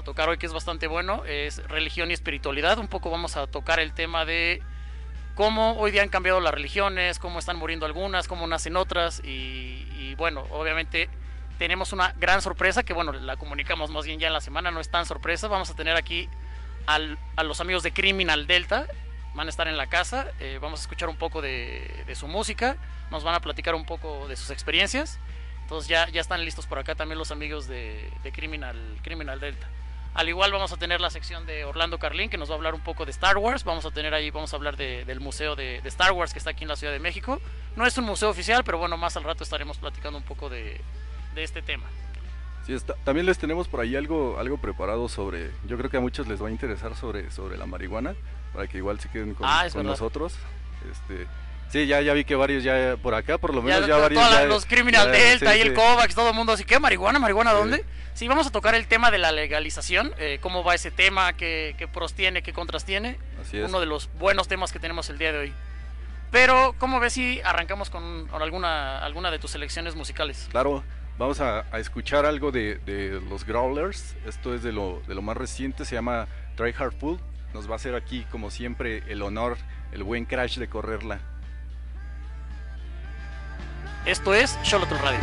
a tocar hoy, que es bastante bueno, es religión y espiritualidad. Un poco vamos a tocar el tema de cómo hoy día han cambiado las religiones, cómo están muriendo algunas, cómo nacen otras y bueno, obviamente tenemos una gran sorpresa que bueno, la comunicamos más bien ya en la semana, no es tan sorpresa. Vamos a tener aquí a los amigos de Criminal Delta, van a estar en la casa, vamos a escuchar un poco de su música, nos van a platicar un poco de sus experiencias. Entonces ya están listos por acá también los amigos de Criminal Delta. Al igual vamos a tener la sección de Orlando Carlín, que nos va a hablar un poco de Star Wars. Vamos a hablar del museo de Star Wars que está aquí en la Ciudad de México. No es un museo oficial, pero bueno, más al rato estaremos platicando un poco de este tema. Sí, también les tenemos por ahí algo preparado sobre, yo creo que a muchos les va a interesar sobre la marihuana, para que igual se queden con nosotros. Sí, ya vi que varios ya por acá, por lo menos ya varios ya, los Criminal Delta y el Kovacs, todo el mundo así, ¿qué? ¿Marihuana dónde? Sí, vamos a tocar el tema de la legalización, cómo va ese tema, qué pros tiene, qué contras tiene. Así es. Uno de los buenos temas que tenemos el día de hoy. Pero, ¿cómo ves si arrancamos con alguna de tus selecciones musicales? Claro, vamos a escuchar algo de los Growlers. Esto es de lo más reciente, se llama Try Hard Pull. Nos va a hacer aquí, como siempre, el honor, el buen Crash de correrla. Esto es Xolotl Radio.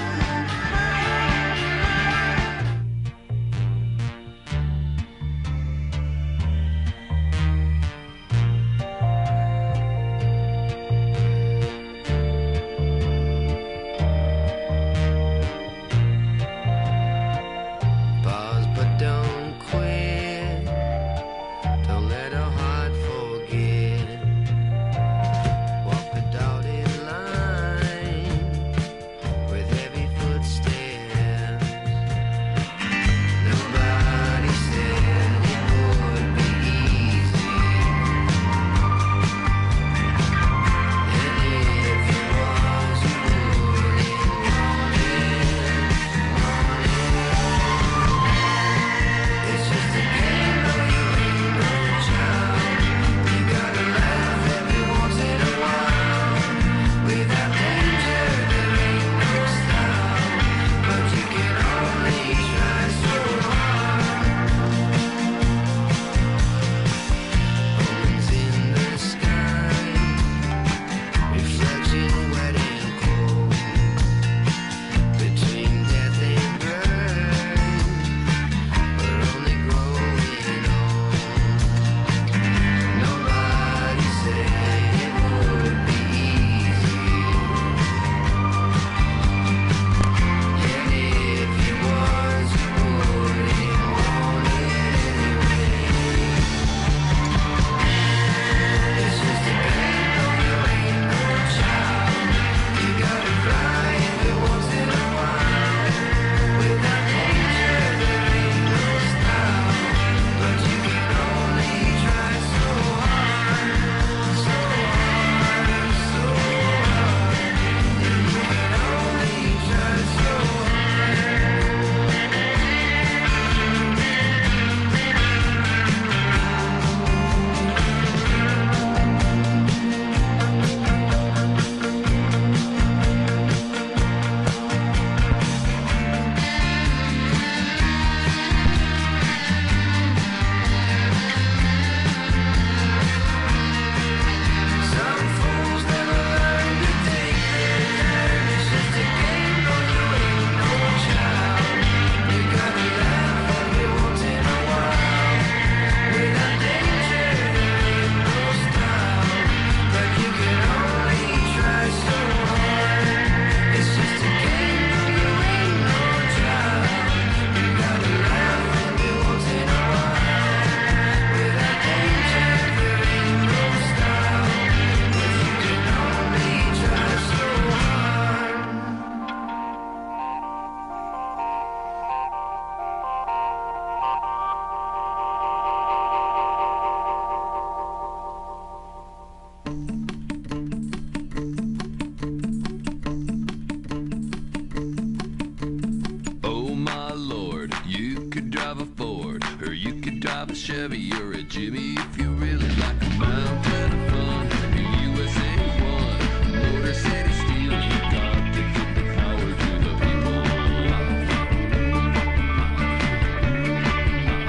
Chevy or a Jimmy if you really like a mountain of fun. The USA one, Motor City Steel, you got to give the power to the people.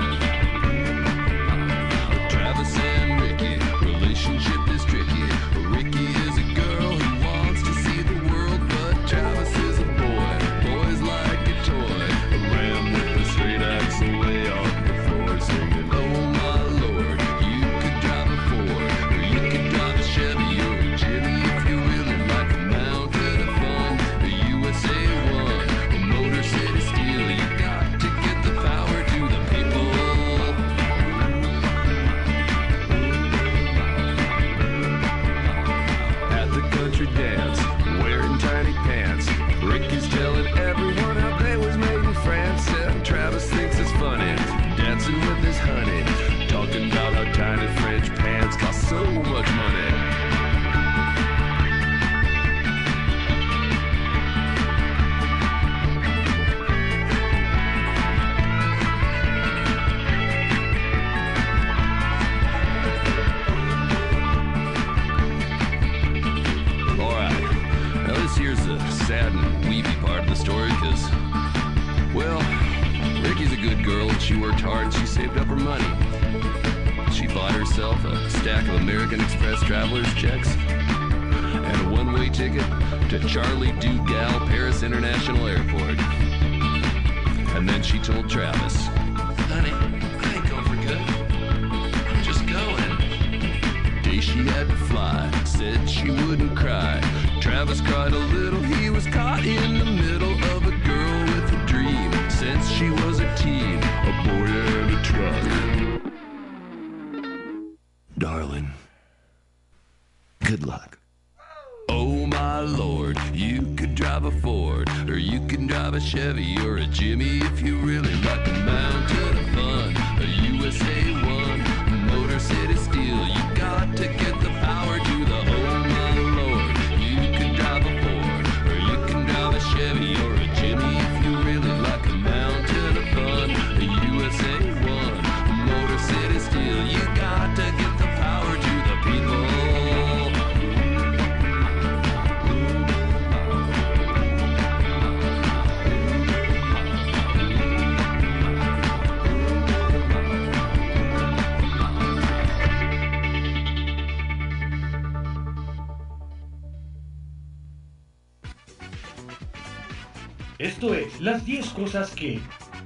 She worked hard and she saved up her money. She bought herself a stack of American Express traveler's checks and a one-way ticket to Charlie Dugal Paris International Airport. And then she told Travis, "Honey, I ain't going for good. I'm just going." Day she had to fly, said she wouldn't cry. Travis cried a little, he was caught in the middle of a girl with a dream. Since she was a teen, a boy and a truck. Darling, good luck. Oh my Lord, you could drive a Ford, or you can drive a Chevy, or a Jimmy if you really like a Mountain of Fun, a USA 1, Motor City Steel. You got to get the power to the oh my Lord. You can drive a Ford, or you can drive a Chevy, or a Jimmy if you really like a Mountain of Fun, a USA 1, Motor City Steel. You got to get the power to the people. Esto es Las 10 Cosas Que...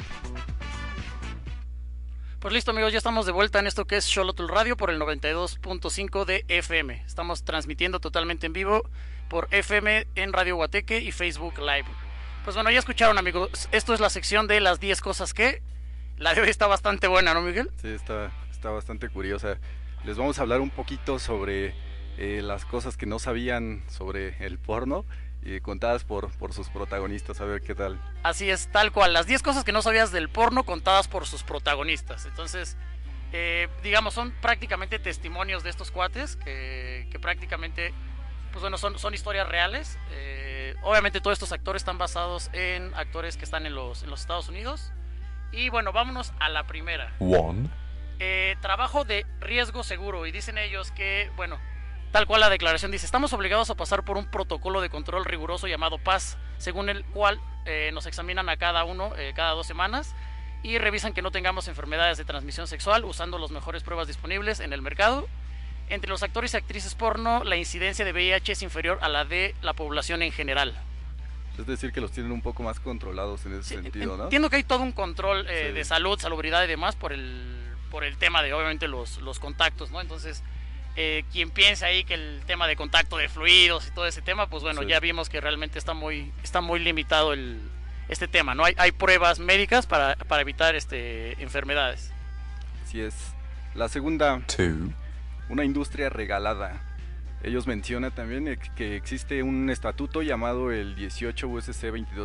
Pues listo, amigos, ya estamos de vuelta en esto que es Xolotl Radio por el 92.5 de FM. Estamos transmitiendo totalmente en vivo por FM en Radio Guateque y Facebook Live. Pues bueno, ya escucharon, amigos, esto es la sección de Las 10 Cosas Que... La de hoy está bastante buena, ¿no, Miguel? Sí, está bastante curiosa. Les vamos a hablar un poquito sobre las cosas que no sabían sobre el porno, contadas por sus protagonistas, a ver qué tal. Así es, tal cual, las 10 cosas que no sabías del porno contadas por sus protagonistas. Entonces, digamos, son prácticamente testimonios de estos cuates que prácticamente, pues bueno, son historias reales. Obviamente todos estos actores están basados en actores que están en los Estados Unidos. Y bueno, vámonos a la primera. Trabajo de riesgo seguro, y dicen ellos que, bueno, tal cual la declaración dice: estamos obligados a pasar por un protocolo de control riguroso llamado PAS, según el cual nos examinan a cada uno cada 2 semanas y revisan que no tengamos enfermedades de transmisión sexual usando las mejores pruebas disponibles en el mercado. Entre los actores y actrices porno, la incidencia de VIH es inferior a la de la población en general. Es decir, que los tienen un poco más controlados en ese sentido, ¿no? Entiendo que hay todo un control de salud, salubridad y demás por el tema de, obviamente, los contactos, ¿no? Entonces, quien piensa ahí que el tema de contacto de fluidos y todo ese tema, pues bueno, sí, ya vimos que realmente está muy limitado este tema, ¿no? Hay pruebas médicas para evitar enfermedades. Así es. La segunda, una industria regalada. Ellos mencionan también que existe un estatuto llamado el 18 USC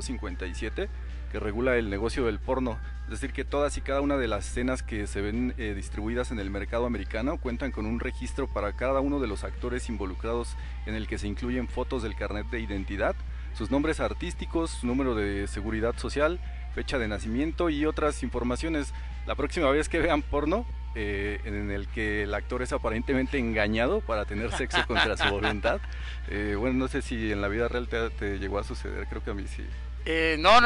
2257 que regula el negocio del porno. Es decir, que todas y cada una de las escenas que se ven distribuidas en el mercado americano cuentan con un registro para cada uno de los actores involucrados, en el que se incluyen fotos del carnet de identidad, sus nombres artísticos, su número de seguridad social, fecha de nacimiento y otras informaciones. La próxima vez que vean porno en el que el actor es aparentemente engañado para tener sexo contra su voluntad, bueno, no sé si en la vida real te llegó a suceder, creo que a mí sí. No,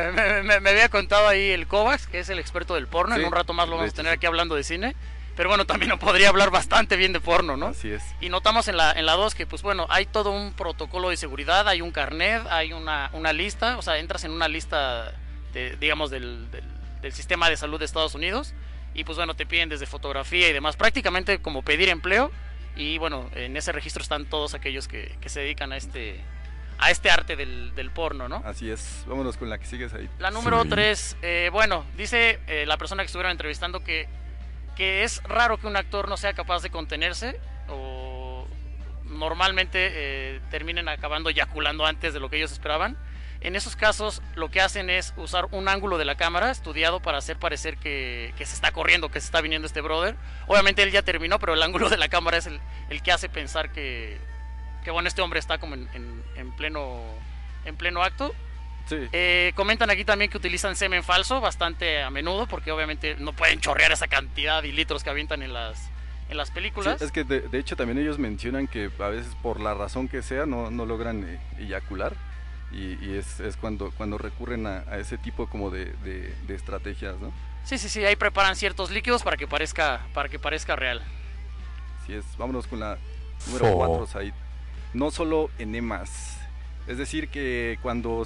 me había contado ahí el Kovacs, que es el experto del porno. Sí, en un rato más lo vamos a tener aquí hablando de cine. Pero bueno, también no podría hablar bastante bien de porno, ¿no? Así es. Y notamos en la 2 que, pues bueno, hay todo un protocolo de seguridad, hay un carnet, hay una lista, o sea, entras en una lista, digamos, del sistema de salud de Estados Unidos. Y pues bueno, te piden desde fotografía y demás, prácticamente como pedir empleo. Y bueno, en ese registro están todos aquellos que se dedican a este arte del porno, ¿no? Así es. Vámonos con la que sigues ahí. La número 3, bueno, dice la persona que estuvieron entrevistando que es raro que un actor no sea capaz de contenerse o normalmente terminen acabando eyaculando antes de lo que ellos esperaban. En esos casos lo que hacen es usar un ángulo de la cámara estudiado para hacer parecer que se está corriendo, que se está viniendo este brother. Obviamente él ya terminó, pero el ángulo de la cámara es el que hace pensar que bueno, este hombre está como en pleno acto. Sí. Comentan aquí también que utilizan semen falso bastante a menudo, porque obviamente no pueden chorrear esa cantidad de litros que avientan en las películas. Sí, es que de hecho también ellos mencionan que a veces por la razón que sea no logran eyacular. y es cuando recurren a ese tipo como de estrategias, ¿no? Sí, ahí preparan ciertos líquidos para que parezca real. Así es, vámonos con la número 4, Said. No solo enemas, es decir que cuando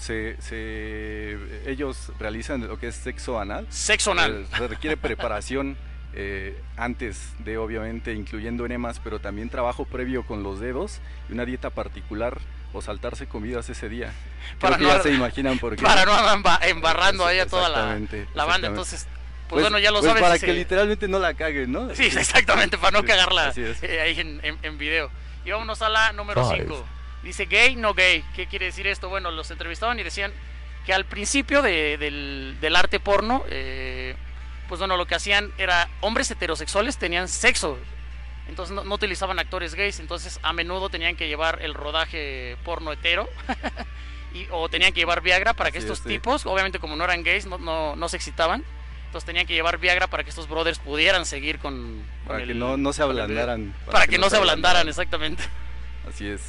ellos realizan lo que es sexo anal, se requiere preparación antes de, obviamente, incluyendo enemas, pero también trabajo previo con los dedos y una dieta particular o saltarse comidas ese día. Creo que ya se imaginan por qué. Para no embarrando ahí a toda la banda, entonces... Pues bueno, ya lo sabes. Para que literalmente no la caguen, ¿no? Sí, exactamente, para no cagarla ahí en video. Y vámonos a la número 5. Dice gay, no gay. ¿Qué quiere decir esto? Bueno, los entrevistaban y decían que al principio del arte porno, pues bueno, lo que hacían era hombres heterosexuales tenían sexo. Entonces no utilizaban actores gays, entonces a menudo tenían que llevar el rodaje porno hetero. O tenían que llevar Viagra para que estos tipos, obviamente como no eran gays, no se excitaban. Entonces tenían que llevar Viagra para que estos brothers pudieran seguir para que no se ablandaran. Para que no se ablandaran, exactamente. Así es.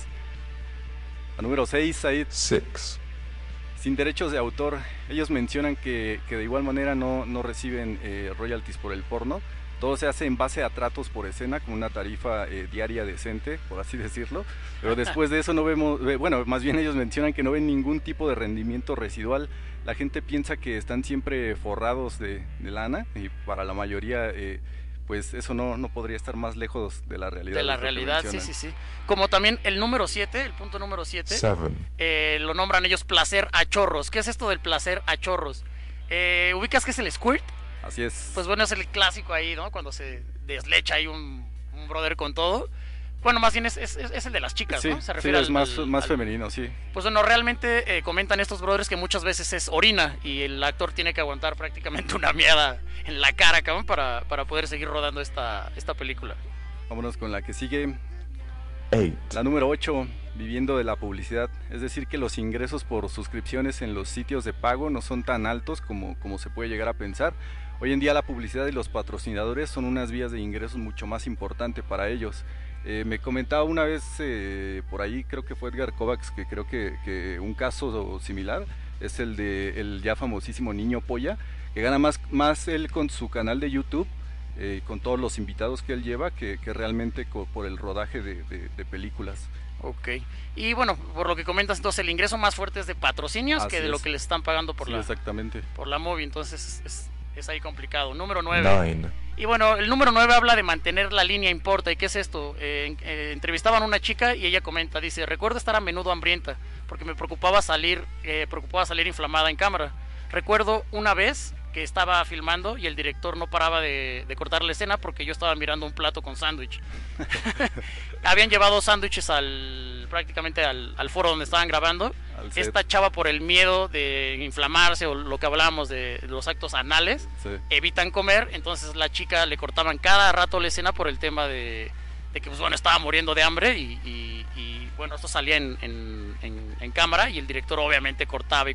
La número 6, Said. 6. Sin derechos de autor. Ellos mencionan que de igual manera no reciben royalties por el porno. Todo se hace en base a tratos por escena, con una tarifa diaria decente, por así decirlo. Pero después de eso no vemos, bueno, más bien ellos mencionan que no ven ningún tipo de rendimiento residual. La gente piensa que están siempre forrados de lana, y para la mayoría, pues eso no podría estar más lejos de la realidad. De la realidad, sí. Como también el número 7, el punto número 7, lo nombran ellos placer a chorros. ¿Qué es esto del placer a chorros? ¿Ubicas qué es el squirt? Así es. Pues bueno, es el clásico ahí, ¿no? Cuando se deslecha ahí un brother con todo. Bueno, más bien es el de las chicas, sí, ¿no? Se refiere es más femenino, sí. Pues bueno, realmente comentan estos brothers que muchas veces es orina y el actor tiene que aguantar prácticamente una miada en la cara, cabrón, para poder seguir rodando esta película. Vámonos con la que sigue. 8. La número 8, viviendo de la publicidad. Es decir que los ingresos por suscripciones en los sitios de pago no son tan altos como se puede llegar a pensar. Hoy en día la publicidad y los patrocinadores son unas vías de ingresos mucho más importante para ellos. Me comentaba una vez por ahí, creo que fue Edgar Kovacs, que creo que un caso similar es el de el ya famosísimo Niño Polla, que gana más él con su canal de YouTube, con todos los invitados que él lleva, que realmente por el rodaje de películas. Ok, y bueno, por lo que comentas, entonces el ingreso más fuerte es de patrocinios que de lo que les están pagando por exactamente. Por la movie, entonces es ahí complicado. Número 9. Y bueno, el número 9 habla de mantener la línea importa. ¿Y qué es esto? Entrevistaban a una chica y ella comenta, dice, recuerdo estar a menudo hambrienta porque me preocupaba salir inflamada en cámara. Recuerdo una vez que estaba filmando y el director no paraba de cortar la escena porque yo estaba mirando un plato con sándwich. Habían llevado sándwiches prácticamente al foro donde estaban grabando. Esta chava, por el miedo de inflamarse o lo que hablábamos de los actos anales, evitan comer. Entonces la chica le cortaban cada rato la escena por el tema de que pues bueno, estaba muriendo de hambre y bueno, esto salía en cámara y el director obviamente cortaba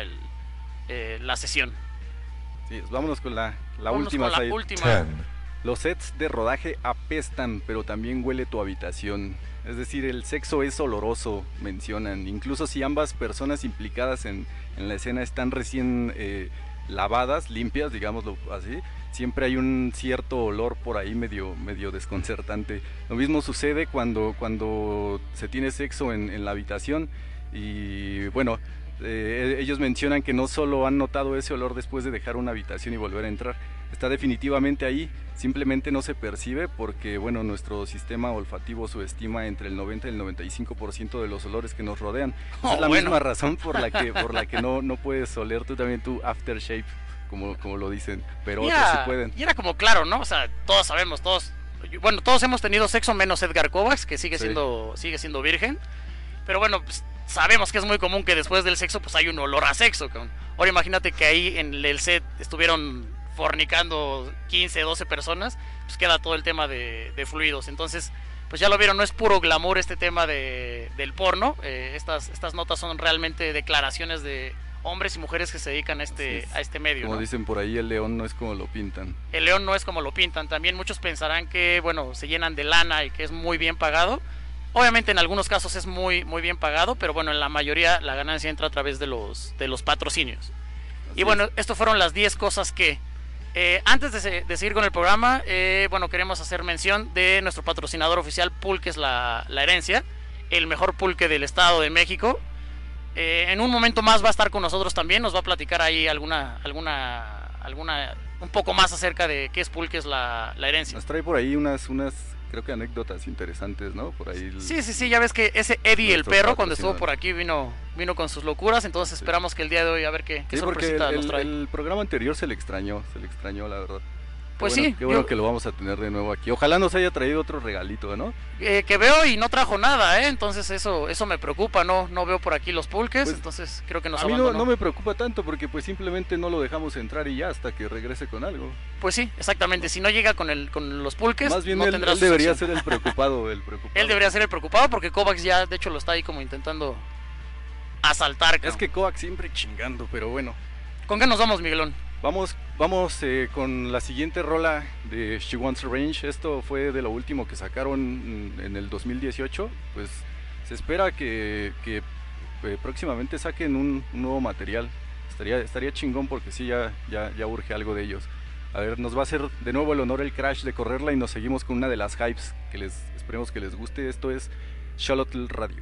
la sesión. Sí, vámonos con la última. Los sets de rodaje apestan, pero también huele tu habitación. Es decir, el sexo es oloroso, mencionan. Incluso si ambas personas implicadas en la escena están recién lavadas, limpias, digámoslo así, siempre hay un cierto olor por ahí medio desconcertante. Lo mismo sucede cuando se tiene sexo en la habitación y bueno, ellos mencionan que no solo han notado ese olor después de dejar una habitación y volver a entrar, está definitivamente ahí, simplemente no se percibe porque bueno, nuestro sistema olfativo subestima entre el 90 y el 95% de los olores que nos rodean. Es la misma razón por la que no puedes oler tú también tu aftershave, como lo dicen, pero otros sí pueden. Y era como claro, ¿no? O sea, todos sabemos, todos hemos tenido sexo menos Edgar Kovacs, que sigue siendo virgen, pero bueno, pues, sabemos que es muy común que después del sexo pues hay un olor a sexo, cabrón. Ahora imagínate que ahí en el set estuvieron fornicando 15, 12 personas, pues queda todo el tema de fluidos. Entonces, pues ya lo vieron, no es puro glamour este tema del porno. Estas notas son realmente declaraciones de hombres y mujeres que se dedican a este medio. Como dicen por ahí, el león no es como lo pintan. El león no es como lo pintan. También muchos pensarán que, bueno, se llenan de lana y que es muy bien pagado. Obviamente en algunos casos es muy, muy bien pagado, pero bueno, en la mayoría la ganancia entra a través de los patrocinios. Así y bueno, estas fueron las 10 cosas que... antes de seguir con el programa, bueno, queremos hacer mención de nuestro patrocinador oficial, Pulques La Herencia, el mejor pulque del Estado de México. En un momento más va a estar con nosotros también, nos va a platicar ahí alguna un poco más acerca de qué es Pulques La Herencia. Nos trae por ahí unas creo que anécdotas interesantes, ¿no? Por ahí. Sí, ya ves que ese Eddie el perro cuando estuvo por aquí vino con sus locuras, entonces esperamos que el día de hoy a ver qué sorpresita nos trae. El programa anterior se le extrañó la verdad. Pues bueno, sí. Qué bueno que lo vamos a tener de nuevo aquí. Ojalá nos haya traído otro regalito, ¿no? Que veo y no trajo nada, entonces eso me preocupa, no veo por aquí los pulques, pues, entonces creo que nos abandonó. A mí no me preocupa tanto porque pues simplemente no lo dejamos entrar y ya hasta que regrese con algo. Pues sí, exactamente, si no llega con los pulques, más bien no él debería ser el preocupado, Él debería ser el preocupado porque Kovacs ya de hecho lo está ahí como intentando asaltar. Es que Kovacs siempre chingando, pero bueno. ¿Con qué nos vamos, Miguelón? Vamos con la siguiente rola de She Wants Revenge. Esto fue de lo último que sacaron en el 2018. Pues se espera que próximamente saquen un nuevo material. Estaría chingón porque sí, ya urge algo de ellos. A ver, nos va a hacer de nuevo el honor el Crash de correrla y nos seguimos con una de las hypes que esperemos que les guste. Esto es Xolotl Radio.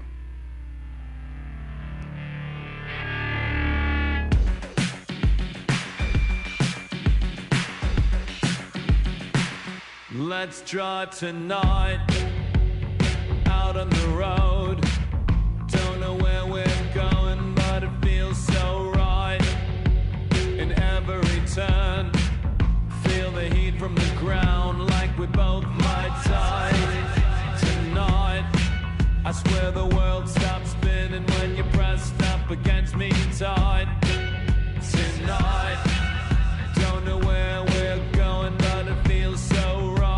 Let's drive tonight, out on the road. Don't know where we're going, but it feels so right. In every turn, feel the heat from the ground, like we both might die. Tonight, I swear the world stops spinning when you're pressed up against me tight. Tonight, don't know where we're going, but it feels so right.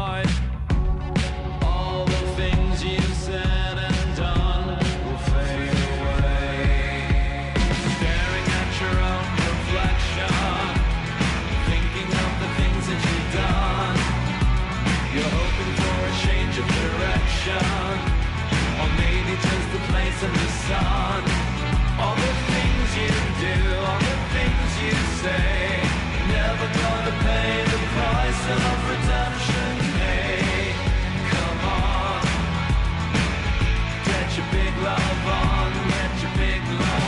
Or maybe just a place in the sun. All the things you do, all the things you say, never gonna pay the price of redemption. Hey, come on, get your big love on, get your big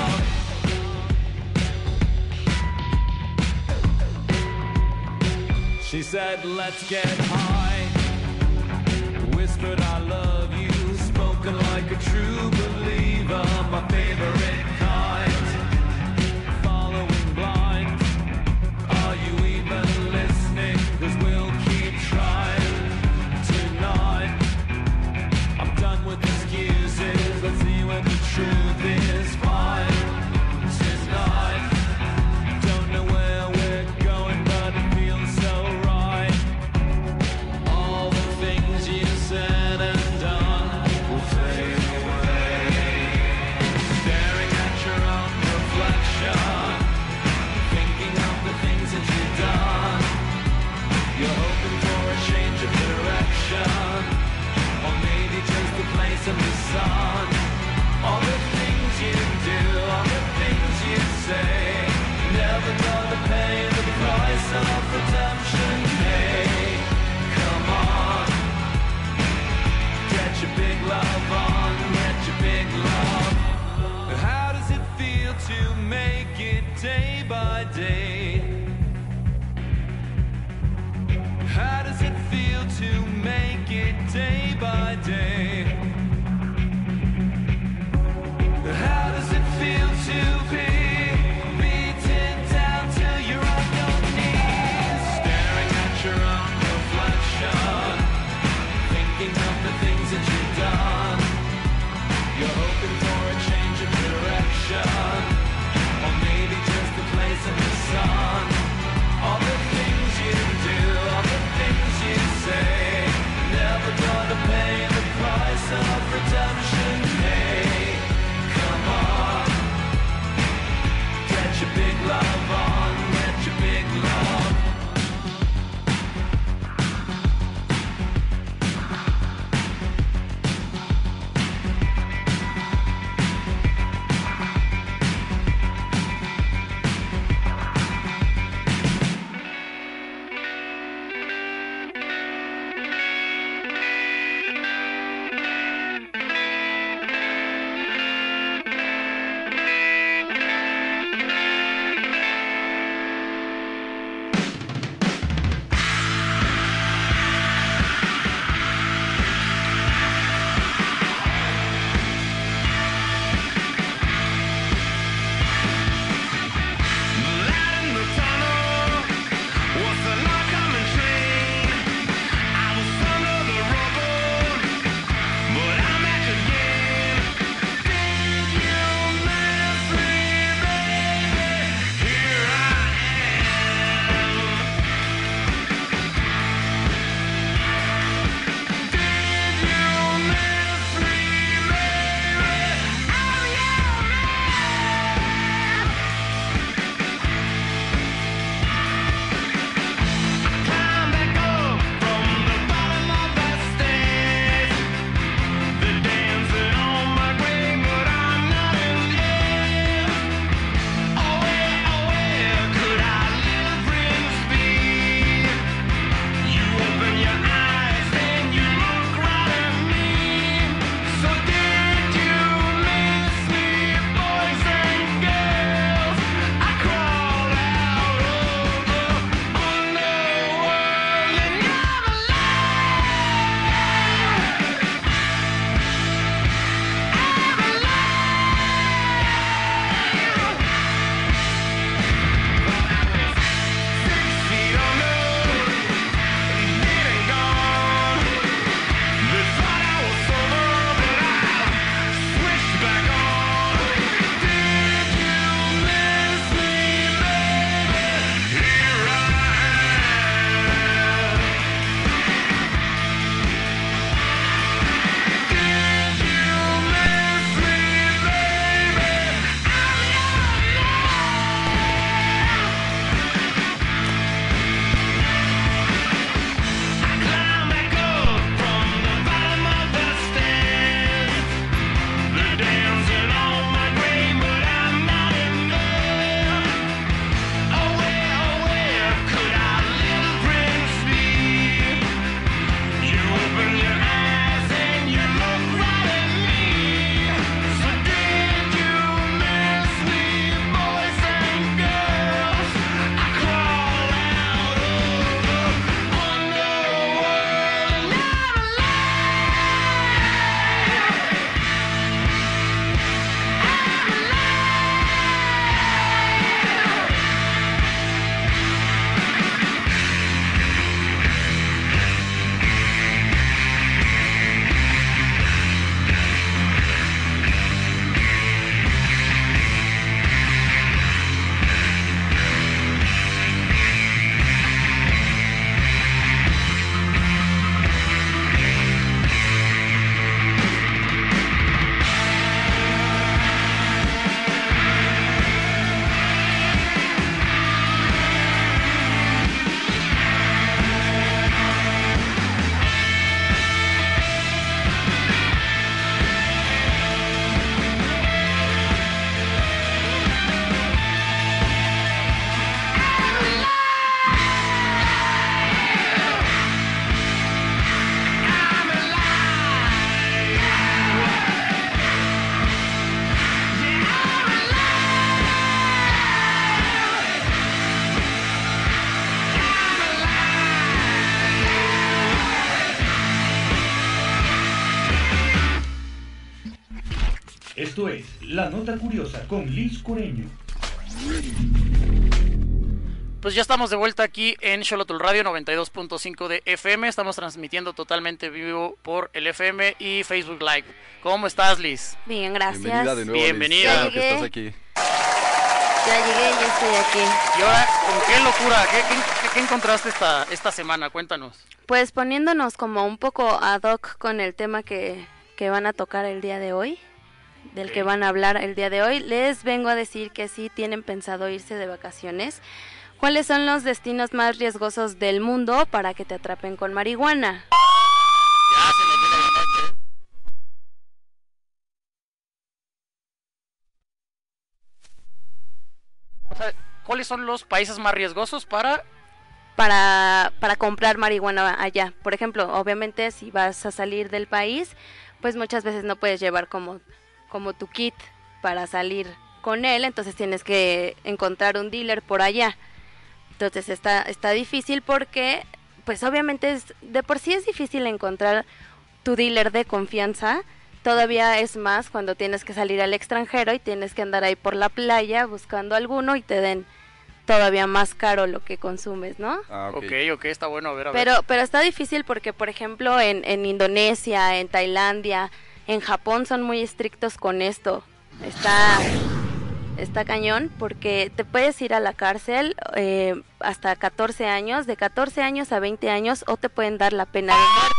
love. She said, let's get high. Whispered I love you, spoken like a true believer, my favorite kind. Following blind, are you even listening? 'Cause we'll keep trying. Tonight, I'm done with excuses, let's see what the truth is. Fine, tonight, don't know where we're going, but it feels so right. All the things you said and done will fade away. Staring at your own reflection, thinking of the things that you've done. You're hoping for a change of direction, or maybe just a place in the sun. All the things you do, all the things you say, never gonna pay the price of redemption. Hey, come on, get your big love on, get your big love. How does it feel to make it day by day? How does it feel to make it day by day? How does it feel to be beaten down till you're on your knees, staring at your own reflection, thinking of the things that you've done. You're hoping for a change of direction, or maybe just a place in the sun. All the things you do, all the things you say, never gonna pay the price Esto es La Nota Curiosa con Liz Coreño. Pues ya estamos de vuelta aquí en Xolotl Radio 92.5 de FM. Estamos transmitiendo totalmente vivo por el FM y Facebook Live. ¿Cómo estás, Liz? Bien, gracias. Bienvenida de nuevo, Bienvenida. Liz. Que estás aquí. Ya llegué, ya estoy aquí. Y ahora, ¿con qué locura? ¿Qué encontraste esta semana? Cuéntanos. Pues poniéndonos como un poco ad hoc con el tema que van a tocar el día de hoy, del que van a hablar el día de hoy, les vengo a decir que si tienen pensado irse de vacaciones, ¿cuáles son los destinos más riesgosos del mundo para que te atrapen con marihuana? Ya se me viene la noche. O sea, ¿cuáles son los países más riesgosos para comprar marihuana allá? Por ejemplo, obviamente si vas a salir del país, pues muchas veces no puedes llevar como tu kit para salir con él, entonces tienes que encontrar un dealer por allá. Entonces está difícil porque, pues obviamente de por sí es difícil encontrar tu dealer de confianza, todavía es más cuando tienes que salir al extranjero y tienes que andar ahí por la playa buscando alguno y te den todavía más caro lo que consumes, ¿no? Ah, ok. Ok, está bueno, a ver. Pero está difícil porque, por ejemplo, en Indonesia, en Tailandia, en Japón son muy estrictos con esto. Está cañón porque te puedes ir a la cárcel hasta 14 años, de 14 años a 20 años, o te pueden dar la pena de muerte.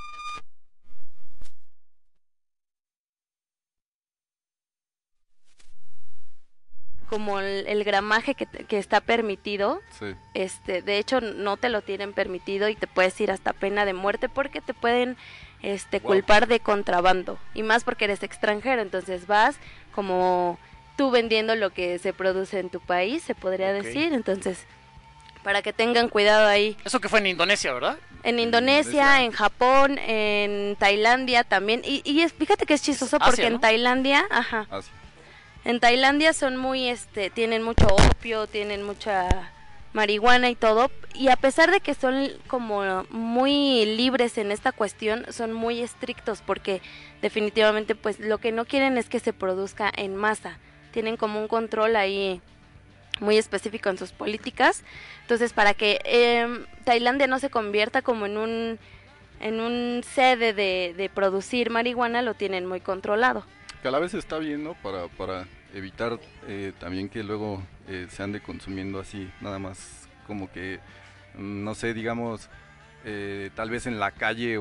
Como el gramaje que está permitido, Sí. de hecho no te lo tienen permitido y te puedes ir hasta pena de muerte porque te pueden culpar de contrabando, y más porque eres extranjero, entonces vas como tú vendiendo lo que se produce en tu país, se podría decir, entonces para que tengan cuidado ahí. Eso que fue en Indonesia, ¿verdad? En Indonesia, en Japón, en Tailandia también, y fíjate que es chistoso Asia, porque ¿no? en Tailandia, ajá. Ah, sí. En Tailandia son muy, tienen mucho opio, tienen mucha marihuana y todo, y a pesar de que son como muy libres en esta cuestión, son muy estrictos porque definitivamente pues lo que no quieren es que se produzca en masa. Tienen como un control ahí muy específico en sus políticas. Entonces, para que Tailandia no se convierta como en un sede de producir marihuana, lo tienen muy controlado. Que a la vez está bien, ¿no? Para evitar también que luego se ande consumiendo así, nada más como que, no sé, digamos, tal vez en la calle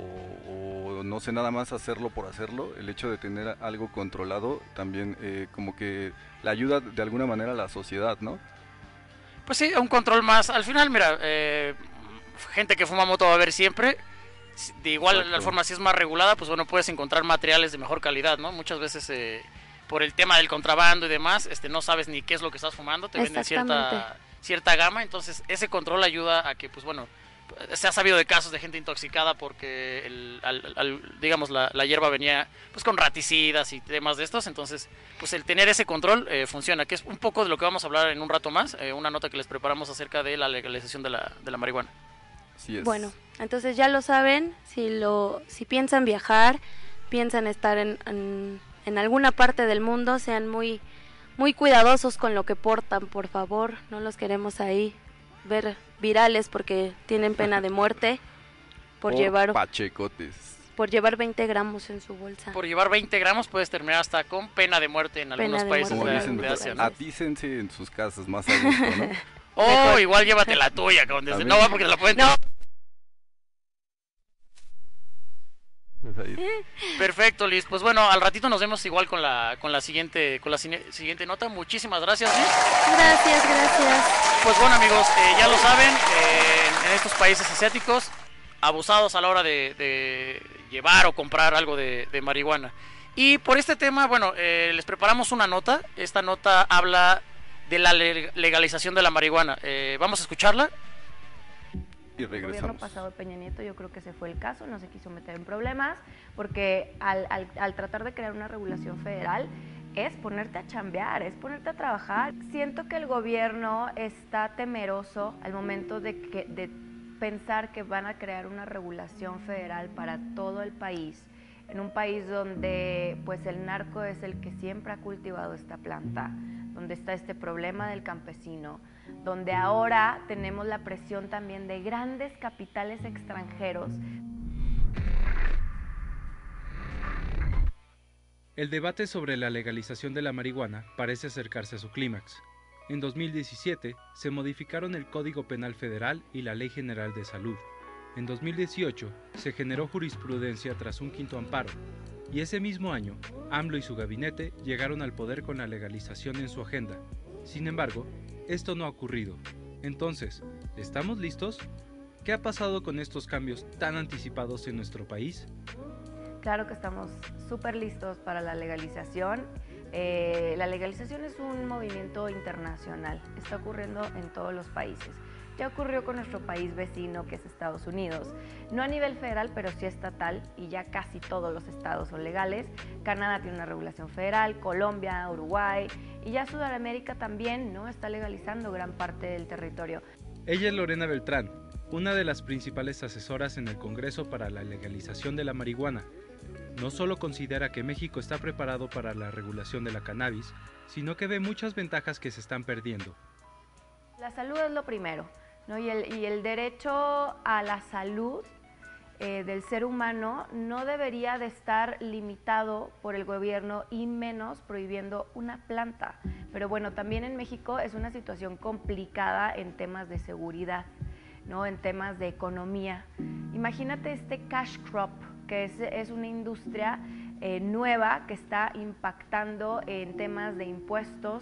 o no sé, nada más hacerlo por hacerlo. El hecho de tener algo controlado también como que le ayuda de alguna manera a la sociedad, ¿no? Pues sí, un control más. Al final, mira, gente que fuma moto va a haber siempre. De igual Exacto. la forma, si es más regulada, pues bueno, puedes encontrar materiales de mejor calidad, ¿no? Muchas veces por el tema del contrabando y demás, no sabes ni qué es lo que estás fumando, te venden cierta gama, entonces ese control ayuda a que, pues bueno, se ha sabido de casos de gente intoxicada porque digamos la hierba venía pues con raticidas y temas de estos, entonces pues el tener ese control funciona, que es un poco de lo que vamos a hablar en un rato más, una nota que les preparamos acerca de la legalización de la marihuana. Sí es. Bueno, entonces ya lo saben, si piensan viajar, piensan estar en alguna parte del mundo, sean muy, muy cuidadosos con lo que portan, por favor, no los queremos ahí ver virales porque tienen pena de muerte por llevar pachecotes. por llevar 20 gramos en su bolsa. Por llevar 20 gramos puedes terminar hasta con pena de muerte en algunos países Como dicen, de Asia, ¿no? atícense en sus casas más a gusto, ¿no? O igual llévate la tuya, cabrón. No va porque te la pueden... No. Pues ahí. Perfecto, Liz. Pues bueno, al ratito nos vemos igual con la siguiente nota. Muchísimas gracias, Liz. Gracias. Pues bueno, amigos, ya lo saben, en estos países asiáticos, abusados a la hora de llevar o comprar algo de marihuana. Y por este tema, bueno, les preparamos una nota. Esta nota habla de la legalización de la marihuana. Vamos a escucharla. Y El gobierno regresamos. pasado de Peña Nieto yo creo que ese fue el caso, no se quiso meter en problemas, porque al tratar de crear una regulación federal es ponerte a chambear, es ponerte a trabajar. Siento que el gobierno está temeroso al momento de pensar que van a crear una regulación federal para todo el país. en un país donde pues el narco es el que siempre ha cultivado esta planta, donde está este problema del campesino, donde ahora tenemos la presión también de grandes capitales extranjeros. El debate sobre la legalización de la marihuana parece acercarse a su clímax. En 2017 se modificaron el Código Penal Federal y la Ley General de Salud. En 2018 se generó jurisprudencia tras un quinto amparo, y ese mismo año, AMLO y su gabinete llegaron al poder con la legalización en su agenda. Sin embargo, esto no ha ocurrido. Entonces, ¿estamos listos? ¿Qué ha pasado con estos cambios tan anticipados en nuestro país? Claro que estamos súper listos para la legalización. La legalización es un movimiento internacional, está ocurriendo en todos los países. Ya ocurrió con nuestro país vecino, que es Estados Unidos. No a nivel federal, pero sí estatal, y ya casi todos los estados son legales. Canadá tiene una regulación federal, Colombia, Uruguay, y ya Sudamérica también, ¿no?, está legalizando gran parte del territorio. Ella es Lorena Beltrán, una de las principales asesoras en el Congreso para la legalización de la marihuana. No solo considera que México está preparado para la regulación de la cannabis, sino que ve muchas ventajas que se están perdiendo. La salud es lo primero, ¿no? Y el derecho a la salud del ser humano no debería de estar limitado por el gobierno, y menos prohibiendo una planta. Pero bueno, también en México es una situación complicada en temas de seguridad, ¿no?, en temas de economía. Imagínate este cash crop, que es una industria nueva que está impactando en temas de impuestos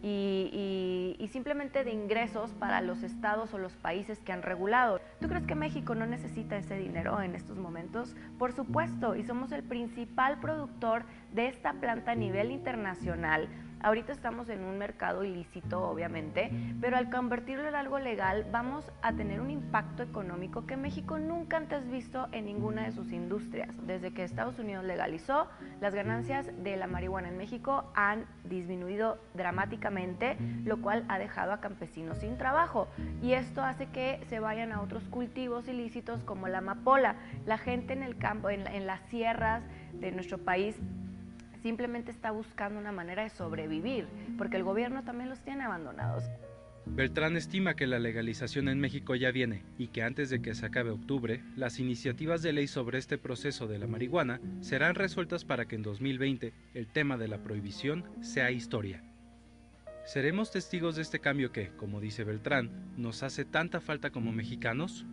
y simplemente de ingresos para los estados o los países que han regulado. ¿Tú crees que México no necesita ese dinero en estos momentos? Por supuesto, y somos el principal productor de esta planta a nivel internacional. Ahorita estamos en un mercado ilícito, obviamente, pero al convertirlo en algo legal vamos a tener un impacto económico que México nunca antes visto en ninguna de sus industrias. Desde que Estados Unidos legalizó, las ganancias de la marihuana en México han disminuido dramáticamente, lo cual ha dejado a campesinos sin trabajo. Y esto hace que se vayan a otros cultivos ilícitos como la amapola. La gente en el campo, en las sierras de nuestro país, simplemente está buscando una manera de sobrevivir, porque el gobierno también los tiene abandonados. Beltrán estima que la legalización en México ya viene y que antes de que se acabe octubre, las iniciativas de ley sobre este proceso de la marihuana serán resueltas para que en 2020 el tema de la prohibición sea historia. ¿Seremos testigos de este cambio que, como dice Beltrán, nos hace tanta falta como mexicanos?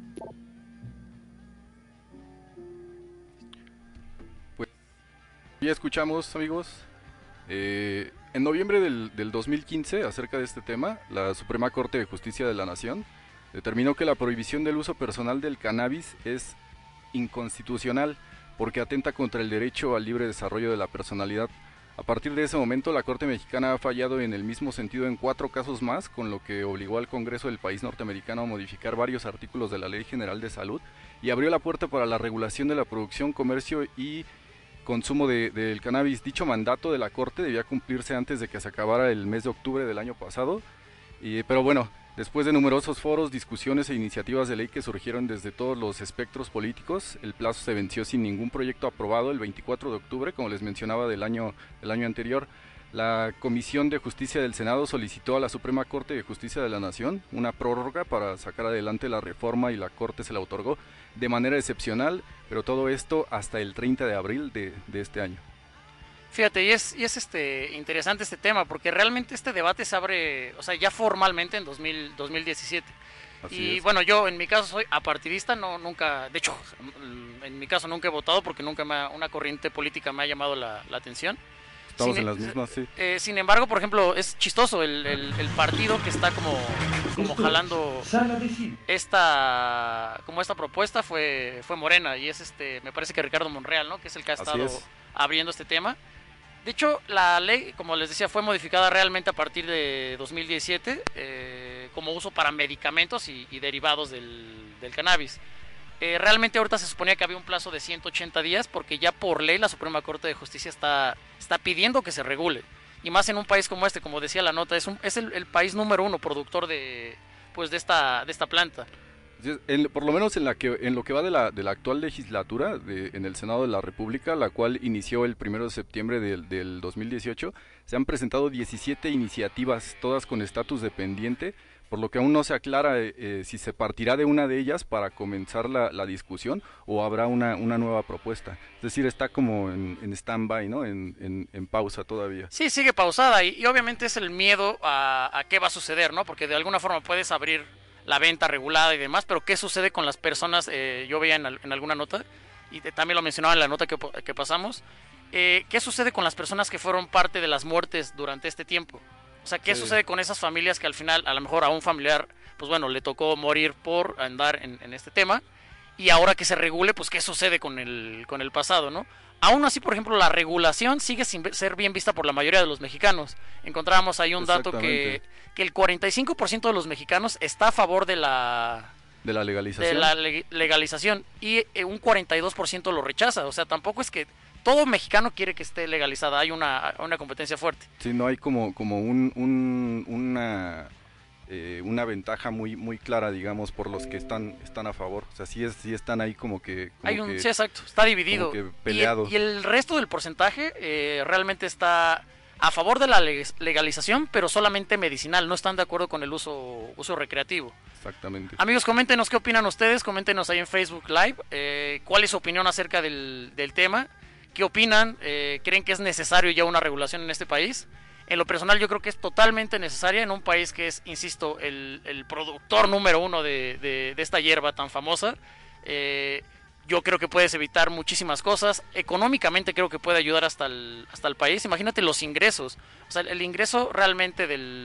Ya escuchamos, amigos, en noviembre del 2015, acerca de este tema, la Suprema Corte de Justicia de la Nación determinó que la prohibición del uso personal del cannabis es inconstitucional porque atenta contra el derecho al libre desarrollo de la personalidad. A partir de ese momento, la Corte Mexicana ha fallado en el mismo sentido en 4 casos más, con lo que obligó al Congreso del país norteamericano a modificar varios artículos de la Ley General de Salud y abrió la puerta para la regulación de la producción, comercio y consumo del cannabis. Dicho mandato de la Corte debía cumplirse antes de que se acabara el mes de octubre del año pasado, pero bueno, después de numerosos foros, discusiones e iniciativas de ley que surgieron desde todos los espectros políticos, el plazo se venció sin ningún proyecto aprobado el 24 de octubre, como les mencionaba, del año anterior. La Comisión de Justicia del Senado solicitó a la Suprema Corte de Justicia de la Nación una prórroga para sacar adelante la reforma y la Corte se la otorgó de manera excepcional, pero todo esto hasta el 30 de abril de este año. Fíjate, y es interesante este tema, porque realmente este debate se abre, o sea, ya formalmente en 2017. Así es. Bueno, yo en mi caso soy apartidista, nunca, de hecho, en mi caso nunca he votado porque nunca una corriente política me ha llamado la atención. Estamos en las mismas, sí. Sin embargo, por ejemplo, es chistoso el partido que está como jalando esta propuesta fue Morena, y es me parece que Ricardo Monreal, ¿no?, que es el que ha estado abriendo este tema. De hecho, la ley, como les decía, fue modificada realmente a partir de 2017 como uso para medicamentos y derivados del cannabis. Realmente ahorita se suponía que había un plazo de 180 días porque ya por ley la Suprema Corte de Justicia está pidiendo que se regule. Y más en un país como este, como decía la nota, es el país número 1 productor de esta planta. Por lo menos en lo que va de la actual legislatura en el Senado de la República, la cual inició el 1 de septiembre del 2018, se han presentado 17 iniciativas, todas con estatus de pendiente, por lo que aún no se aclara si se partirá de una de ellas para comenzar la discusión o habrá una nueva propuesta. Es decir, está como en stand-by, ¿no? En pausa todavía. Sí, sigue pausada y obviamente es el miedo a qué va a suceder, ¿no? Porque de alguna forma puedes abrir la venta regulada y demás, pero ¿qué sucede con las personas? Yo veía en alguna nota, y también lo mencionaba en la nota que pasamos, ¿qué sucede con las personas que fueron parte de las muertes durante este tiempo? O sea, ¿qué sucede con esas familias que al final, a lo mejor a un familiar, pues bueno, le tocó morir por andar en este tema, y ahora que se regule, pues ¿qué sucede con el pasado, no? Aún así, por ejemplo, la regulación sigue sin ser bien vista por la mayoría de los mexicanos. Encontrábamos ahí un dato que el 45% de los mexicanos está a favor de la legalización y un 42% lo rechaza. O sea, tampoco es que todo mexicano quiere que esté legalizada. Hay una competencia fuerte. Sí, no hay como una ventaja muy clara, digamos, por los que están a favor. O sea, sí están ahí como que... Sí, exacto, está dividido. Como que peleado. Y el resto del porcentaje realmente está a favor de la legalización, pero solamente medicinal. No están de acuerdo con el uso recreativo. Exactamente. Amigos, coméntenos qué opinan ustedes, coméntenos ahí en Facebook Live, cuál es su opinión acerca del tema, qué opinan, creen que es necesario ya una regulación en este país. En lo personal yo creo que es totalmente necesaria en un país que es, insisto, el productor número uno de esta hierba tan famosa. Yo creo que puedes evitar muchísimas cosas. Económicamente creo que puede ayudar hasta el país. Imagínate los ingresos. O sea, el ingreso realmente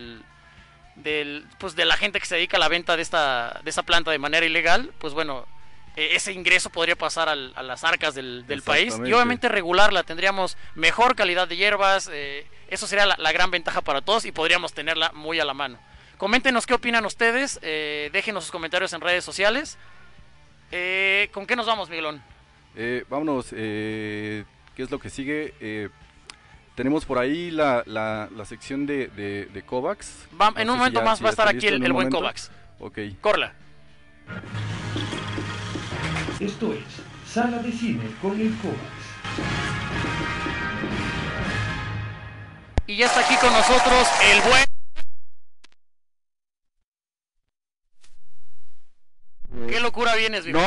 pues de la gente que se dedica a la venta de esa planta de manera ilegal, pues bueno, ese ingreso podría pasar a las arcas del país, y obviamente regularla, tendríamos mejor calidad de hierbas, eso sería la gran ventaja para todos y podríamos tenerla muy a la mano. Coméntenos qué opinan ustedes, déjenos sus comentarios en redes sociales. ¿Con qué nos vamos, Miguelón? Vámonos, ¿qué es lo que sigue? Tenemos por ahí la sección de Kovacs. En un momento más va a estar aquí el buen Kovacs. Ok. Corla. Esto es Sala de Cine con el Kovacs. Y ya está aquí con nosotros el buen... ¿Qué locura vienes, Vivo?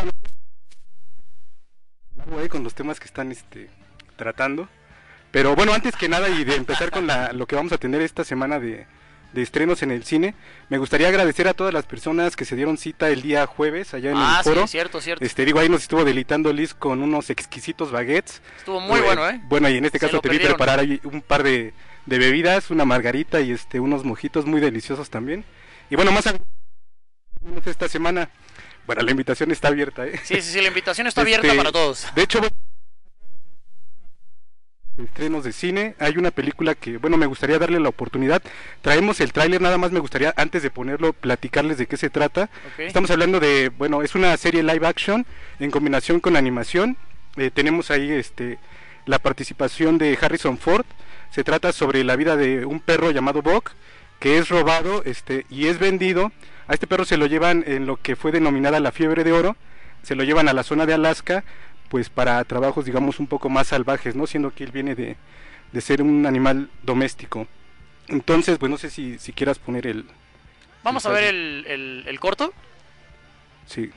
No, con los temas que están tratando. Pero bueno, antes que nada y de empezar con lo que vamos a tener esta semana de estrenos en el cine, me gustaría agradecer a todas las personas que se dieron cita el día jueves allá en el foro. Sí, cierto. Digo, ahí nos estuvo deleitando Liz con unos exquisitos baguettes. Estuvo muy bueno, Bueno, y en este caso te vi preparar ahí un par de bebidas, una margarita y unos mojitos muy deliciosos también. Y bueno, más esta semana, bueno, la invitación está abierta, Sí, la invitación está abierta para todos. De hecho, estrenos de cine, hay una película que, bueno, me gustaría darle la oportunidad. Traemos el tráiler, nada más me gustaría, antes de ponerlo, platicarles de qué se trata. Estamos hablando de, bueno, es una serie live action en combinación con animación. Tenemos ahí la participación de Harrison Ford. Se trata sobre la vida de un perro llamado Buck, que es robado y es vendido. A este perro se lo llevan en lo que fue denominada la fiebre de oro, se lo llevan a la zona de Alaska, pues para trabajos, digamos, un poco más salvajes, ¿no? Siendo que él viene de ser un animal doméstico. Entonces, pues no sé si quieras poner el... Vamos a ver el corto. Sí.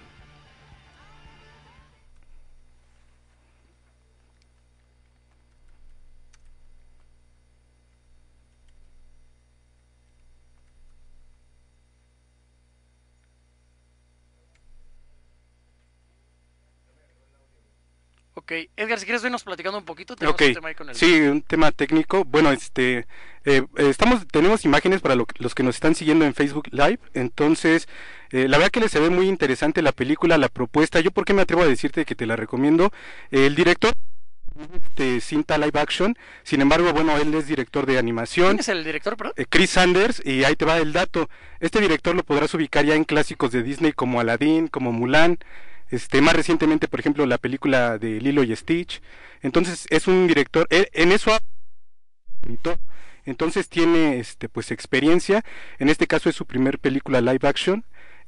Ok, Edgar, si quieres vennos platicando un poquito. Okay. Un tema ahí con el... Sí, un tema técnico. Bueno, tenemos imágenes para los que nos están siguiendo en Facebook Live. Entonces, la verdad que se ve muy interesante la película, la propuesta. Yo, ¿por qué me atrevo a decirte que te la recomiendo? El director de cinta live action, sin embargo, bueno, él es director de animación. ¿Quién es el director, perdón? Chris Sanders, y ahí te va el dato. Este director lo podrás ubicar ya en clásicos de Disney como Aladdin, como Mulan. Más recientemente, por ejemplo, la película de Lilo y Stitch. Entonces es un director, en eso entonces tiene pues experiencia. En este caso es su primer película live action.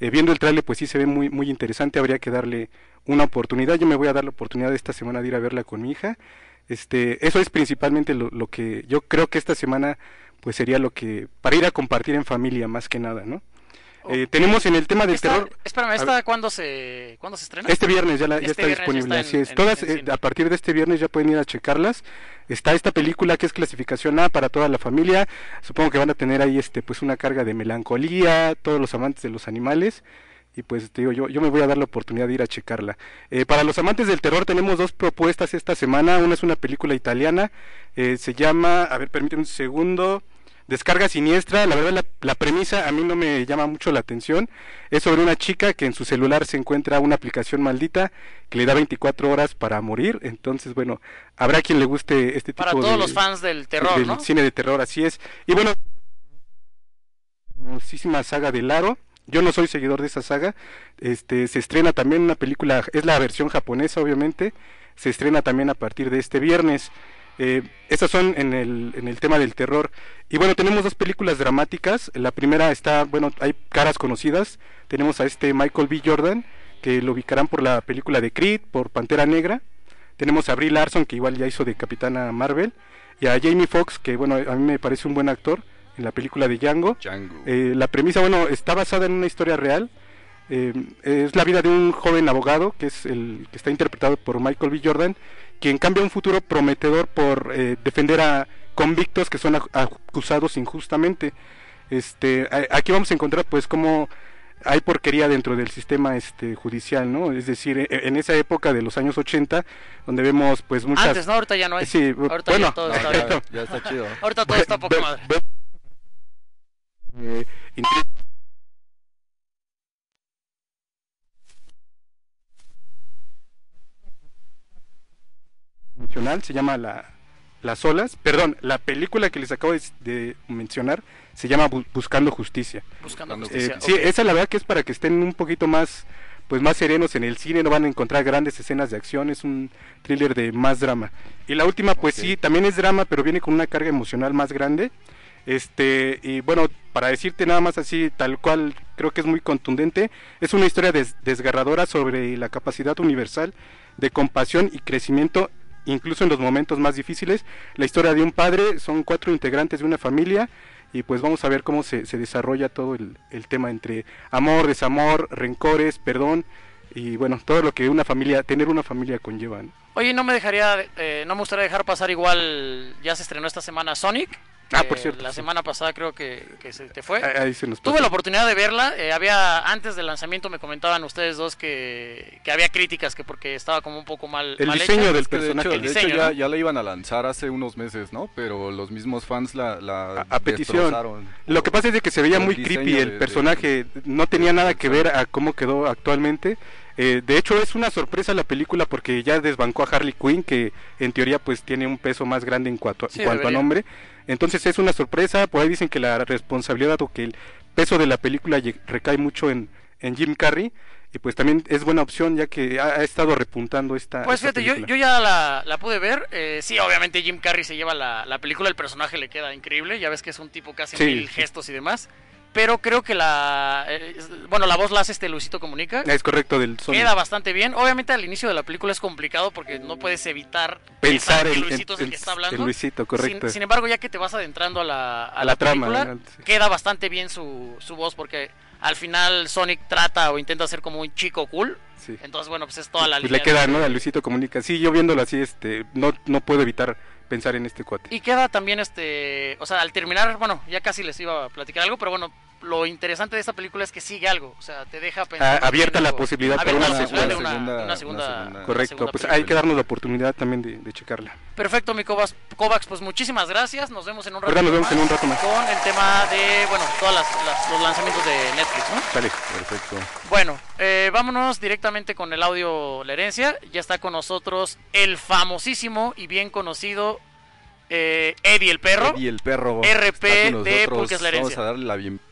viendo el tráiler pues sí se ve muy, muy interesante, habría que darle una oportunidad. Yo me voy a dar la oportunidad esta semana de ir a verla con mi hija. Eso es principalmente lo que yo creo que esta semana pues sería lo que, para ir a compartir en familia más que nada, ¿no? Tenemos en el tema del terror... Espérame, ¿cuándo se estrena? Este viernes ya está disponible, así es. Todas, a partir de este viernes ya pueden ir a checarlas. Está esta película que es clasificación A para toda la familia. Supongo que van a tener ahí pues una carga de melancolía, todos los amantes de los animales. Y pues te digo, yo me voy a dar la oportunidad de ir a checarla. Para los amantes del terror tenemos 2 propuestas esta semana. Una es una película italiana, se llama, a ver, permíteme un segundo... Descarga Siniestra. La verdad la premisa a mí no me llama mucho la atención. Es sobre una chica que en su celular se encuentra una aplicación maldita que le da 24 horas para morir. Entonces, bueno, habrá quien le guste este tipo de... Para todos los fans del terror, del ¿no? cine de terror, así es. Y bueno, famosísima saga del Aro. Yo no soy seguidor de esa saga. Se estrena también una película, es la versión japonesa obviamente. Se estrena también a partir de este viernes. Esas son en el tema del terror. Y bueno, tenemos 2 películas dramáticas. La primera está, bueno, hay caras conocidas. Tenemos a Michael B. Jordan, que lo ubicarán por la película de Creed, por Pantera Negra. Tenemos a Brie Larson, que igual ya hizo de Capitana Marvel, y a Jamie Foxx, que bueno, a mí me parece un buen actor, en la película de Django. La premisa, bueno, está basada en una historia real. Es la vida de un joven abogado, que es el que está interpretado por Michael B. Jordan, quien cambia un futuro prometedor por defender a convictos que son acusados injustamente. Aquí vamos a encontrar pues cómo hay porquería dentro del sistema judicial, ¿no? Es decir, en esa época de los años 80, donde vemos pues muchas... Antes, ¿no? Ahorita ya no hay. Sí, ahorita bueno, ya todo está bien. Ya está chido. Ahorita todo está poca madre. Se llama Las Olas, perdón, la película que les acabo de mencionar se llama Buscando Justicia. Buscando Justicia. Sí, esa la verdad que es para que estén un poquito más serenos en el cine, no van a encontrar grandes escenas de acción, es un thriller de más drama. Y la última pues sí, también es drama, pero viene con una carga emocional más grande. Y bueno, para decirte nada más así, tal cual, creo que es muy contundente, es una historia desgarradora sobre la capacidad universal de compasión y crecimiento, incluso en los momentos más difíciles. La historia de un padre, son 4 integrantes de una familia, y pues vamos a ver cómo se desarrolla todo el tema entre amor, desamor, rencores, perdón, y bueno, todo lo que tener una familia conlleva, ¿no? Oye, no me gustaría dejar pasar igual, ya se estrenó esta semana Sonic. Por cierto. La semana pasada creo que se te fue. Ahí se nos pasó. Tuve la oportunidad de verla. Antes del lanzamiento me comentaban ustedes dos que había críticas, que porque estaba como un poco mal el diseño hecha. del personaje. De hecho ya la iban a lanzar hace unos meses, ¿no? Pero los mismos fans a petición. Lo que pasa es de que se veía muy creepy el personaje. No tenía nada que ver a cómo quedó actualmente. De hecho es una sorpresa la película porque ya desbancó a Harley Quinn, que en teoría pues tiene un peso más grande en cuanto a nombre. Entonces es una sorpresa. Por ahí dicen que la responsabilidad o que el peso de la película recae mucho en Jim Carrey, y pues también es buena opción ya que ha estado repuntando esta pues fíjate, película. yo ya la pude ver. Sí, obviamente Jim Carrey se lleva la película, el personaje le queda increíble, ya ves que es un tipo casi mil gestos y demás. Pero creo que la voz la hace Luisito Comunica. Es correcto, del Sonic. Queda bastante bien. Obviamente al inicio de la película es complicado porque no puedes evitar pensar que Luisito es el que está hablando. El Luisito, correcto. Sin embargo, ya que te vas adentrando a la trama, película, queda bastante bien su voz, porque al final Sonic trata o intenta ser como un chico cool. Sí. Entonces, bueno, pues es toda la línea. Le queda, ¿no? A Luisito Comunica. Sí, yo viéndolo así, no puedo evitar pensar en este cuate. Y queda también, o sea, al terminar, bueno, ya casi les iba a platicar algo, pero bueno, lo interesante de esta película es que sigue algo, o sea, te deja pensar. Abierta la posibilidad para una segunda. Correcto, pues hay que darnos la oportunidad también de checarla. Perfecto, mi Kovacs, pues muchísimas gracias, nos vemos en un rato. Nos vemos en un rato más. Con el tema de, todos los lanzamientos de Netflix, ¿no? Vale, perfecto. Bueno, vámonos directamente con el audio La Herencia. Ya está con nosotros el famosísimo y bien conocido Eddie el Perro. Eddie el Perro. RP de Pulques La Herencia. Vamos a darle la bienvenida.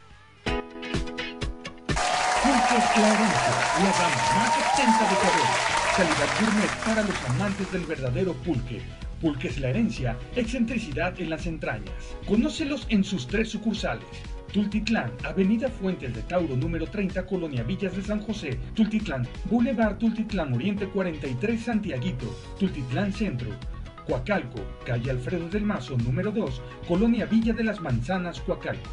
Pulques La Herencia, la gama más extensa de Ecuador. Calidad gourmet para los amantes del verdadero pulque. Pulques La Herencia, excentricidad en las entrañas. Conócelos en sus 3 sucursales. Tultitlán, Avenida Fuentes de Tauro número 30, Colonia Villas de San José, Tultitlán, Boulevard Tultitlán Oriente 43, Santiaguito, Tultitlán Centro, Coacalco, calle Alfredo del Mazo número 2, Colonia Villa de las Manzanas, Coacalco.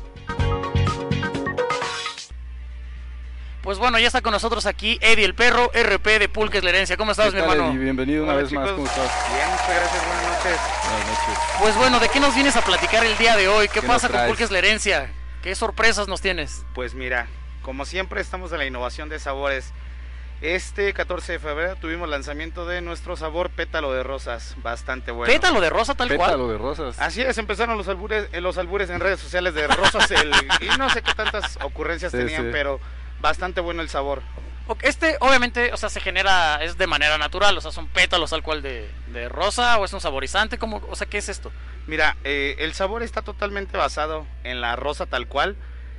Pues bueno, ya está con nosotros aquí Eddie el Perro, RP de Pulques La Herencia. ¿Cómo estás, mi hermano? Eddie? Bienvenido una vez más, ¿cómo estás? Bien, muchas gracias, buenas noches. Buenas noches. Pues bueno, ¿de qué nos vienes a platicar el día de hoy? ¿Qué pasa con traes? Pulques La Herencia? ¿Qué sorpresas nos tienes? Pues mira, como siempre estamos en la innovación de sabores. Este 14 de febrero tuvimos lanzamiento de nuestro sabor pétalo de rosas, bastante bueno. ¿Pétalo de rosa tal cual? Pétalo de rosas. Así es, empezaron los albures en redes sociales de rosas y no sé qué tantas ocurrencias tenían, pero bastante bueno el sabor. Obviamente, o sea, se genera, es de manera natural, o sea, son pétalos tal cual de rosa, o es un saborizante, ¿cómo? O sea, ¿qué es esto? Mira, el sabor está totalmente basado en la rosa tal cual.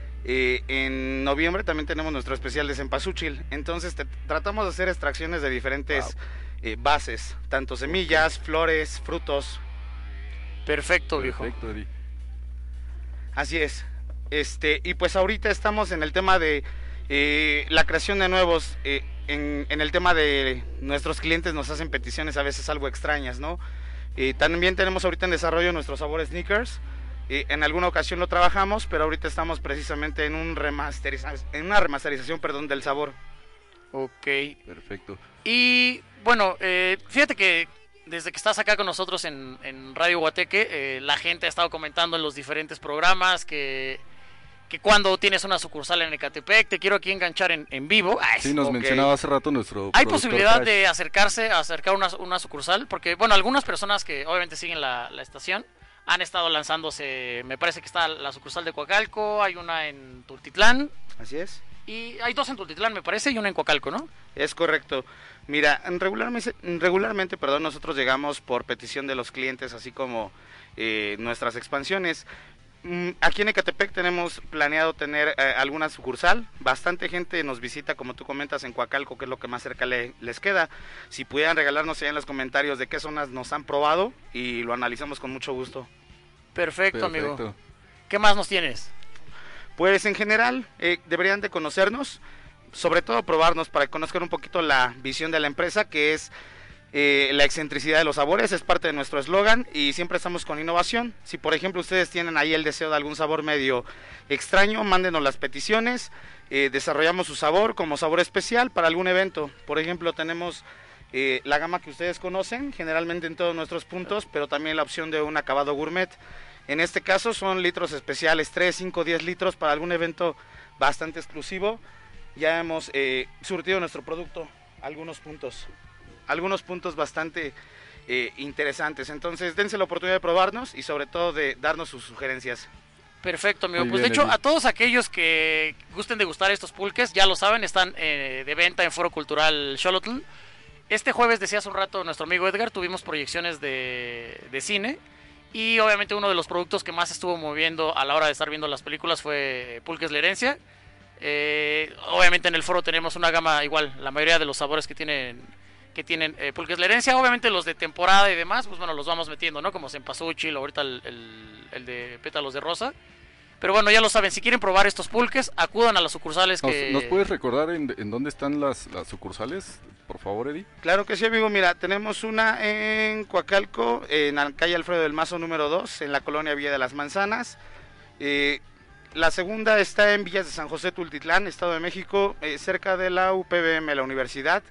En noviembre también tenemos nuestro especial de cempasúchil, entonces tratamos de hacer extracciones de diferentes bases, tanto semillas, flores, frutos. Perfecto, viejo. Perfecto, Eddie. Así es. Y pues ahorita estamos en el tema de la creación de nuevos, en el tema de nuestros clientes nos hacen peticiones a veces algo extrañas, ¿no? También tenemos ahorita en desarrollo nuestro sabor Snickers. En alguna ocasión lo trabajamos, pero ahorita estamos precisamente en una remasterización, del sabor. Ok. Perfecto. Y bueno, fíjate que desde que estás acá con nosotros en Radio Guateque, la gente ha estado comentando en los diferentes programas que cuando tienes una sucursal en Ecatepec, te quiero aquí enganchar en vivo. Sí, nos mencionaba hace rato nuestro ¿Hay posibilidad de acercar una sucursal? Porque, bueno, algunas personas que obviamente siguen la estación han estado lanzándose, me parece que está la sucursal de Coacalco, hay una en Tultitlán. Así es. Y hay dos en Tultitlán, me parece, y una en Coacalco, ¿no? Es correcto. Mira, regularmente, nosotros llegamos por petición de los clientes, así como nuestras expansiones. Aquí en Ecatepec tenemos planeado tener alguna sucursal. Bastante gente nos visita, como tú comentas, en Coacalco, que es lo que más cerca les queda. Si pudieran regalarnos allá en los comentarios de qué zonas nos han probado y lo analizamos con mucho gusto. Perfecto, amigo. ¿Qué más nos tienes? Pues en general deberían de conocernos, sobre todo probarnos para que conozcan un poquito la visión de la empresa, que es la excentricidad de los sabores, es parte de nuestro eslogan y siempre estamos con innovación. Si por ejemplo ustedes tienen ahí el deseo de algún sabor medio extraño, mándenos las peticiones, desarrollamos su sabor como sabor especial para algún evento. Por ejemplo, tenemos la gama que ustedes conocen generalmente en todos nuestros puntos, pero también la opción de un acabado gourmet. En este caso son litros especiales, 3, 5, 10 litros para algún evento bastante exclusivo. Ya hemos surtido nuestro producto a algunos puntos bastante interesantes. Entonces dense la oportunidad de probarnos y sobre todo de darnos sus sugerencias. Perfecto, amigo. Pues de hecho, a todos aquellos que gusten degustar estos pulques, ya lo saben, están de venta en Foro Cultural Xolotl. Este jueves, decía hace un rato nuestro amigo Edgar, tuvimos proyecciones de cine y obviamente uno de los productos que más estuvo moviendo a la hora de estar viendo las películas fue Pulques La Herencia. Obviamente en el foro tenemos una gama igual, la mayoría de los sabores que tienen Pulques La Herencia. Obviamente los de temporada y demás, pues bueno, los vamos metiendo, ¿no? Como cempasúchil, ahorita el de pétalos de rosa. Pero bueno, ya lo saben, si quieren probar estos pulques, acudan a las sucursales que... ¿Nos puedes recordar en dónde están las sucursales, por favor, Eddie? Claro que sí, amigo. Mira, tenemos una en Coacalco, en la calle Alfredo del Mazo número 2, en la colonia Villa de las Manzanas. La segunda está en Villas de San José, Tultitlán, Estado de México, cerca de la UPBM, la universidad.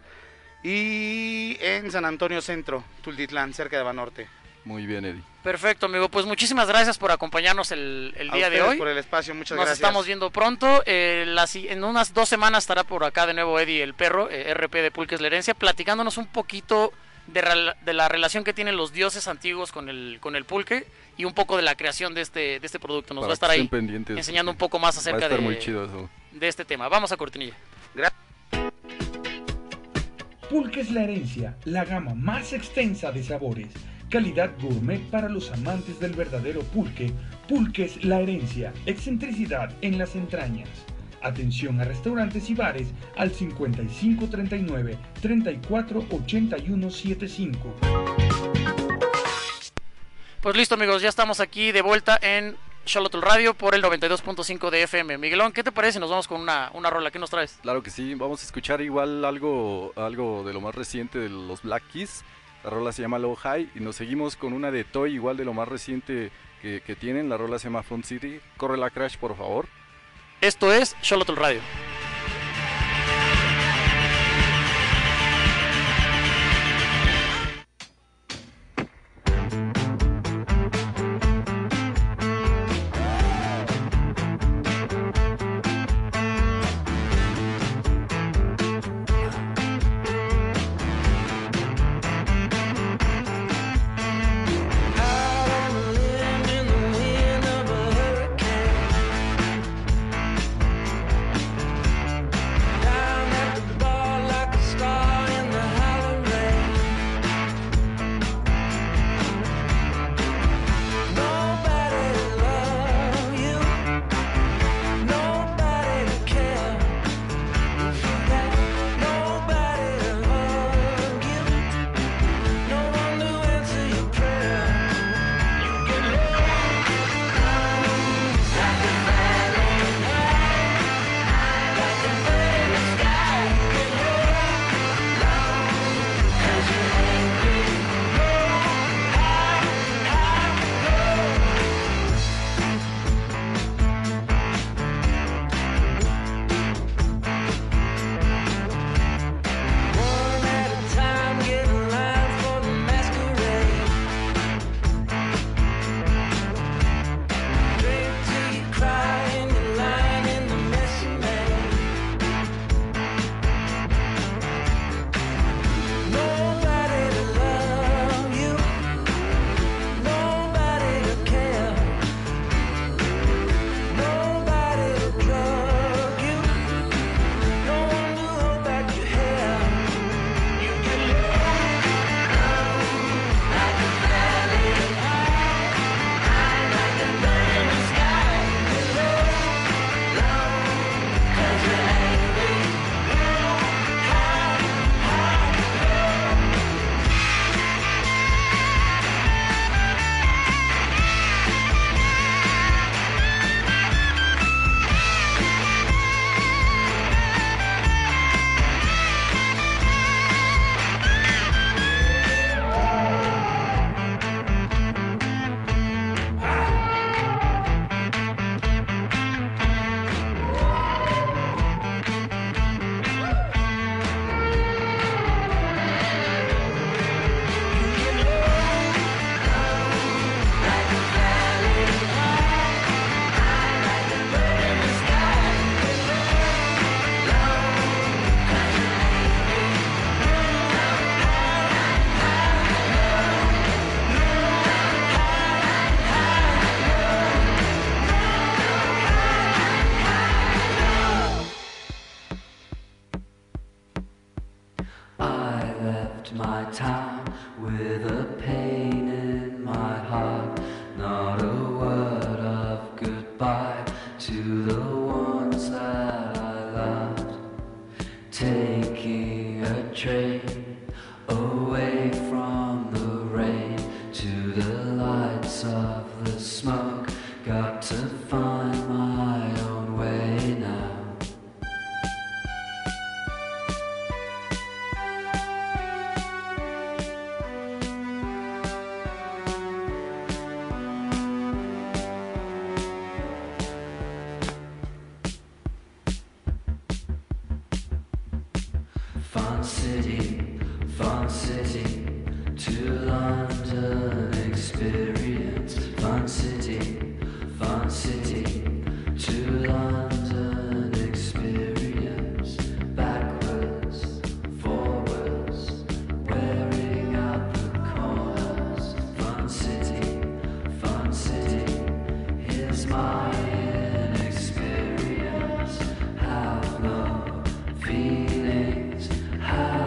Y en San Antonio Centro, Tultitlán, cerca de Banorte. Muy bien, Eddie. Perfecto, amigo. Pues muchísimas gracias por acompañarnos el día de hoy. Por el espacio, muchas gracias. Nos estamos viendo pronto. En unas 2 semanas estará por acá de nuevo Eddie el Perro, RP de Pulques La Herencia, platicándonos un poquito de la relación que tienen los dioses antiguos con el pulque y un poco de la creación de este producto. Nos va a estar ahí enseñando un poco más acerca de este tema. Vamos a cortinilla. Gracias. Pulques La Herencia, la gama más extensa de sabores. Calidad gourmet para los amantes del verdadero pulque. Pulques La Herencia, excentricidad en las entrañas. Atención a restaurantes y bares al 5539 348175. Pues listo, amigos, ya estamos aquí de vuelta en Xolotl Radio por el 92.5 de FM. Miguelón, ¿qué te parece si nos vamos con una rola? ¿Qué nos traes? Claro que sí, vamos a escuchar igual algo de lo más reciente de los Black Keys. La rola se llama Low High y nos seguimos con una de Toy, igual de lo más reciente que tienen. La rola se llama Front City. Corre la Crash, por favor. Esto es Xolotl Radio.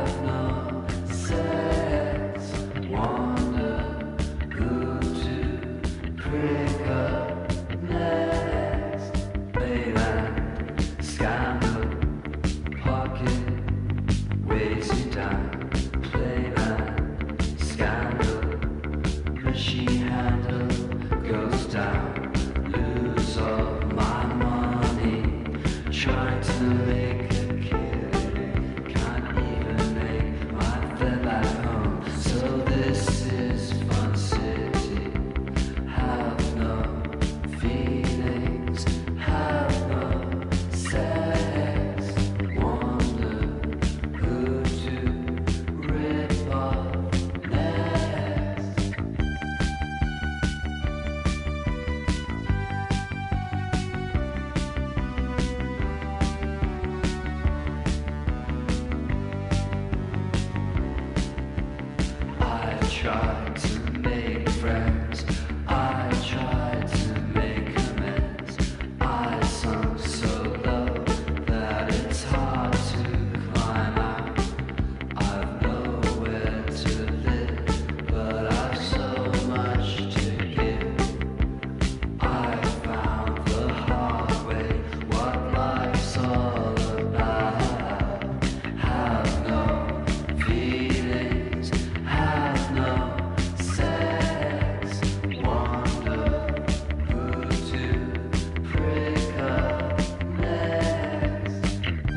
Wonder who to Tried to make friends, I tried to make amends. I sunk so low that it's hard to climb out. I've nowhere to live, but I've so much to give. I found the hard way what life's all about. Have no feelings, have no sex, wonder who to prick up next.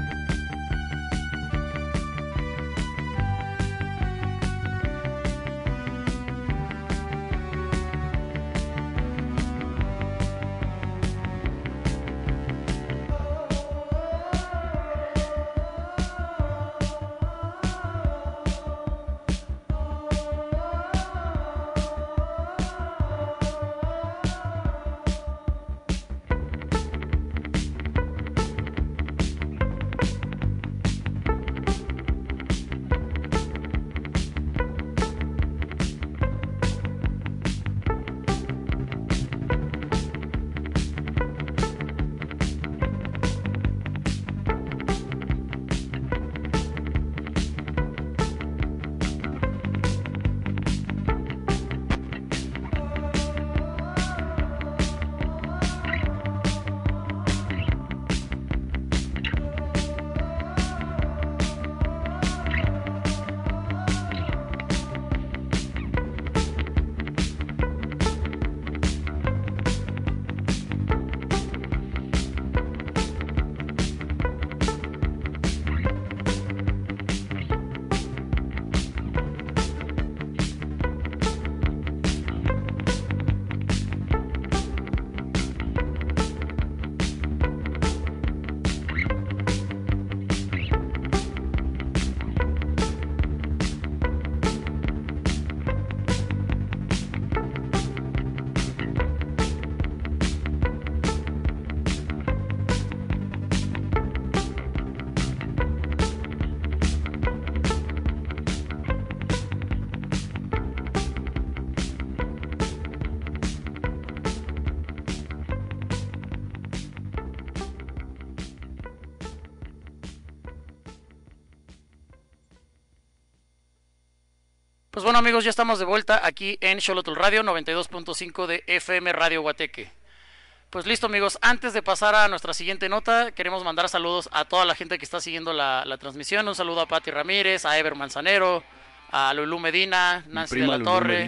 Pues bueno amigos, ya estamos de vuelta aquí en Xolotl Radio 92.5 de FM Radio Guateque. Pues listo amigos, antes de pasar a nuestra siguiente nota, queremos mandar saludos a toda la gente que está siguiendo la transmisión. Un saludo a Pati Ramírez, a Ever Manzanero, a Lulú Medina, Nancy de la Torre,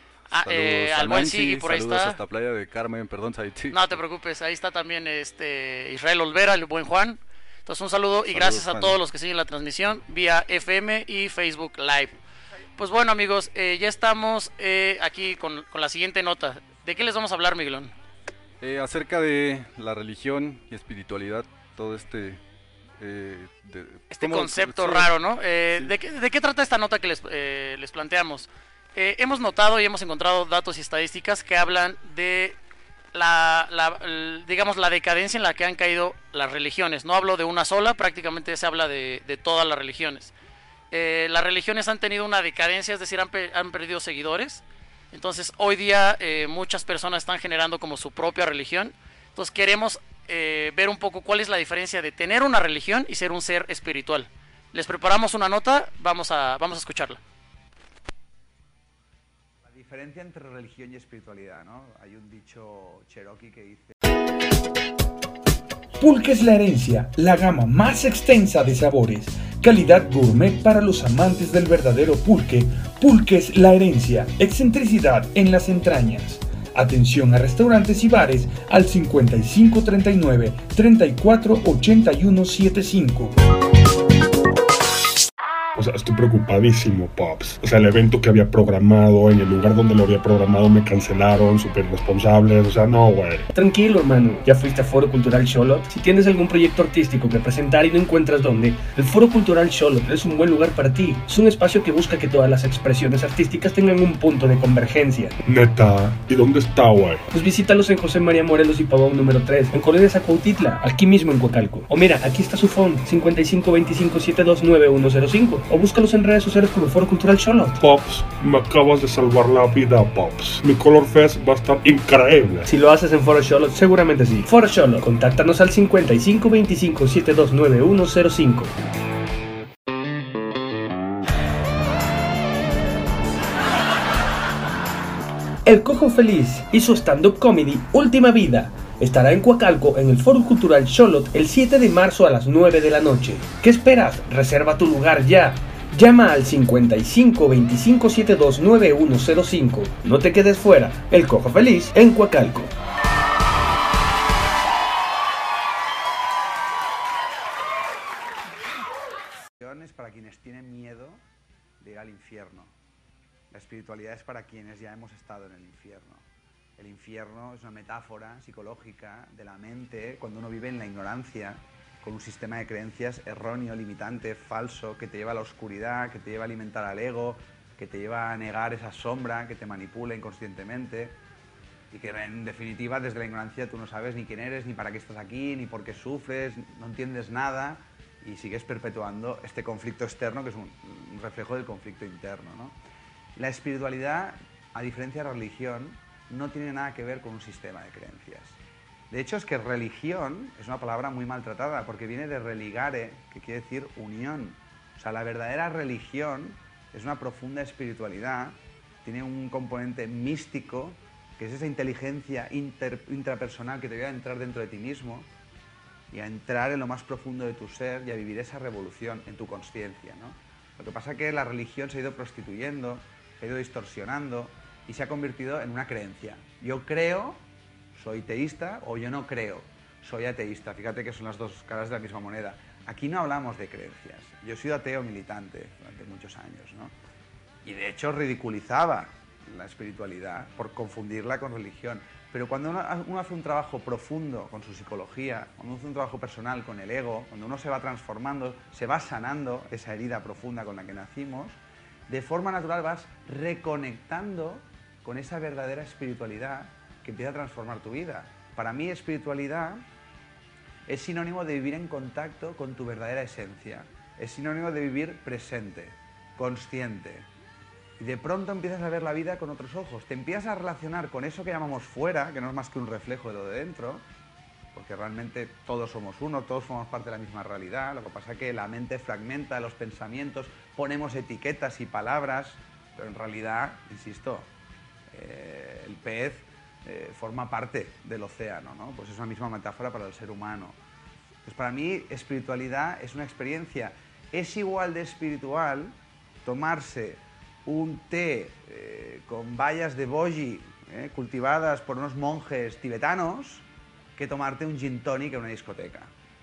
al buen Sigui, por ahí está. Saludos hasta Playa de Carmen, perdón Saiti. No te preocupes, ahí está también Israel Olvera, el buen Juan. Entonces un saludo y gracias a todos los que siguen la transmisión vía FM y Facebook Live. Pues bueno amigos, ya estamos aquí con la siguiente nota. ¿De qué les vamos a hablar, Miguelón? Acerca de la religión y espiritualidad, todo este concepto raro, ¿no? Sí. ¿De qué trata esta nota que les planteamos? Hemos notado y hemos encontrado datos y estadísticas que hablan de digamos la decadencia en la que han caído las religiones. No hablo de una sola, prácticamente se habla de todas las religiones. Las religiones han tenido una decadencia, es decir, han perdido seguidores. Entonces hoy día muchas personas están generando como su propia religión. Entonces queremos ver un poco cuál es la diferencia de tener una religión y ser un ser espiritual. Les preparamos una nota, vamos a escucharla. La diferencia entre religión y espiritualidad, ¿no? Hay un dicho cherokee que dice: Pulque es la herencia, la gama más extensa de sabores. Calidad gourmet para los amantes del verdadero pulque. Pulque es la herencia, excentricidad en las entrañas. Atención a restaurantes y bares al 5539 348175. O sea, estoy preocupadísimo, Pops. O sea, el evento que había programado, en el lugar donde lo había programado, me cancelaron, súper responsables. O sea, no, güey. Tranquilo, hermano. ¿Ya fuiste a Foro Cultural Xolotl? Si tienes algún proyecto artístico que presentar y no encuentras dónde, el Foro Cultural Xolotl es un buen lugar para ti. Es un espacio que busca que todas las expresiones artísticas tengan un punto de convergencia. Neta, ¿y dónde está, güey? Pues visítalos en José María Morelos y Pavón número 3, en Colonia Zacuautitla, aquí mismo en Coacalco. O mira, aquí está su phone, 5525729105. O búscalos en redes sociales como Foro Cultural Xolotl. Pops, me acabas de salvar la vida, Pops. Mi Color Fest va a estar increíble. Si lo haces en Foro Xolotl, seguramente sí. Foro Xolotl, contáctanos al 5525729105. El Cojo Feliz y su stand-up comedy Última Vida estará en Coacalco en el Foro Cultural Xolotl el 7 de marzo a las 9 de la noche. ¿Qué esperas? Reserva tu lugar ya. Llama al 5525729105. No te quedes fuera. El Cojo Feliz en Coacalco. Para quienes tienen miedo de ir al infierno. La espiritualidad es para quienes ya hemos estado en el infierno. El infierno es una metáfora psicológica de la mente cuando uno vive en la ignorancia, con un sistema de creencias erróneo, limitante, falso, que te lleva a la oscuridad, que te lleva a alimentar al ego, que te lleva a negar esa sombra, que te manipula inconscientemente y que en definitiva desde la ignorancia tú no sabes ni quién eres, ni para qué estás aquí, ni por qué sufres, no entiendes nada y sigues perpetuando este conflicto externo que es un reflejo del conflicto interno, ¿no? La espiritualidad, a diferencia de la religión, no tiene nada que ver con un sistema de creencias. De hecho, es que religión es una palabra muy maltratada porque viene de religare, que quiere decir unión. O sea, la verdadera religión es una profunda espiritualidad, tiene un componente místico, que es esa inteligencia intrapersonal que te ayuda a entrar dentro de ti mismo y a entrar en lo más profundo de tu ser y a vivir esa revolución en tu consciencia, ¿no? Lo que pasa es que la religión se ha ido prostituyendo, se ha ido distorsionando y se ha convertido en una creencia. Yo creo, soy teísta, o yo no creo, soy ateísta. Fíjate que son las dos caras de la misma moneda. Aquí no hablamos de creencias. Yo he sido ateo militante durante muchos años, ¿no? Y de hecho ridiculizaba la espiritualidad por confundirla con religión. Pero cuando uno hace un trabajo profundo con su psicología, cuando uno hace un trabajo personal con el ego, cuando uno se va transformando, se va sanando esa herida profunda con la que nacimos, de forma natural vas reconectando con esa verdadera espiritualidad que empieza a transformar tu vida. Para mí, espiritualidad es sinónimo de vivir en contacto con tu verdadera esencia. Es sinónimo de vivir presente, consciente. Y de pronto empiezas a ver la vida con otros ojos. Te empiezas a relacionar con eso que llamamos fuera, que no es más que un reflejo de lo de dentro, porque realmente todos somos uno, todos formamos parte de la misma realidad. Lo que pasa es que la mente fragmenta los pensamientos, ponemos etiquetas y palabras, pero en realidad, insisto, el pez forma parte del océano, ¿no? Pues es una misma metáfora para el ser humano. Pues para mí, espiritualidad es una experiencia. Es igual de espiritual tomarse un té con bayas de boji cultivadas por unos monjes tibetanos que tomarte un gin tonic en una discoteca.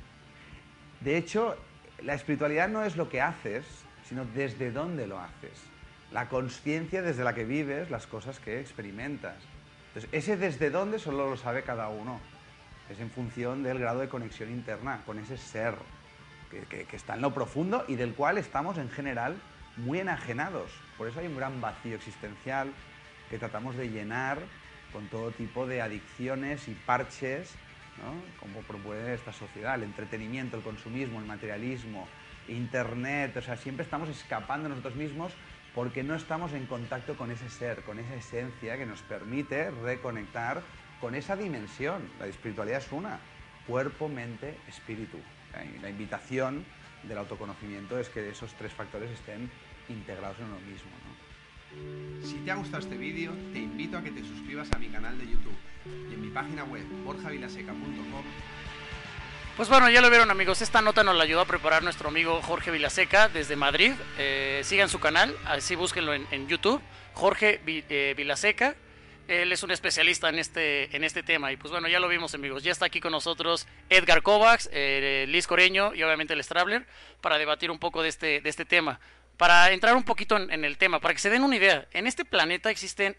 De hecho, la espiritualidad no es lo que haces, sino desde dónde lo haces. La consciencia desde la que vives las cosas que experimentas. Entonces, ese desde dónde solo lo sabe cada uno. Es en función del grado de conexión interna con ese ser que está en lo profundo y del cual estamos en general muy enajenados. Por eso hay un gran vacío existencial que tratamos de llenar con todo tipo de adicciones y parches, ¿no? Como promueve esta sociedad, el entretenimiento, el consumismo, el materialismo, internet, o sea, siempre estamos escapando de nosotros mismos porque no estamos en contacto con ese ser, con esa esencia que nos permite reconectar con esa dimensión. La espiritualidad es una, cuerpo, mente, espíritu. La invitación del autoconocimiento es que esos tres factores estén integrados en uno mismo, ¿no? Si te ha gustado este vídeo, te invito a que te suscribas a mi canal de YouTube y en mi página web borjavilaseca.com. Pues bueno, ya lo vieron, amigos, esta nota nos la ayudó a preparar nuestro amigo Jorge Vilaseca desde Madrid. Sigan su canal, así búsquenlo en YouTube, Jorge Vilaseca. Él es un especialista en este tema y pues bueno, ya lo vimos, amigos. Ya está aquí con nosotros Edgar Kovacs, Liz Coreño y obviamente el Strabler para debatir un poco de este tema. Para entrar un poquito en el tema, para que se den una idea, en este planeta existen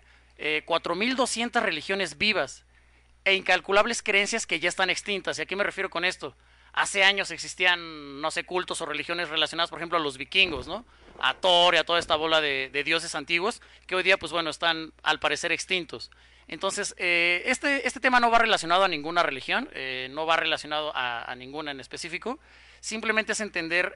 4.200 religiones vivas e incalculables creencias que ya están extintas. ¿Y a qué me refiero con esto? Hace años existían, no sé, cultos o religiones relacionadas, por ejemplo, a los vikingos, ¿no? A Thor y a toda esta bola de dioses antiguos, que hoy día, pues bueno, están al parecer extintos. Entonces, este tema no va relacionado a ninguna religión, no va relacionado a ninguna en específico. Simplemente es entender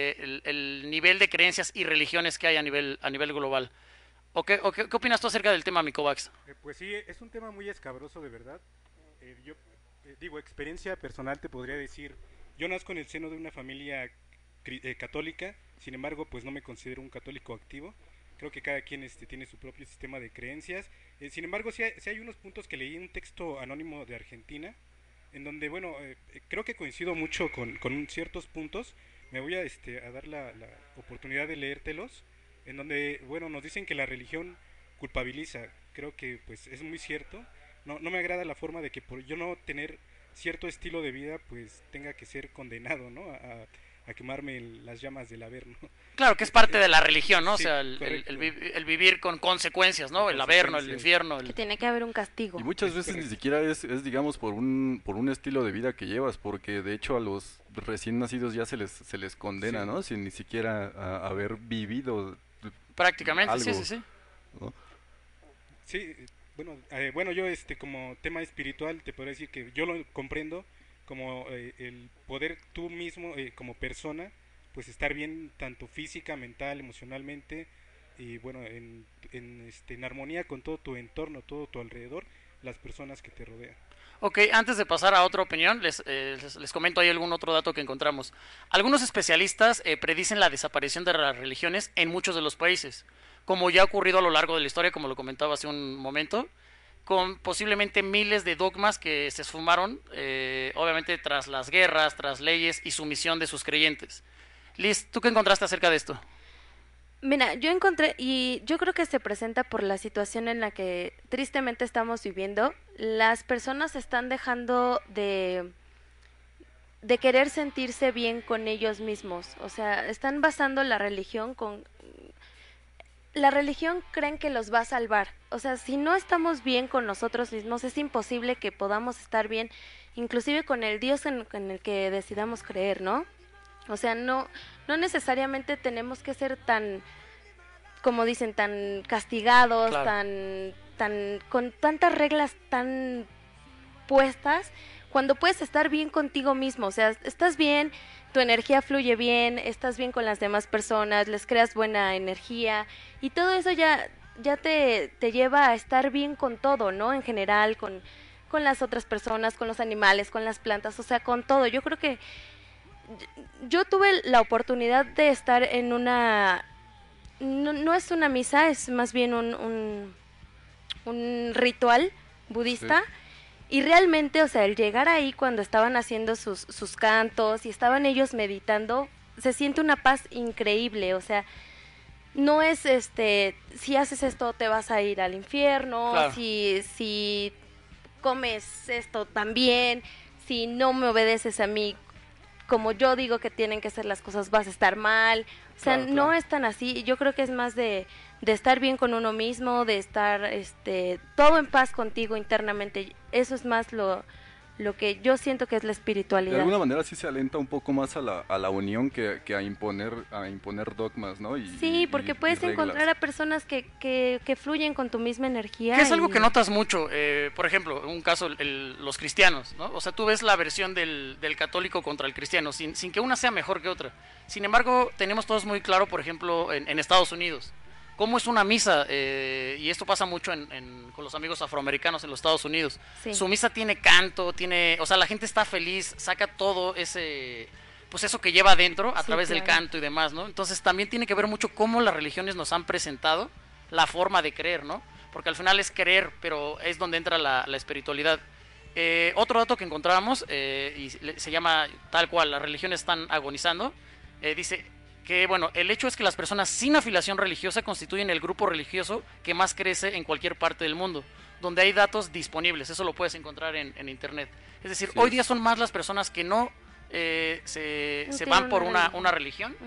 el nivel de creencias y religiones que hay a nivel global. ¿Qué opinas tú acerca del tema, Mikovax? Pues sí, es un tema muy escabroso, de verdad. Yo digo, experiencia personal te podría decir, yo nazco en el seno de una familia católica, sin embargo, pues no me considero un católico activo. Creo que cada quien tiene su propio sistema de creencias. Sin embargo, sí hay unos puntos que leí en un texto anónimo de Argentina, en donde, bueno, creo que coincido mucho con ciertos puntos. Me voy a dar la oportunidad de leértelos, en donde, bueno, nos dicen que la religión culpabiliza. Creo que pues es muy cierto. No me agrada la forma de que por yo no tener cierto estilo de vida, pues tenga que ser condenado, ¿no? A quemarme las llamas del Averno. Claro, que es parte de la religión, ¿no? Sí, o sea, el vivir con consecuencias, ¿no? El Averno, el infierno. Que tiene que haber un castigo. Y muchas veces ni siquiera es digamos, por un estilo de vida que llevas, porque de hecho a los recién nacidos ya se les condena, sí, ¿no? Sin ni siquiera haber vivido prácticamente, algo, sí. ¿no? Sí, bueno, yo como tema espiritual te podría decir que yo lo comprendo como el poder tú mismo como persona, pues estar bien tanto física, mental, emocionalmente, y bueno, en armonía con todo tu entorno, todo tu alrededor, las personas que te rodean. Ok, antes de pasar a otra opinión, les comento ahí algún otro dato que encontramos. Algunos especialistas predicen la desaparición de las religiones en muchos de los países, como ya ha ocurrido a lo largo de la historia, como lo comentaba hace un momento, con posiblemente miles de dogmas que se esfumaron, obviamente tras las guerras, tras leyes y sumisión de sus creyentes. Liz, ¿tú qué encontraste acerca de esto? Mira, yo encontré, y yo creo que se presenta por la situación en la que tristemente estamos viviendo. Las personas están dejando de querer sentirse bien con ellos mismos. O sea, están basando la religión la religión creen que los va a salvar. O sea, si no estamos bien con nosotros mismos, es imposible que podamos estar bien, inclusive con el Dios en el que decidamos creer, ¿no? O sea, no necesariamente tenemos que ser tan, como dicen, tan castigados, claro, con tantas reglas tan puestas, cuando puedes estar bien contigo mismo. O sea, estás bien, tu energía fluye bien, estás bien con las demás personas, les creas buena energía, y todo eso ya te lleva a estar bien con todo, ¿no? En general, con las otras personas, con los animales, con las plantas, o sea, con todo. Yo creo que yo tuve la oportunidad de estar en una, no es una misa, es más bien un ritual budista, sí. Y realmente, o sea, el llegar ahí cuando estaban haciendo sus cantos y estaban ellos meditando, se siente una paz increíble. O sea, no es si haces esto te vas a ir al infierno, claro, si comes esto también, si no me obedeces a mí como yo digo que tienen que ser las cosas, vas a estar mal. O sea, claro, no es tan así. Yo creo que es más de estar bien con uno mismo, de estar todo en paz contigo internamente. Eso es más lo que yo siento que es la espiritualidad. De alguna manera sí se alenta un poco más a la unión que a imponer dogmas, ¿no? Sí, porque puedes encontrar a personas que fluyen con tu misma energía. Que es algo que notas mucho. Por ejemplo, un caso, los cristianos, ¿no? O sea, tú ves la versión del católico contra el cristiano, sin que una sea mejor que otra. Sin embargo, tenemos todos muy claro, por ejemplo, en Estados Unidos, cómo es una misa, y esto pasa mucho con los amigos afroamericanos en los Estados Unidos. Sí. Su misa tiene canto, o sea, la gente está feliz, saca todo pues eso que lleva adentro a través del canto y demás, ¿no? Entonces también tiene que ver mucho cómo las religiones nos han presentado la forma de creer, ¿no? Porque al final es creer, pero es donde entra la espiritualidad. Otro dato que encontrábamos, y se llama tal cual, las religiones están agonizando, dice que, bueno, el hecho es que las personas sin afiliación religiosa constituyen el grupo religioso que más crece en cualquier parte del mundo, donde hay datos disponibles. Eso lo puedes encontrar en internet. Es decir, sí, hoy día son más las personas que no se van por una religión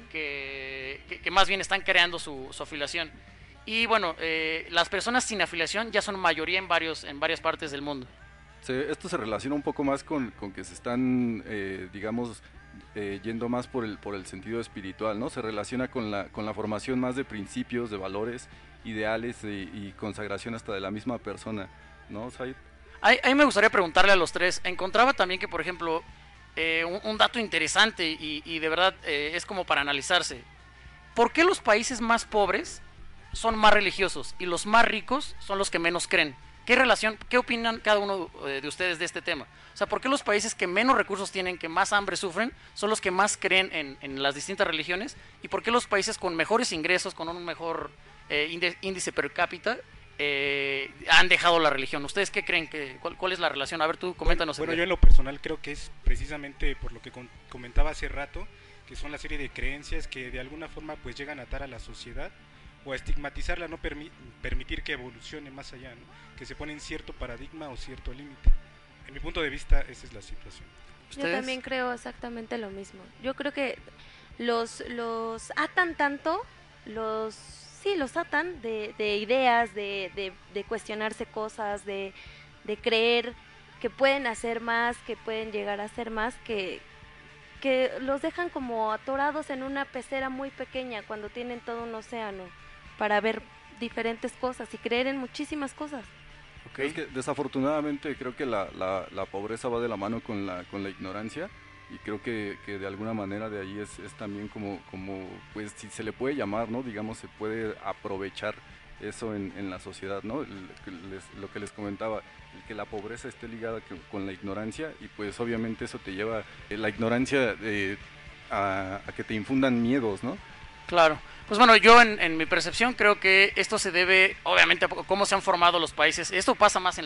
que más bien están creando su afiliación. Y bueno, las personas sin afiliación ya son mayoría en varias partes del mundo. Esto se relaciona un poco más con que se están, digamos, yendo más por el sentido espiritual, ¿no? Se relaciona con la formación más de principios, de valores, ideales y consagración hasta de la misma persona, ¿no, Said? A mí me gustaría preguntarle a los tres. Encontraba también que, por ejemplo, un dato interesante y de verdad es como para analizarse. ¿Por qué los países más pobres son más religiosos y los más ricos son los que menos creen? ¿Qué opinan cada uno de ustedes de este tema? O sea, ¿por qué los países que menos recursos tienen, que más hambre sufren, son los que más creen en las distintas religiones? ¿Y por qué los países con mejores ingresos, con un mejor índice per cápita, han dejado la religión? ¿Ustedes qué creen? ¿Cuál es la relación? A ver, tú coméntanos. Bueno, yo en lo personal creo que es precisamente por lo que comentaba hace rato, que son la serie de creencias que de alguna forma pues llegan a atar a la sociedad o a estigmatizarla, no permitir que evolucione más allá, ¿no? Que se pone en cierto paradigma o cierto límite. En mi punto de vista, esa es la situación. ¿Ustedes? Yo también creo exactamente lo mismo. Yo creo que los atan tanto, los atan de ideas, de cuestionarse cosas, de creer que pueden hacer más, que pueden llegar a hacer más, que los dejan como atorados en una pecera muy pequeña cuando tienen todo un océano para ver diferentes cosas y creer en muchísimas cosas. Es que desafortunadamente creo que la pobreza va de la mano con la ignorancia, y creo que de alguna manera de ahí es también como pues si se le puede llamar, ¿no? Digamos, se puede aprovechar eso en la sociedad, ¿no? Lo que les comentaba, el que la pobreza esté ligada con la ignorancia, y pues obviamente eso te lleva, la ignorancia a que te infundan miedos, ¿no? Claro. Pues bueno, yo en mi percepción creo que esto se debe, obviamente, a cómo se han formado los países. Esto pasa más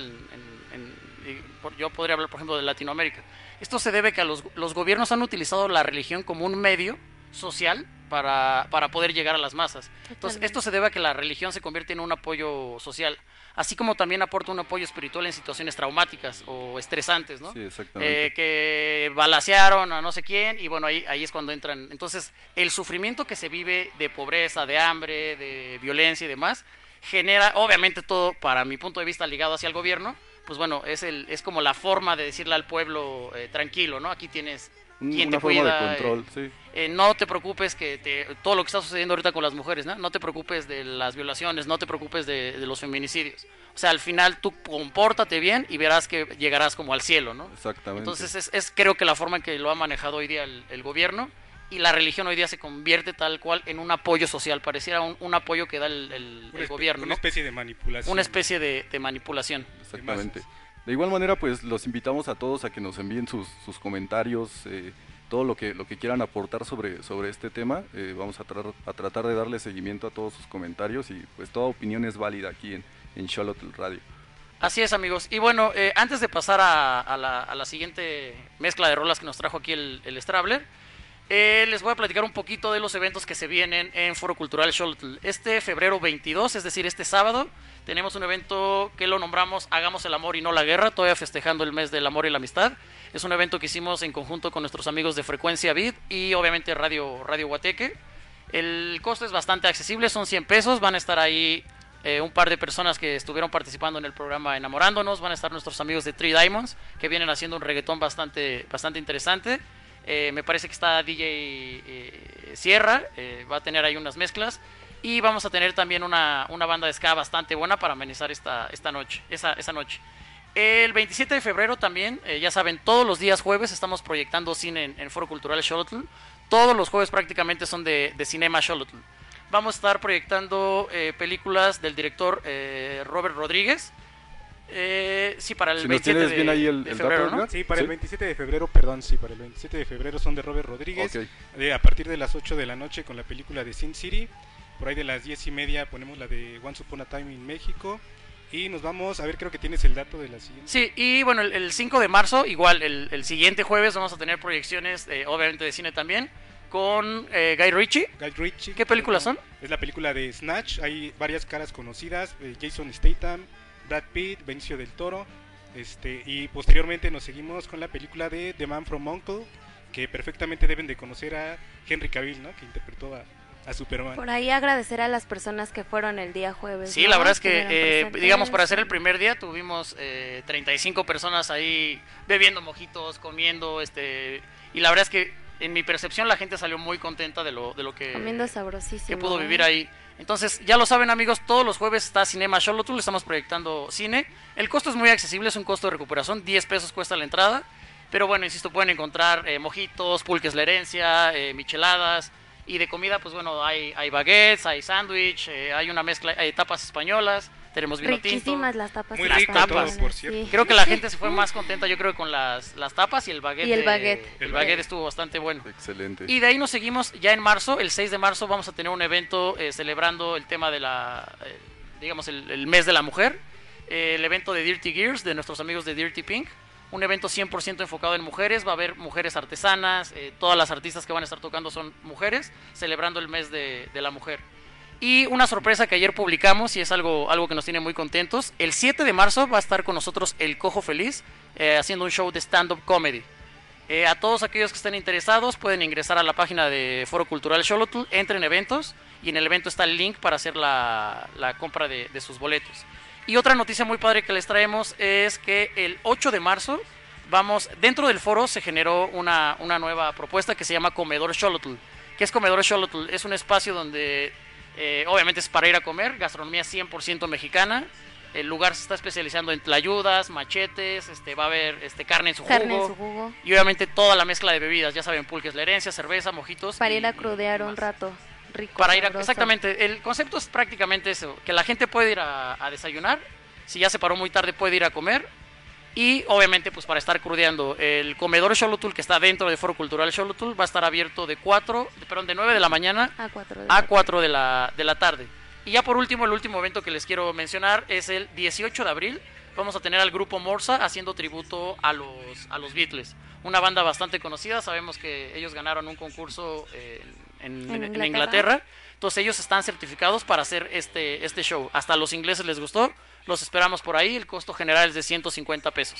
yo podría hablar, por ejemplo, de Latinoamérica. Esto se debe que los gobiernos han utilizado la religión como un medio social para poder llegar a las masas. Entonces, esto se debe a que la religión se convierte en un apoyo social, así como también aporta un apoyo espiritual en situaciones traumáticas o estresantes, ¿no? Sí, exactamente. Que balacearon a no sé quién, y bueno, ahí es cuando entran. Entonces, el sufrimiento que se vive de pobreza, de hambre, de violencia y demás, genera, obviamente todo, para mi punto de vista, ligado hacia el gobierno, pues bueno, es como la forma de decirle al pueblo, tranquilo, ¿no? Aquí tienes quien te cuida, forma de control, sí. No te preocupes todo lo que está sucediendo ahorita con las mujeres, ¿no? No te preocupes de las violaciones, no te preocupes de los feminicidios. O sea, al final tú compórtate bien y verás que llegarás como al cielo, ¿no? Exactamente. Entonces es creo que la forma en que lo ha manejado hoy día el gobierno, y la religión hoy día se convierte tal cual en un apoyo social, pareciera un apoyo que da el gobierno, una ¿no? especie de manipulación. Una especie de manipulación. Exactamente. De igual manera, pues los invitamos a todos a que nos envíen sus comentarios, todo lo que quieran aportar sobre este tema. Vamos a tratar de darle seguimiento a todos sus comentarios, y pues toda opinión es válida aquí en Xolotl Radio. Así es, amigos. Y bueno, antes de pasar a la siguiente mezcla de rolas que nos trajo aquí el Strabler, les voy a platicar un poquito de los eventos que se vienen en Foro Cultural Xolotl. Este febrero 22, es decir, este sábado, tenemos un evento que lo nombramos Hagamos el amor y no la guerra, todavía festejando el mes del amor y la amistad. Es un evento que hicimos en conjunto con nuestros amigos de Frecuencia Vid y obviamente Radio Guateque. El costo es bastante accesible, son 100 pesos, van a estar ahí un par de personas que estuvieron participando en el programa Enamorándonos, van a estar nuestros amigos de Three Diamonds, que vienen haciendo un reggaetón bastante interesante. Me parece que está DJ Sierra, va a tener ahí unas mezclas, y vamos a tener también una banda de ska bastante buena para amenizar esa noche. El 27 de febrero también, ya saben, todos los días jueves estamos proyectando cine en Foro Cultural Xolotl. Todos los jueves prácticamente son de Cinema Xolotl. Vamos a estar proyectando películas del director Robert Rodríguez. Sí, para el 27 de febrero, ¿no? Sí, para el 27 de febrero, para el 27 de febrero son de Robert Rodríguez. Okay. A partir de las 8 de la noche con la película de Sin City. Por ahí de las 10:30 ponemos la de Once Upon a Time in México. Y nos vamos a ver, creo que tienes el dato de la siguiente. Sí, y bueno, el 5 de marzo, igual, el siguiente jueves vamos a tener proyecciones, obviamente de cine también, con Guy Ritchie. ¿Qué películas son? Es la película de Snatch, hay varias caras conocidas, Jason Statham, Brad Pitt, Benicio del Toro, y posteriormente nos seguimos con la película de The Man from U.N.C.L.E., que perfectamente deben de conocer a Henry Cavill, ¿no? Que interpretó a Superman. Por ahí agradecer a las personas que fueron el día jueves. Sí, ¿no? la verdad es que, digamos, para hacer el primer día tuvimos 35 personas ahí bebiendo mojitos, comiendo, y la verdad es que en mi percepción la gente salió muy contenta de lo que, comiendo sabrosísimo, que pudo vivir ahí. Entonces, ya lo saben, amigos, todos los jueves está Cinema Xolotl, estamos proyectando cine. El costo es muy accesible, es un costo de recuperación, 10 pesos cuesta la entrada. Pero bueno, insisto, pueden encontrar mojitos, pulques la herencia, micheladas. Y de comida, pues bueno, hay baguettes, hay sándwich, hay una mezcla, hay tapas españolas, tenemos vino riquísimas tinto. las tapas. Muy rico todo, por cierto. Sí. Creo que la gente se fue más contenta, yo creo, con las tapas y el baguette. Y el baguette. El baguette estuvo bastante bueno. Excelente. Y de ahí nos seguimos ya en marzo, el 6 de marzo vamos a tener un evento celebrando el tema de digamos, el mes de la mujer. El evento de Dirty Gears, de nuestros amigos de Dirty Pink. Un evento 100% enfocado en mujeres, va a haber mujeres artesanas, todas las artistas que van a estar tocando son mujeres, celebrando el mes de la mujer. Y una sorpresa que ayer publicamos y es algo que nos tiene muy contentos, el 7 de marzo va a estar con nosotros El Cojo Feliz, haciendo un show de stand-up comedy. A todos aquellos que estén interesados pueden ingresar a la página de Foro Cultural Xolotl, entren eventos y en el evento está el link para hacer la compra de sus boletos. Y otra noticia muy padre que les traemos es que el 8 de marzo dentro del foro se generó una nueva propuesta que se llama Comedor Xolotl. ¿Qué es Comedor Xolotl? Es un espacio donde obviamente es para ir a comer, gastronomía 100% mexicana. El lugar se está especializando en tlayudas, machetes, va a haber carne en su jugo. Y obviamente toda la mezcla de bebidas, ya saben, pulques la herencia, cerveza, mojitos. Para ir a crudear un rato. Rico, para ir exactamente, el concepto es prácticamente eso, que la gente puede ir a desayunar, si ya se paró muy tarde puede ir a comer y obviamente pues para estar crudeando. El comedor Xolotl que está dentro del Foro Cultural Xolotl va a estar abierto de 9 de la mañana a 4 de la tarde. Y ya por último, el último evento que les quiero mencionar es el 18 de abril, vamos a tener al grupo Morsa haciendo tributo a los Beatles, una banda bastante conocida, sabemos que ellos ganaron un concurso en Inglaterra, entonces ellos están certificados para hacer este show. Hasta a los ingleses les gustó, los esperamos por ahí, el costo general es de 150 pesos.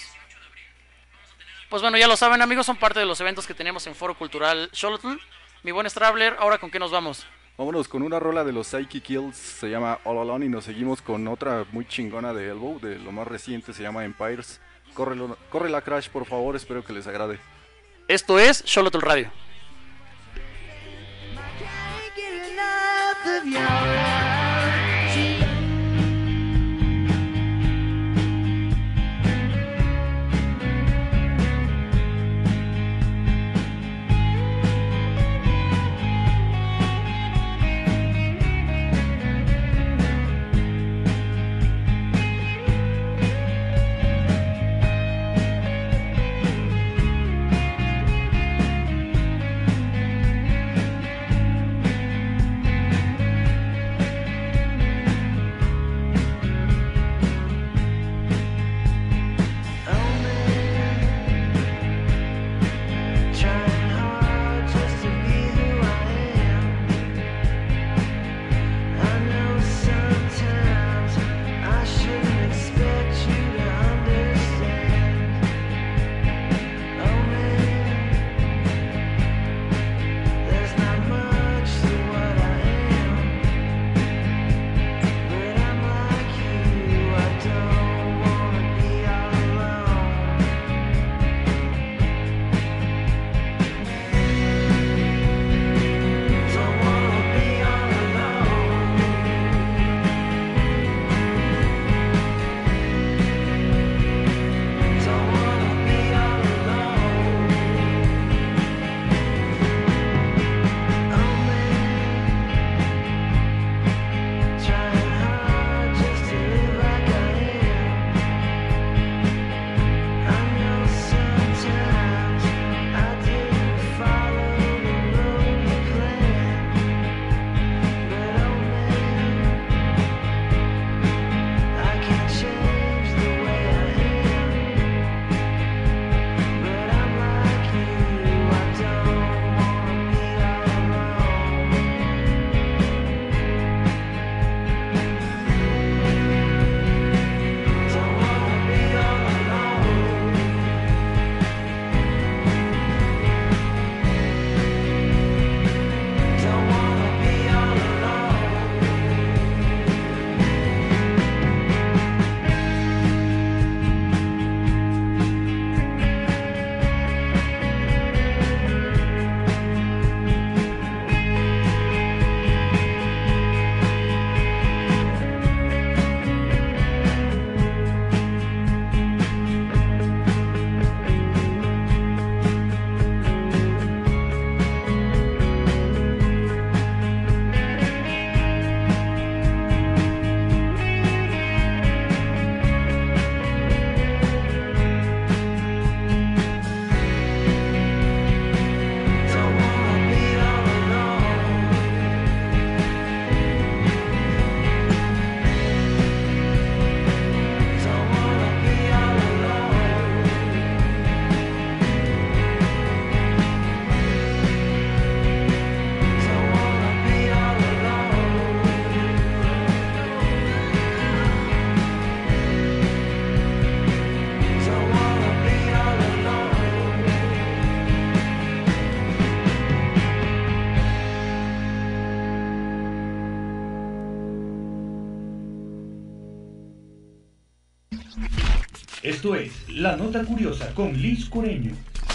Pues bueno, ya lo saben, amigos, son parte de los eventos que tenemos en Foro Cultural Xolotl. Mi buen Strabbler, ¿ahora con qué nos vamos? Vámonos con una rola de los Psyche Kills, se llama All Alone, y nos seguimos con otra muy chingona de Elbow, de lo más reciente, se llama Empires. Corre la Crash, por favor, espero que les agrade. Esto es Xolotl Radio. Esto es La Nota Curiosa con Liz Coreño.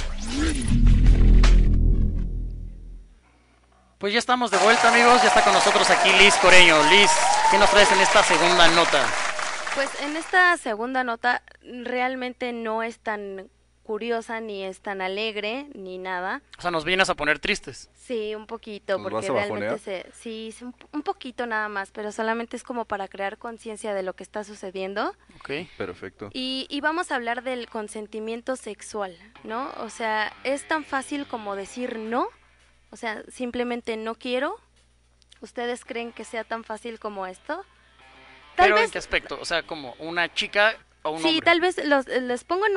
Pues ya estamos de vuelta, amigos, ya está con nosotros aquí Liz Coreño. Liz, ¿qué nos traes en esta segunda nota? Pues en esta segunda nota realmente no es tan curiosa, ni es tan alegre, ni nada. O sea, nos vienes a poner tristes. Sí, un poquito, ¿Nos porque vas a realmente sí, un poquito nada más, pero solamente es como para crear conciencia de lo que está sucediendo. Ok. Perfecto. Y vamos a hablar del consentimiento sexual, ¿no? O sea, es tan fácil como decir no, o sea, simplemente no quiero. ¿Ustedes creen que sea tan fácil como esto? ¿Pero en qué aspecto? O sea, como una chica o un hombre. Sí, tal vez les pongo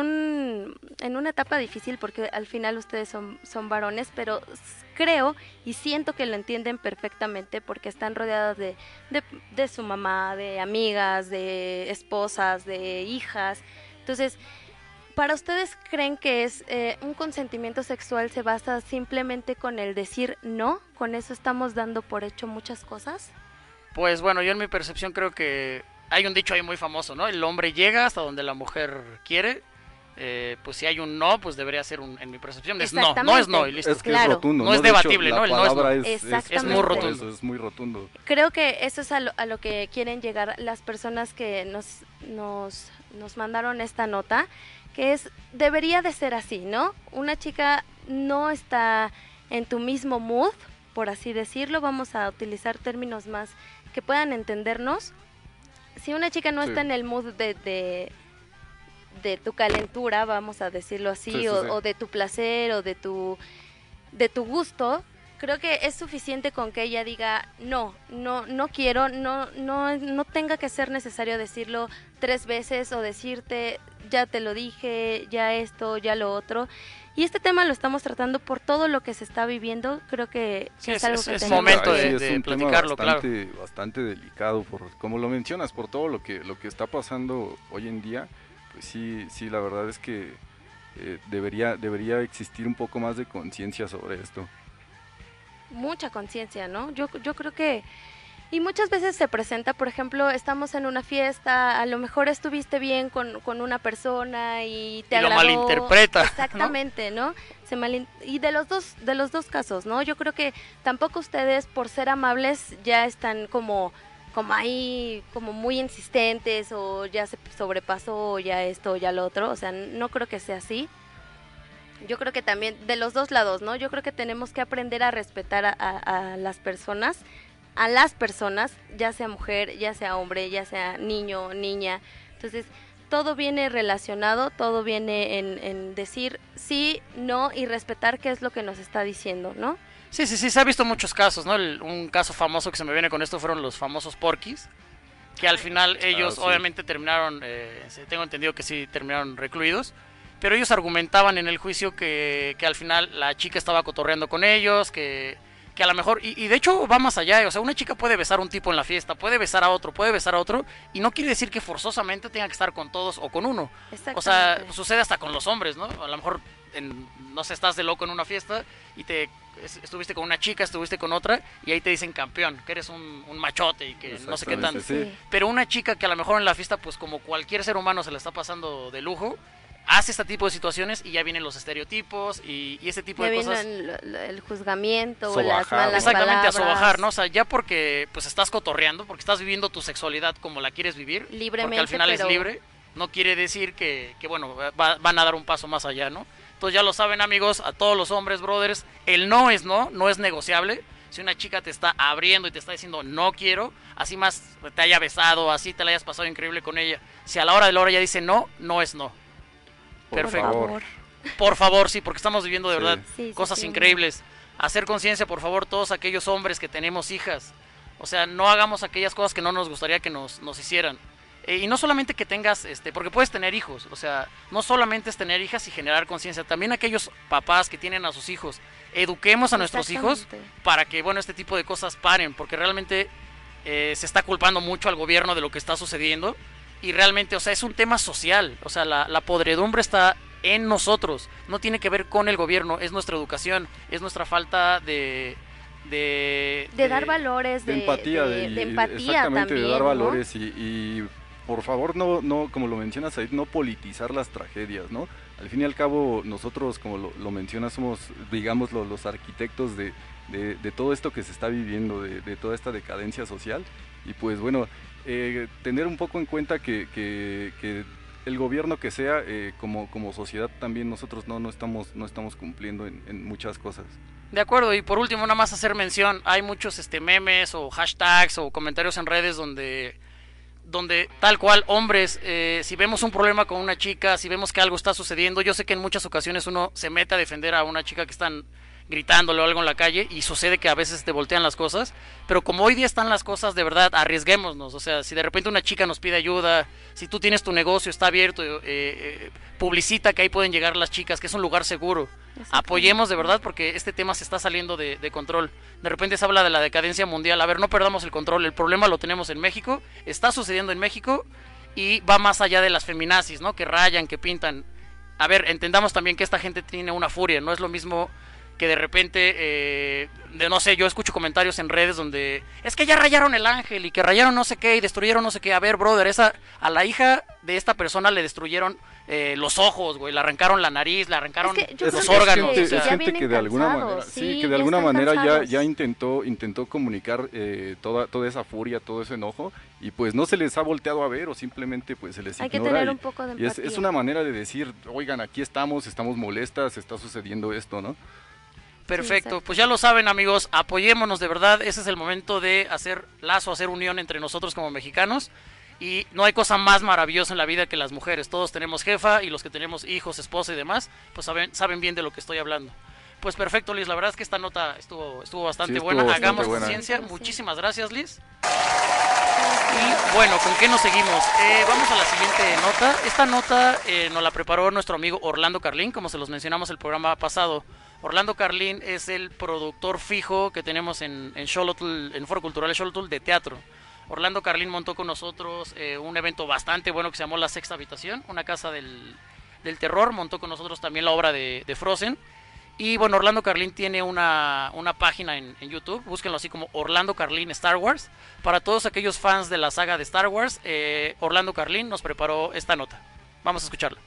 en una etapa difícil porque al final ustedes son varones, pero creo y siento que lo entienden perfectamente porque están rodeados de su mamá, de amigas, de esposas, de hijas. Entonces, ¿para ustedes creen que es un consentimiento sexual se basa simplemente con el decir no? ¿Con eso estamos dando por hecho muchas cosas? Pues bueno, yo en mi percepción creo que hay un dicho ahí muy famoso, ¿no? El hombre llega hasta donde la mujer quiere. Pues si hay un no, pues debería ser en mi percepción es no, no es no y listo. Es que es rotundo, no es debatible, de ¿no? hecho, El no es no. Exactamente. Es muy rotundo. Eso es muy rotundo. Creo que eso es a lo que quieren llegar las personas que nos mandaron esta nota, que debería de ser así, ¿no? Una chica no está en tu mismo mood, por así decirlo, vamos a utilizar términos más que puedan entendernos. Si una chica no está en el mood de tu calentura, vamos a decirlo así, o de tu placer, o de tu gusto, creo que es suficiente con que ella diga no quiero, no tenga que ser necesario decirlo 3 veces o decirte ya te lo dije, ya esto, ya lo otro. Y este tema lo estamos tratando por todo lo que se está viviendo, creo que es algo que es momento de un platicarlo, tema claro. Bastante delicado, como lo mencionas, por todo lo que está pasando hoy en día. Pues sí, la verdad es que debería existir un poco más de conciencia sobre esto. Mucha conciencia, ¿no? Yo creo que... Y muchas veces se presenta, por ejemplo, estamos en una fiesta, a lo mejor estuviste bien con una persona y te agradó. Lo malinterpreta. Exactamente, ¿no? Y de los dos casos, ¿no? Yo creo que tampoco ustedes, por ser amables, ya están como ahí, como muy insistentes, o ya se sobrepasó, o ya esto, o ya lo otro. O sea, no creo que sea así. Yo creo que también, de los dos lados, ¿no? Yo creo que tenemos que aprender a respetar a las personas, ya sea mujer, ya sea hombre, ya sea niño, niña. Entonces, todo viene relacionado, todo viene en decir sí, no y respetar qué es lo que nos está diciendo, ¿no? Sí, se ha visto muchos casos, ¿no? Un caso famoso que se me viene con esto fueron los famosos porquis, que al final ellos obviamente terminaron, tengo entendido que sí terminaron recluidos, pero ellos argumentaban en el juicio que al final la chica estaba cotorreando con ellos, que a lo mejor, y de hecho va más allá, o sea, una chica puede besar a un tipo en la fiesta, puede besar a otro, y no quiere decir que forzosamente tenga que estar con todos o con uno. O sea, sucede hasta con los hombres, ¿no? A lo mejor, no sé, estás de loco en una fiesta y estuviste con una chica, estuviste con otra, y ahí te dicen campeón, que eres un machote y que no sé qué tanto. Sí. Pero una chica que a lo mejor en la fiesta, pues como cualquier ser humano se la está pasando de lujo, hace este tipo de situaciones y ya vienen los estereotipos y ese tipo de cosas. El juzgamiento, sobajar, las malas exactamente, palabras. a sobajar, ¿no? O sea, ya porque pues estás cotorreando, porque estás viviendo tu sexualidad como la quieres vivir, libremente, porque al final es libre, no quiere decir que bueno, van a dar un paso más allá, ¿no? Entonces ya lo saben, amigos, a todos los hombres, brothers, el no es negociable. Si una chica te está abriendo y te está diciendo no quiero, así más te haya besado, así te la hayas pasado increíble con ella, si a la hora de la hora ya dice no, no es no. Perfecto. Por favor, sí, porque estamos viviendo de verdad cosas increíbles. Hacer conciencia, por favor, todos aquellos hombres que tenemos hijas. O sea, no hagamos aquellas cosas que no nos gustaría que nos hicieran. Y no solamente que tengas, porque puedes tener hijos. O sea, no solamente es tener hijas y generar conciencia. También aquellos papás que tienen a sus hijos. Eduquemos a nuestros hijos para que, bueno, este tipo de cosas paren. Porque realmente se está culpando mucho al gobierno de lo que está sucediendo. Y realmente, o sea, es un tema social. O sea, la podredumbre está en nosotros. No tiene que ver con el gobierno. Es nuestra educación. Es nuestra falta de dar valores, de empatía. de empatía exactamente, también, de dar ¿no? valores y por favor no, como lo mencionas ahí, no politizar las tragedias, ¿no? Al fin y al cabo, nosotros, como lo mencionas, somos, digamos, los arquitectos de todo esto que se está viviendo, de toda esta decadencia social, y pues bueno, tener un poco en cuenta que el gobierno que sea, como sociedad también nosotros no estamos cumpliendo en muchas cosas. De acuerdo, y por último nada más hacer mención, hay muchos memes o hashtags o comentarios en redes donde tal cual, hombres, si vemos un problema con una chica, si vemos que algo está sucediendo, yo sé que en muchas ocasiones uno se mete a defender a una chica que están gritándole o algo en la calle y sucede que a veces te voltean las cosas, pero como hoy día están las cosas, de verdad, arriesguémonos, o sea, si de repente una chica nos pide ayuda, si tú tienes tu negocio, está abierto, publicita que ahí pueden llegar las chicas, que es un lugar seguro, apoyemos de verdad porque este tema se está saliendo de control, de repente se habla de la decadencia mundial, a ver, no perdamos el control, el problema lo tenemos en México, está sucediendo en México y va más allá de las feminazis, ¿no? Que rayan, que pintan, a ver, entendamos también que esta gente tiene una furia, no es lo mismo que de repente, no sé, yo escucho comentarios en redes donde es que ya rayaron el ángel y que rayaron no sé qué y destruyeron no sé qué. A ver, brother, a la hija de esta persona le destruyeron los ojos, güey, le arrancaron la nariz, le arrancaron los órganos. Es gente que de alguna manera, que de alguna manera ya intentó comunicar toda esa furia, todo ese enojo, y pues no se les ha volteado a ver o simplemente pues se les ignora. Hay que tener un poco de empatía. Y es una manera de decir, oigan, aquí estamos molestas, está sucediendo esto, ¿no? Perfecto, pues ya lo saben, amigos, apoyémonos de verdad, ese es el momento de hacer lazo, hacer unión entre nosotros como mexicanos, y no hay cosa más maravillosa en la vida que las mujeres, todos tenemos jefa y los que tenemos hijos, esposa y demás, pues saben bien de lo que estoy hablando. Pues perfecto, Liz, la verdad es que esta nota estuvo bastante buena, hagamos ciencia, muchísimas gracias, Liz. Y bueno, ¿con qué nos seguimos? Vamos a la siguiente nota, esta nota nos la preparó nuestro amigo Orlando Carlín, como se los mencionamos el programa pasado. Orlando Carlín es el productor fijo que tenemos en Xolotl, en Foro Cultural Xolotl de teatro. Orlando Carlín montó con nosotros un evento bastante bueno que se llamó La Sexta Habitación, una casa del terror, montó con nosotros también la obra de Frozen. Y bueno, Orlando Carlín tiene una página en YouTube, búsquenlo así como Orlando Carlín Star Wars. Para todos aquellos fans de la saga de Star Wars, Orlando Carlín nos preparó esta nota. Vamos a escucharla.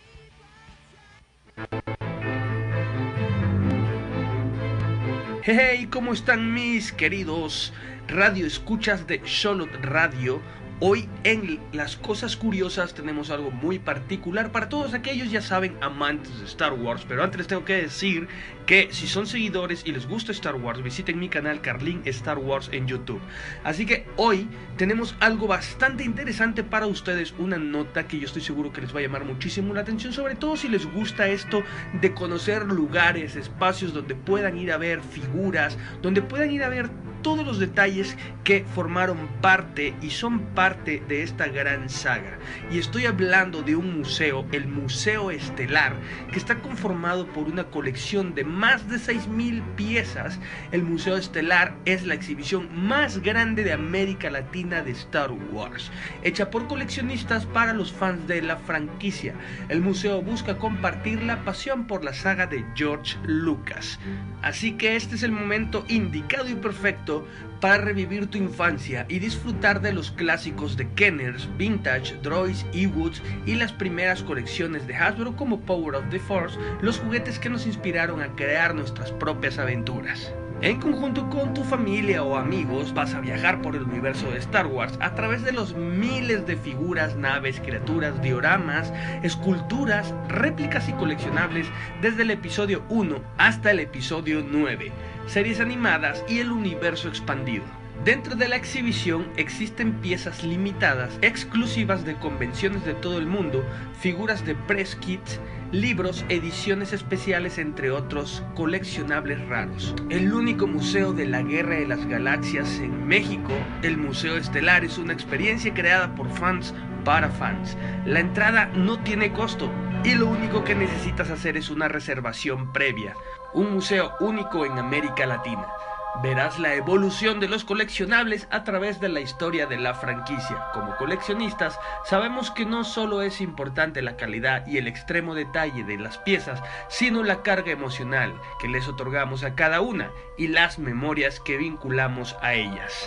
Hey, ¿cómo están mis queridos radio escuchas de Xolotl Radio? Hoy en Las Cosas Curiosas tenemos algo muy particular para todos aquellos, ya saben, amantes de Star Wars. Pero antes les tengo que decir que si son seguidores y les gusta Star Wars, visiten mi canal Carlín Star Wars en YouTube. Así que hoy tenemos algo bastante interesante para ustedes, una nota que yo estoy seguro que les va a llamar muchísimo la atención, sobre todo si les gusta esto de conocer lugares, espacios donde puedan ir a ver figuras, donde puedan ir a ver todos los detalles que formaron parte y son parte de esta gran saga. Y estoy hablando de un museo, el Museo Estelar, que está conformado por una colección de más de 6,000 piezas. El Museo Estelar es la exhibición más grande de América Latina de Star Wars, hecha por coleccionistas para los fans de la franquicia. El museo busca compartir la pasión por la saga de George Lucas. Así que este es el momento indicado y perfecto para revivir tu infancia y disfrutar de los clásicos de Kenners, Vintage, Droids, Ewoks y las primeras colecciones de Hasbro como Power of the Force, los juguetes que nos inspiraron a crear nuestras propias aventuras. En conjunto con tu familia o amigos vas a viajar por el universo de Star Wars a través de los miles de figuras, naves, criaturas, dioramas, esculturas, réplicas y coleccionables desde el episodio 1 hasta el episodio 9, series animadas y el universo expandido. Dentro de la exhibición existen piezas limitadas, exclusivas de convenciones de todo el mundo, figuras de press kits, libros, ediciones especiales, entre otros coleccionables raros. El único museo de la Guerra de las Galaxias en México, el Museo Estelar, es una experiencia creada por fans para fans. La entrada no tiene costo y lo único que necesitas hacer es una reservación previa. Un museo único en América Latina. Verás la evolución de los coleccionables a través de la historia de la franquicia. Como coleccionistas, sabemos que no solo es importante la calidad y el extremo detalle de las piezas, sino la carga emocional que les otorgamos a cada una y las memorias que vinculamos a ellas.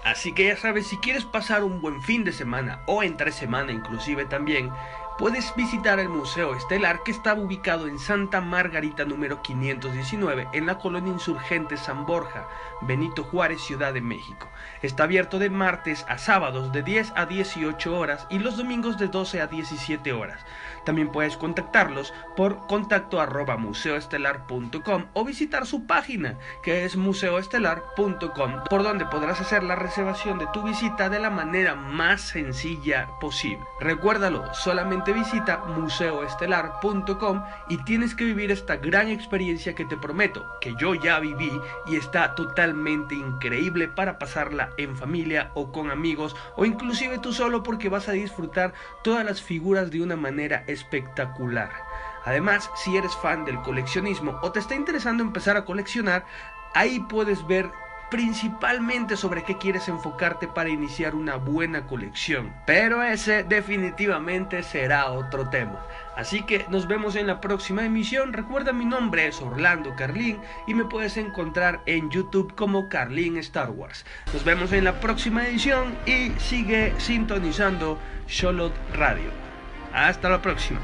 Así que ya sabes, si quieres pasar un buen fin de semana o entre semana inclusive también, puedes visitar el Museo Estelar, que está ubicado en Santa Margarita número 519 en la colonia Insurgente San Borja, Benito Juárez, Ciudad de México. Está abierto de martes a sábados de 10 a 18 horas y los domingos de 12 a 17 horas. También puedes contactarlos por contacto@museoestelar.com o visitar su página, que es museoestelar.com, por donde podrás hacer la reservación de tu visita de la manera más sencilla posible. Recuérdalo, solamente visita museoestelar.com y tienes que vivir esta gran experiencia que te prometo, que yo ya viví y está totalmente increíble para pasarla en familia o con amigos o inclusive tú solo, porque vas a disfrutar todas las figuras de una manera espectacular. Además, si eres fan del coleccionismo o te está interesando empezar a coleccionar, ahí puedes ver principalmente sobre qué quieres enfocarte para iniciar una buena colección. Pero ese definitivamente será otro tema. Así que nos vemos en la próxima emisión. Recuerda, mi nombre es Orlando Carlín y me puedes encontrar en YouTube como Carlín Star Wars. Nos vemos en la próxima edición y sigue sintonizando Xolotl Radio. Hasta la próxima.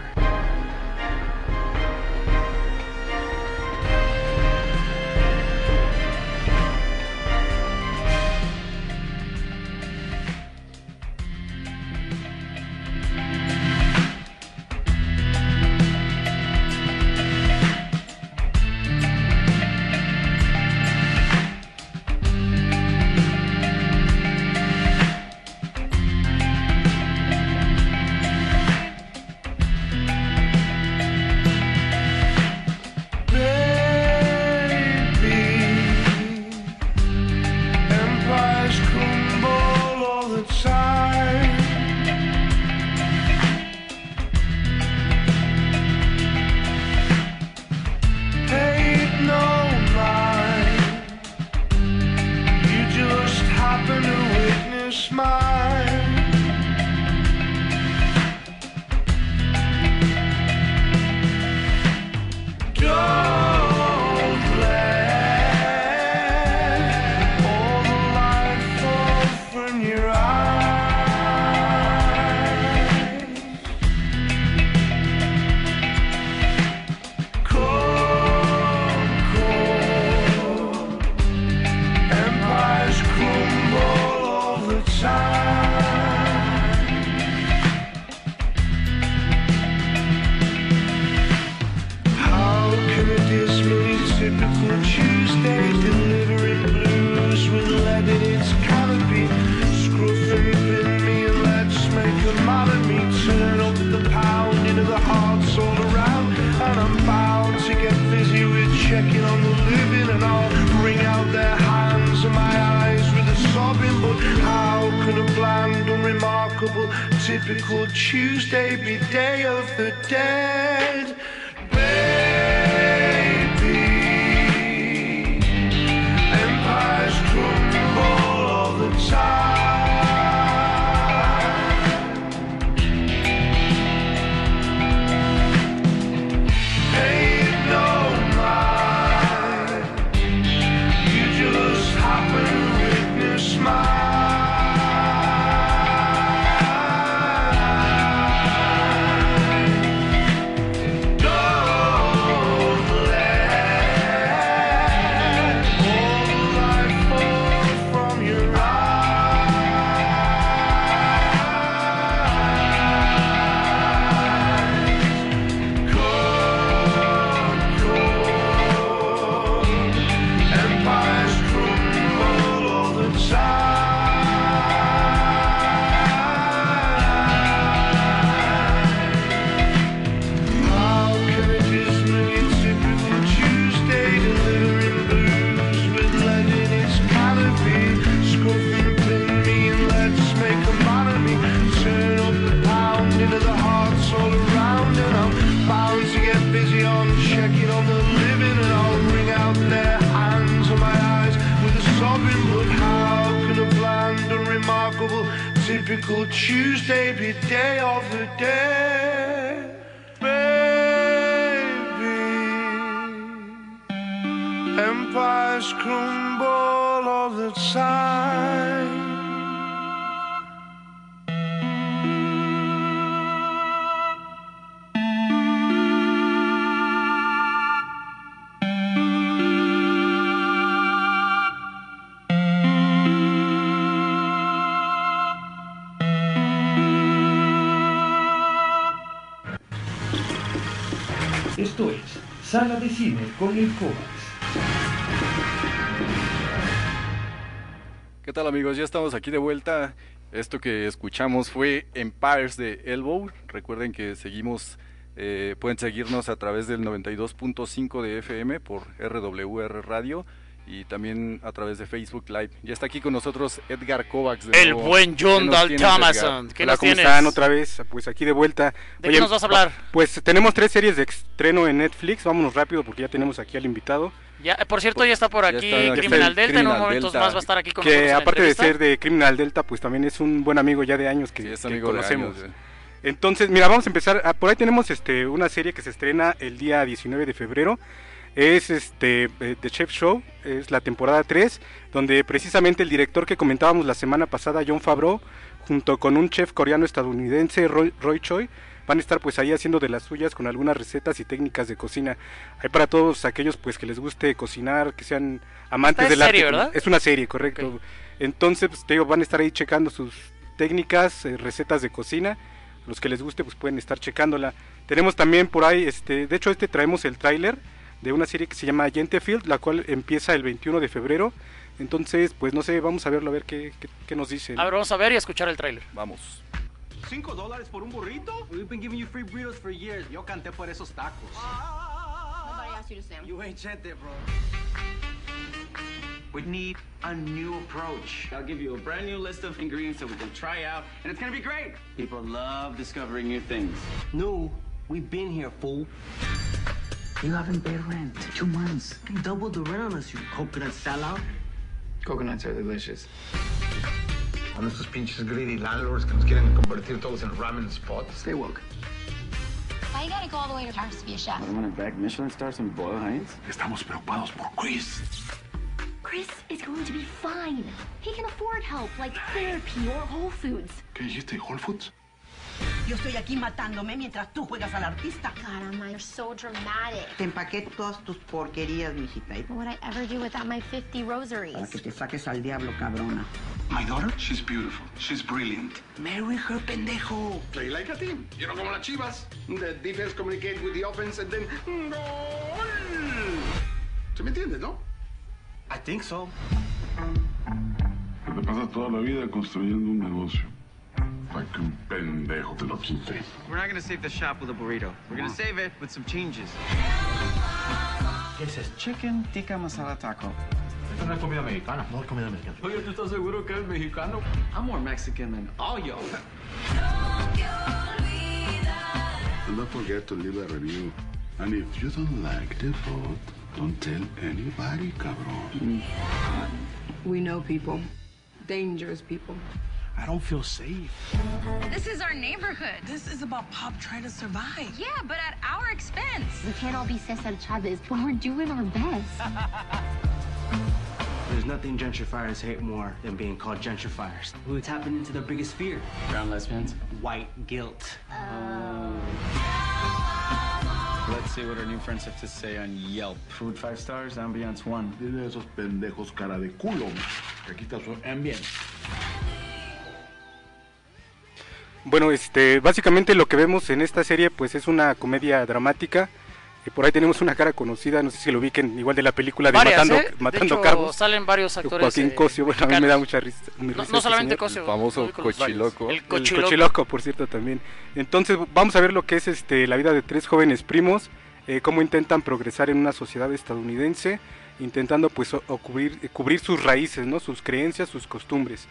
Typical Tuesday be Day of the Dead, baby. Empires crumble all the time. Pay it no mind. You just happen to witness mine. Typical Tuesday be Day of the Dead, baby. Empires crumble all the time. Esto es Sala de Cine con el Kovacs. ¿Qué tal, amigos? Ya estamos aquí de vuelta. Esto que escuchamos fue Empires de Elbow. Recuerden que seguimos, pueden seguirnos a través del 92.5 de FM por RWR Radio y también a través de Facebook Live. Ya está aquí con nosotros Edgar Kovacs. El buen John Dal Thomason. ¿Qué nos tienes? ¿Cómo están otra vez? Pues aquí de vuelta. ¿De qué nos vas a hablar? Pues tenemos 3 series de estreno en Netflix. Vámonos rápido porque ya tenemos aquí al invitado. Ya, por cierto, ya está por aquí Criminal Delta, en unos momentos más va a estar aquí con nosotros. Que aparte de ser de Criminal Delta, pues también es un buen amigo ya de años que conocemos. De años, Entonces, mira, vamos a empezar. Por ahí tenemos una serie que se estrena el día 19 de febrero. Es The Chef Show, es la temporada 3, donde precisamente el director que comentábamos la semana pasada, Jon Favreau, junto con un chef coreano estadounidense, Roy Choi, van a estar pues ahí haciendo de las suyas con algunas recetas y técnicas de cocina. Hay para todos aquellos pues que les guste cocinar, que sean amantes del arte. ¿Verdad? Es una serie, correcto. Okay. Entonces, pues, te digo, van a estar ahí checando sus técnicas, recetas de cocina. Los que les guste pues pueden estar checándola. Tenemos también por ahí, de hecho traemos el tráiler de una serie que se llama Yentefield, la cual empieza el 21 de febrero. Entonces, pues no sé, vamos a verlo, a ver qué nos dicen. A ver, vamos a ver y a escuchar el tráiler. Vamos. $5 por un burrito? We've been giving you free burritos for years. Yo canté por esos tacos. Nobody asked you to stand. You ain't gente, bro. We need a new approach. I'll give you a brand new list of ingredients that we can try out, and it's gonna be great. People love discovering new things. No, we've been here, fool. You haven't paid rent 2 months. Double the rent on us, you coconut sellout. Coconuts are delicious. Con estos pinches greedy landlords que nos quieren convertir todos en ramen spots. Stay woke. Why you gotta go all the way to Paris to be a chef? I'm gonna back Michelin stars and Boyle Hines. Estamos preocupados por Chris. Chris is going to be fine. He can afford help like therapy or Whole Foods. ¿Qué dijiste, Whole Foods? Yo estoy aquí matándome mientras tú juegas al artista. God, Amma, you're so dramatic. Te empaqué todas tus porquerías, mijita. What would I ever do without my 50 rosaries? Para que te saques al diablo, cabrona. My daughter, she's beautiful. She's brilliant. Marry her, pendejo. Play like a team. You know, como las Chivas. The defense communicate with the offense and then... ¡Gol! ¿Se me entiende, no? I think so. Te pasas toda la vida construyendo un negocio. Para que un pendejo te lo quite. We're not gonna save the shop with a burrito. We're gonna save it with some changes. ¿Qué es eso? Chicken tikka masala taco. Esto no es comida mexicana. No es comida mexicana. Oye, ¿tú estás seguro que es mexicano? I'm more Mexican than all y'all. Do not forget to leave a review. And if you don't like the food, don't tell anybody, cabrón. We know people. Dangerous people. I don't feel safe. This is our neighborhood. This is about Pop trying to survive. Yeah, but at our expense. We can't all be Cesar Chavez, but we're doing our best. There's nothing gentrifiers hate more than being called gentrifiers. We're tapping into their biggest fear. Brown lesbians. White guilt. Let's see what our new friends have to say on Yelp. Food 5 stars, ambiance 1. Dile a esos pendejos cara de culo que aquí está su ambiente. Bueno, básicamente lo que vemos en esta serie pues es una comedia dramática. Por ahí tenemos una cara conocida, no sé si lo ubiquen, igual de la película de Matando Cabos. Salen varios actores. Joaquín Cosio, bueno, a mí me da mucha risa. No solamente Cosio. El famoso Cochiloco. El Cochiloco, por cierto, también. Entonces vamos a ver lo que es la vida de 3 jóvenes primos, cómo intentan progresar en una sociedad estadounidense, intentando pues cubrir sus raíces, ¿no? Sus creencias, sus costumbres.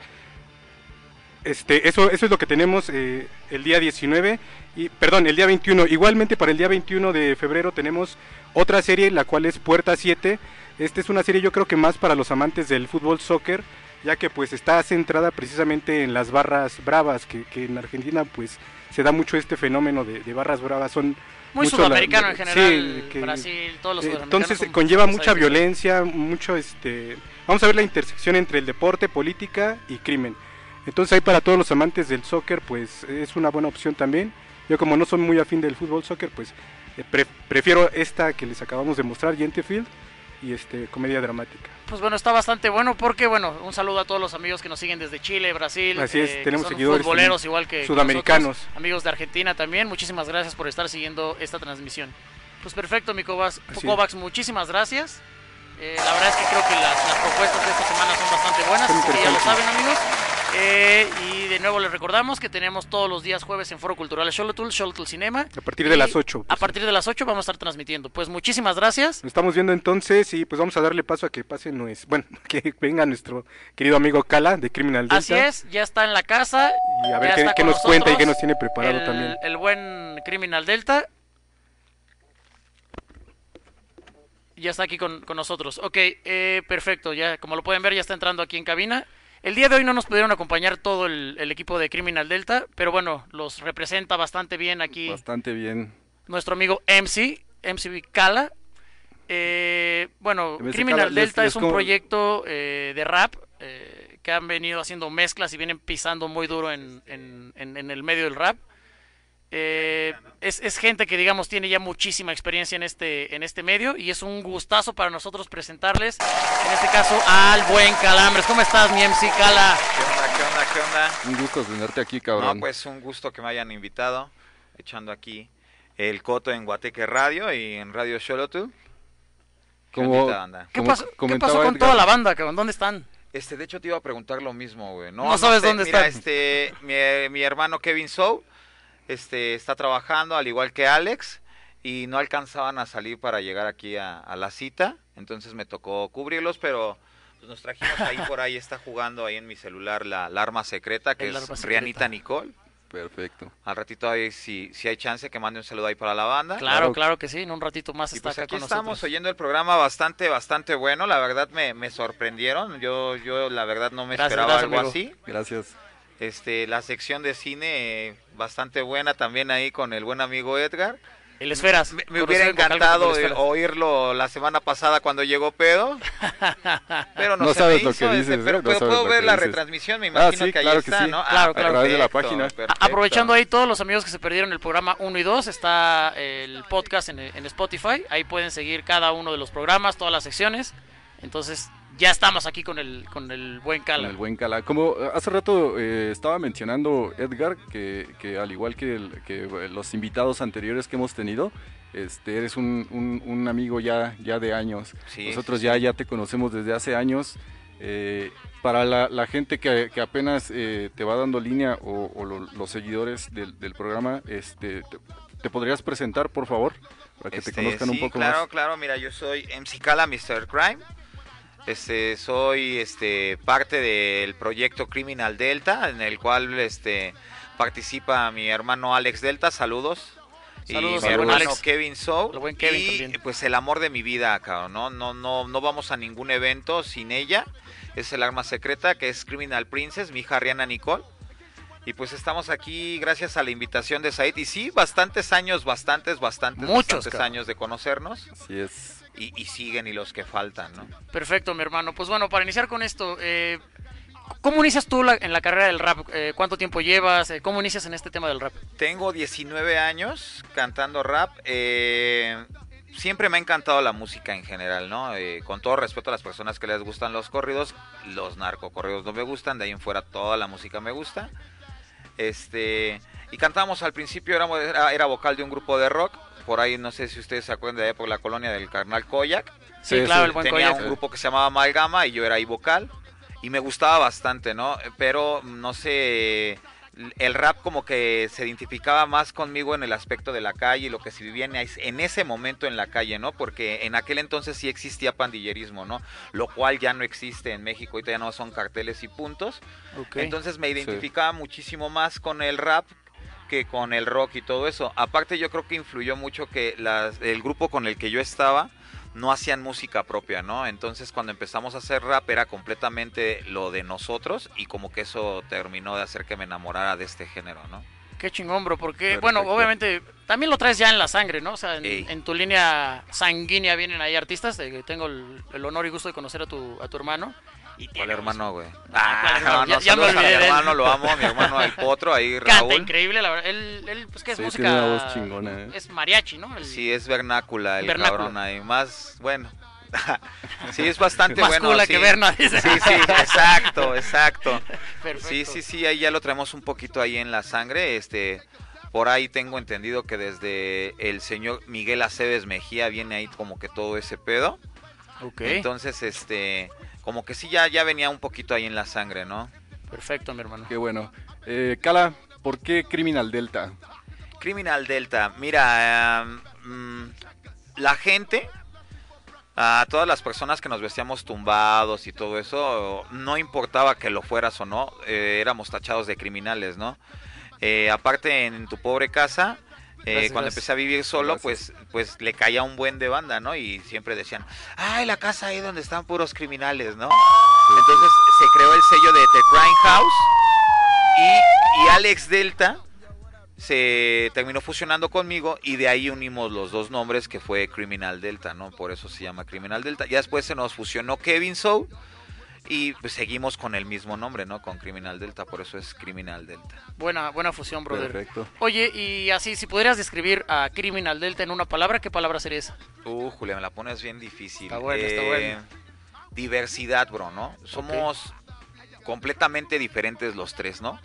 Eso es lo que tenemos el día 19 el día 21. Igualmente para el día 21 de febrero tenemos otra serie, la cual es Puerta 7. Esta es una serie yo creo que más para los amantes del fútbol soccer, ya que pues está centrada precisamente en las barras bravas, que en Argentina pues se da mucho este fenómeno de barras bravas. Son muy sudamericano en general, sí, Brasil, todos los sudamericanos. Entonces conlleva mucha violencia, mucho vamos a ver la intersección entre el deporte, política y crimen. Entonces ahí para todos los amantes del soccer pues es una buena opción también. Yo como no soy muy afín del fútbol soccer pues prefiero esta que les acabamos de mostrar, Yentefield, y comedia dramática. Pues bueno, está bastante bueno porque un saludo a todos los amigos que nos siguen desde Chile, Brasil. Así es, tenemos que son seguidores futboleros igual que sudamericanos. Nosotros, amigos de Argentina también. Muchísimas gracias por estar siguiendo esta transmisión. Pues perfecto, mi Kovacs, muchísimas gracias. La verdad es que creo que las propuestas de esta semana son bastante buenas, así que ya lo saben, amigos. Y de nuevo les recordamos que tenemos todos los días jueves en Foro Cultural Xolotl Cinema. A partir de las 8. A partir de las 8 vamos a estar transmitiendo. Pues muchísimas gracias. Nos estamos viendo entonces y pues vamos a darle paso a que pase que venga nuestro querido amigo Cala de Criminal Delta. Así es, ya está en la casa. Y a ver qué nos cuenta y qué nos tiene preparado también. El buen Criminal Delta. Ya está aquí con nosotros. Ok, perfecto. Ya, como lo pueden ver, ya está entrando aquí en cabina. El día de hoy no nos pudieron acompañar todo el equipo de Criminal Delta, pero bueno, los representa bastante bien aquí. Bastante bien. Nuestro amigo MC Cala. Bueno, MC Criminal Cala, Delta es un proyecto de rap que han venido haciendo mezclas y vienen pisando muy duro en el medio del rap. Es gente que digamos tiene ya muchísima experiencia en este medio y es un gustazo para nosotros presentarles en este caso al buen Calambres. ¿Cómo estás, mi MC Cala? ¿Qué onda? Un gusto tenerte aquí, cabrón. No, pues un gusto que me hayan invitado, echando aquí el coto en Guateque Radio y en Radio Xolotl. ¿Qué pasó con toda la banda, cabrón? ¿Dónde están? De hecho te iba a preguntar lo mismo, güey. No sabes dónde están. Mi hermano Kevin Soul está trabajando al igual que Alex y no alcanzaban a salir para llegar aquí a la cita, entonces me tocó cubrirlos, pero pues, nos trajimos ahí por ahí, está jugando ahí en mi celular la arma secreta, que es Rianita Nicole. Perfecto. Al ratito ahí si hay chance que mande un saludo ahí para la banda. Claro que sí, en un ratito más está pues acá aquí con estamos nosotros. Oyendo el programa bastante bueno, la verdad me sorprendieron, yo la verdad no me esperaba algo amigo. Así. Gracias. La sección de cine bastante buena también ahí con el buen amigo Edgar. El Esferas. Me hubiera encantado oírlo la semana pasada cuando llegó pedo. Pero no sabes lo que dices, pero puedo ver la retransmisión, me imagino que ahí está, ¿no? Claro. A través de la página. Perfecto. Aprovechando ahí todos los amigos que se perdieron el programa 1 y 2, está el podcast en Spotify. Ahí pueden seguir cada uno de los programas, todas las secciones. Entonces ya estamos aquí con el buen Cala. Con el buen Cala. Como hace rato estaba mencionando Edgar, que al igual que los invitados anteriores que hemos tenido, eres un amigo ya de años. Sí, nosotros ya te conocemos desde hace años. Para la gente que apenas te va dando línea o los seguidores del programa, ¿te podrías presentar, por favor? Para que te conozcan un poco más. Claro, mira, yo soy MC Cala, Mr. Crime. Soy parte del proyecto Criminal Delta, en el cual participa mi hermano Alex Delta, saludos. Saludos y mi hermano Alex. Kevin Soul. El buen Kevin y también. Pues el amor de mi vida, cabrón, no vamos a ningún evento sin ella. Es el arma secreta, que es Criminal Princess, mi hija Rihanna Nicole. Y pues estamos aquí gracias a la invitación de Said. Y sí, bastantes años de conocernos. Así es. Y siguen y los que faltan, ¿no? Perfecto, mi hermano. Pues bueno, para iniciar con esto, ¿cómo inicias tú en la carrera del rap? ¿Cuánto tiempo llevas? ¿Cómo inicias en este tema del rap? Tengo 19 años cantando rap. Siempre me ha encantado la música en general, ¿no? Con todo respeto a las personas que les gustan los corridos, los narcocorridos no me gustan, de ahí en fuera toda la música me gusta. Y cantábamos al principio, era vocal de un grupo de rock. Por ahí, no sé si ustedes se acuerdan de ahí por la colonia del carnal Koyak. Sí, claro, el buen Tenía Koyak. un grupo que se llamaba Amalgama y yo era ahí vocal. Y me gustaba bastante, ¿no? Pero, no sé, el rap como que se identificaba más conmigo en el aspecto de la calle y lo que se vivía en ese momento en la calle, ¿no? Porque en aquel entonces sí existía pandillerismo, ¿no? Lo cual ya no existe en México, ahorita ya no son carteles y puntos. Okay. Entonces me identificaba muchísimo más con el rap que con el rock y todo eso. Aparte yo creo que influyó mucho que el grupo con el que yo estaba no hacían música propia, ¿no? Entonces cuando empezamos a hacer rap era completamente lo de nosotros y como que eso terminó de hacer que me enamorara de este género, ¿no? Qué chingón, bro, porque, Perfecto. Bueno, obviamente también lo traes ya en la sangre, ¿no? O sea, en tu línea sanguínea vienen ahí artistas, tengo el honor y gusto de conocer a tu hermano. ¿Cuál hermano, güey? Ya me olvidé de él. Mi hermano, lo amo, mi hermano el Potro, ahí Raúl. Canta increíble, la verdad. Él pues que es música. Tiene una voz chingona, Es mariachi, ¿no? Sí, es vernácula el vernácula. cabrón ahí. Más, bueno. Sí, es bastante Más bueno. cula Sí. que Berna, dice. Sí, exacto. Perfecto. Sí, ahí ya lo traemos un poquito ahí en la sangre. Por ahí tengo entendido que desde el señor Miguel Aceves Mejía viene ahí como que todo ese pedo. Okay. Entonces, como que sí ya venía un poquito ahí en la sangre, ¿no? Perfecto, mi hermano. Qué bueno. Cala, ¿por qué Criminal Delta? Criminal Delta, mira, la gente, a todas las personas que nos vestíamos tumbados y todo eso, no importaba que lo fueras o no, éramos tachados de criminales, ¿no? Aparte, en Tu Pobre Casa, cuando empecé a vivir solo, pues le caía un buen de banda, ¿no? Y siempre decían, ¡ay, la casa ahí donde están puros criminales!, ¿no? Entonces se creó el sello de The Crime House y Alex Delta se terminó fusionando conmigo y de ahí unimos los dos nombres, que fue Criminal Delta, ¿no? Por eso se llama Criminal Delta. Ya después se nos fusionó Kevin Soul y pues seguimos con el mismo nombre, ¿no? Con Criminal Delta, por eso es Criminal Delta. Buena fusión, brother. Perfecto. Oye, y así, si pudieras describir a Criminal Delta en una palabra, ¿qué palabra sería esa? Julia, me la pones bien difícil. Está bueno. Diversidad, bro, ¿no? Somos completamente diferentes los tres, ¿no?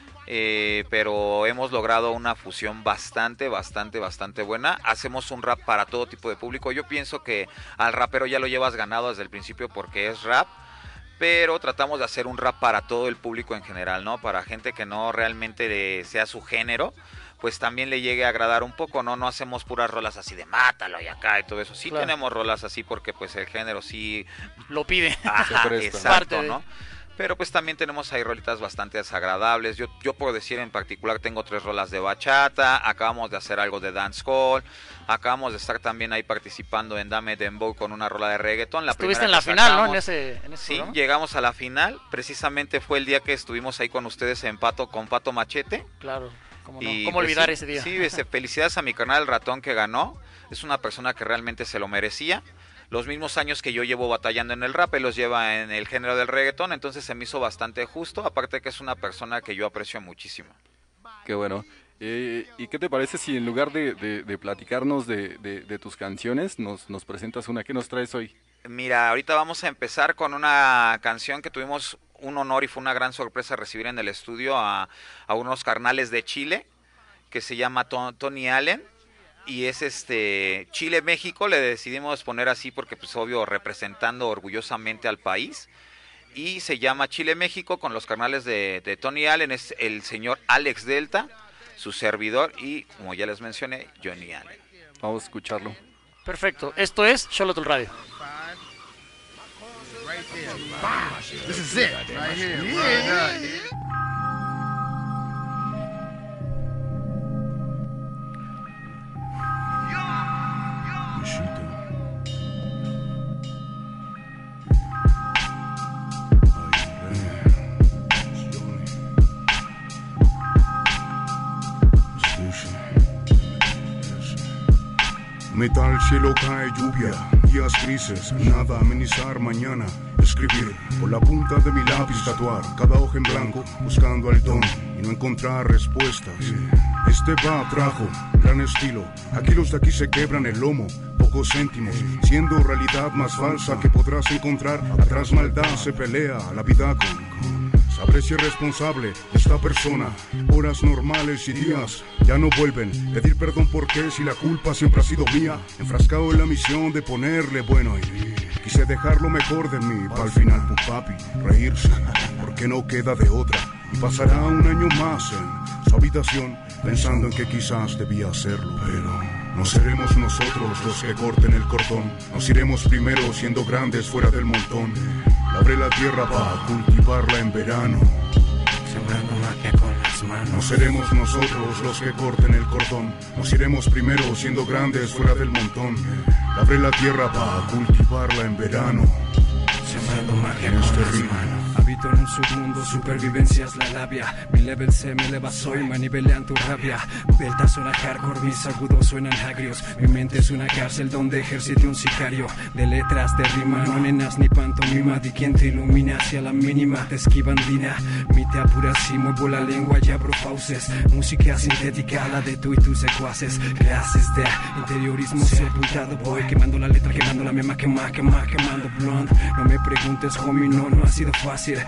Pero hemos logrado una fusión bastante buena. Hacemos un rap para todo tipo de público. Yo pienso que al rapero ya lo llevas ganado desde el principio porque es rap, pero tratamos de hacer un rap para todo el público en general, ¿no? Para gente que no realmente sea su género, pues también le llegue a agradar un poco, ¿no? No hacemos puras rolas así de mátalo y acá y todo eso. Sí, claro, tenemos rolas así porque pues el género sí lo pide. Ajá, exacto, ¿no? Pero pues también tenemos ahí rolitas bastante desagradables. Yo puedo decir en particular, tengo 3 rolas de bachata, acabamos de hacer algo de dancehall, acabamos de estar también ahí participando en Dame Dembow con una rola de reggaeton. Estuviste en la final, ¿no? En ese sí, programa. Llegamos a la final, precisamente fue el día que estuvimos ahí con ustedes en con Pato Machete. Claro, ¿cómo no? Y, ¿Cómo olvidar pues, ese día? Sí, felicidades a mi carnal El Ratón que ganó, es una persona que realmente se lo merecía. Los mismos años que yo llevo batallando en el rap, él los lleva en el género del reggaetón, entonces se me hizo bastante justo, aparte que es una persona que yo aprecio muchísimo. Qué bueno. ¿Y qué te parece si en lugar de platicarnos de tus canciones, nos presentas una? ¿Qué nos traes hoy? Mira, ahorita vamos a empezar con una canción que tuvimos un honor y fue una gran sorpresa recibir en el estudio a unos carnales de Chile, que se llama Tony Allen. Y es Chile, México, le decidimos poner así porque pues obvio representando orgullosamente al país. Y se llama Chile, México, con los carnales de Tony Allen, es el señor Alex Delta, su servidor y, como ya les mencioné, Johnny Allen. Vamos a escucharlo. Perfecto, esto es Xolotl Radio. This is it, right here. Yeah. Metal, cielo cae lluvia, días grises, nada amenizar mañana. Escribir, por la punta de mi lápiz tatuar cada hoja en blanco, buscando al don y no encontrar respuestas. Trajo gran estilo, aquí los de aquí se quebran el lomo, pocos céntimos, siendo realidad más falsa que podrás encontrar. Atrás maldad se pelea, la vida con sabré si es responsable esta persona. Horas normales y días ya no vuelven. Pedir perdón porque si la culpa siempre ha sido mía. Enfrascado en la misión de ponerle bueno y quise dejar lo mejor de mí para al final papi reírse, porque no queda de otra. Y pasará un año más en su habitación pensando en que quizás debía hacerlo, pero no seremos nosotros los que corten el cordón. Nos iremos primero siendo grandes fuera del montón. Labré la tierra para cultivarla en verano, sembrando magia con las manos. No seremos nosotros los que corten el cordón. Nos iremos primero siendo grandes fuera del montón. Labré la tierra para cultivarla en verano, sembrando magia con las manos. Habito en un submundo, supervivencia es la labia. Mi level se me eleva, soy manivelean tu rabia. Delta suena hardcore, mis agudos suenan agrios. Mi mente es una cárcel donde ejercite un sicario. De letras, de rima, no nenas ni pantomima. De quien te ilumina hacia la mínima, te esquivandina. Mi te apura así, muevo la lengua y abro fauces. Música sintética, la de tú y tus secuaces. Clases de interiorismo sepultado. Voy quemando la letra, quemando la mema, quemando blonde. No me preguntes, homie, no ha sido fácil.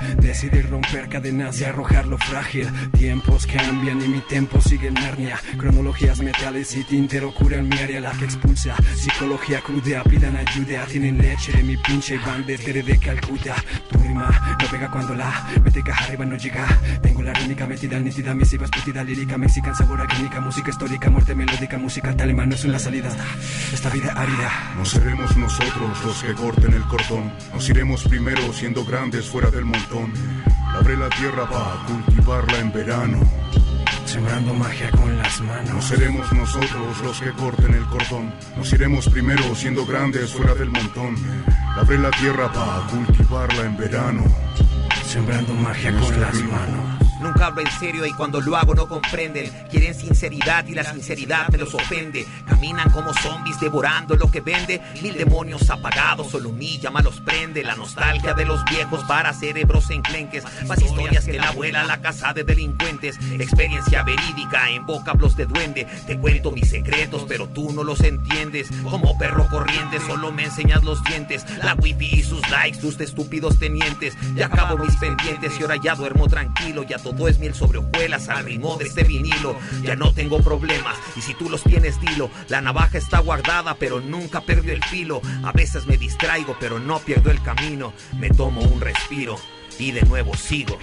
Decidí romper cadenas y arrojar lo frágil. Tiempos cambian y mi tempo sigue en Narnia. Cronologías, metales y tintero curan mi área. La que expulsa, psicología cruda, pidan ayuda. Tienen leche de mi pinche van desde Calcuta. Tu rima no pega cuando la mete caja arriba no llega. Tengo la rítmica metida, nítida, misiva, esputida, lírica, mexican, sabor a clínica, música histórica, muerte melódica, música alemán, no es una salida. Esta vida árida. No seremos nosotros los que corten el cordón. Nos iremos primero siendo grandes fuera del montón. Labré la tierra para cultivarla en verano. Sembrando magia con las manos. No seremos nosotros los que corten el cordón. Nos iremos primero siendo grandes fuera del montón. Labré la tierra para cultivarla en verano. Sembrando magia con las manos. Nunca hablo en serio y cuando lo hago no comprenden. Quieren sinceridad y la sinceridad me los ofende. Caminan como zombies devorando lo que vende. 1000 demonios apagados, solo mi llama los prende. La nostalgia de los viejos para cerebros enclenques. Más historias que la abuela, la casa de delincuentes. Experiencia verídica en vocablos de duende. Te cuento mis secretos pero tú no los entiendes. Como perro corriente solo me enseñas los dientes. La wifi y sus likes, tus estúpidos tenientes. Ya acabo mis pendientes y ahora ya duermo tranquilo. Ya todo es miel sobre hojuelas al ritmo de este vinilo. Ya no tengo problemas y si tú los tienes dilo. La navaja está guardada pero nunca perdió el filo. A veces me distraigo pero no pierdo el camino. Me tomo un respiro y de nuevo sigo.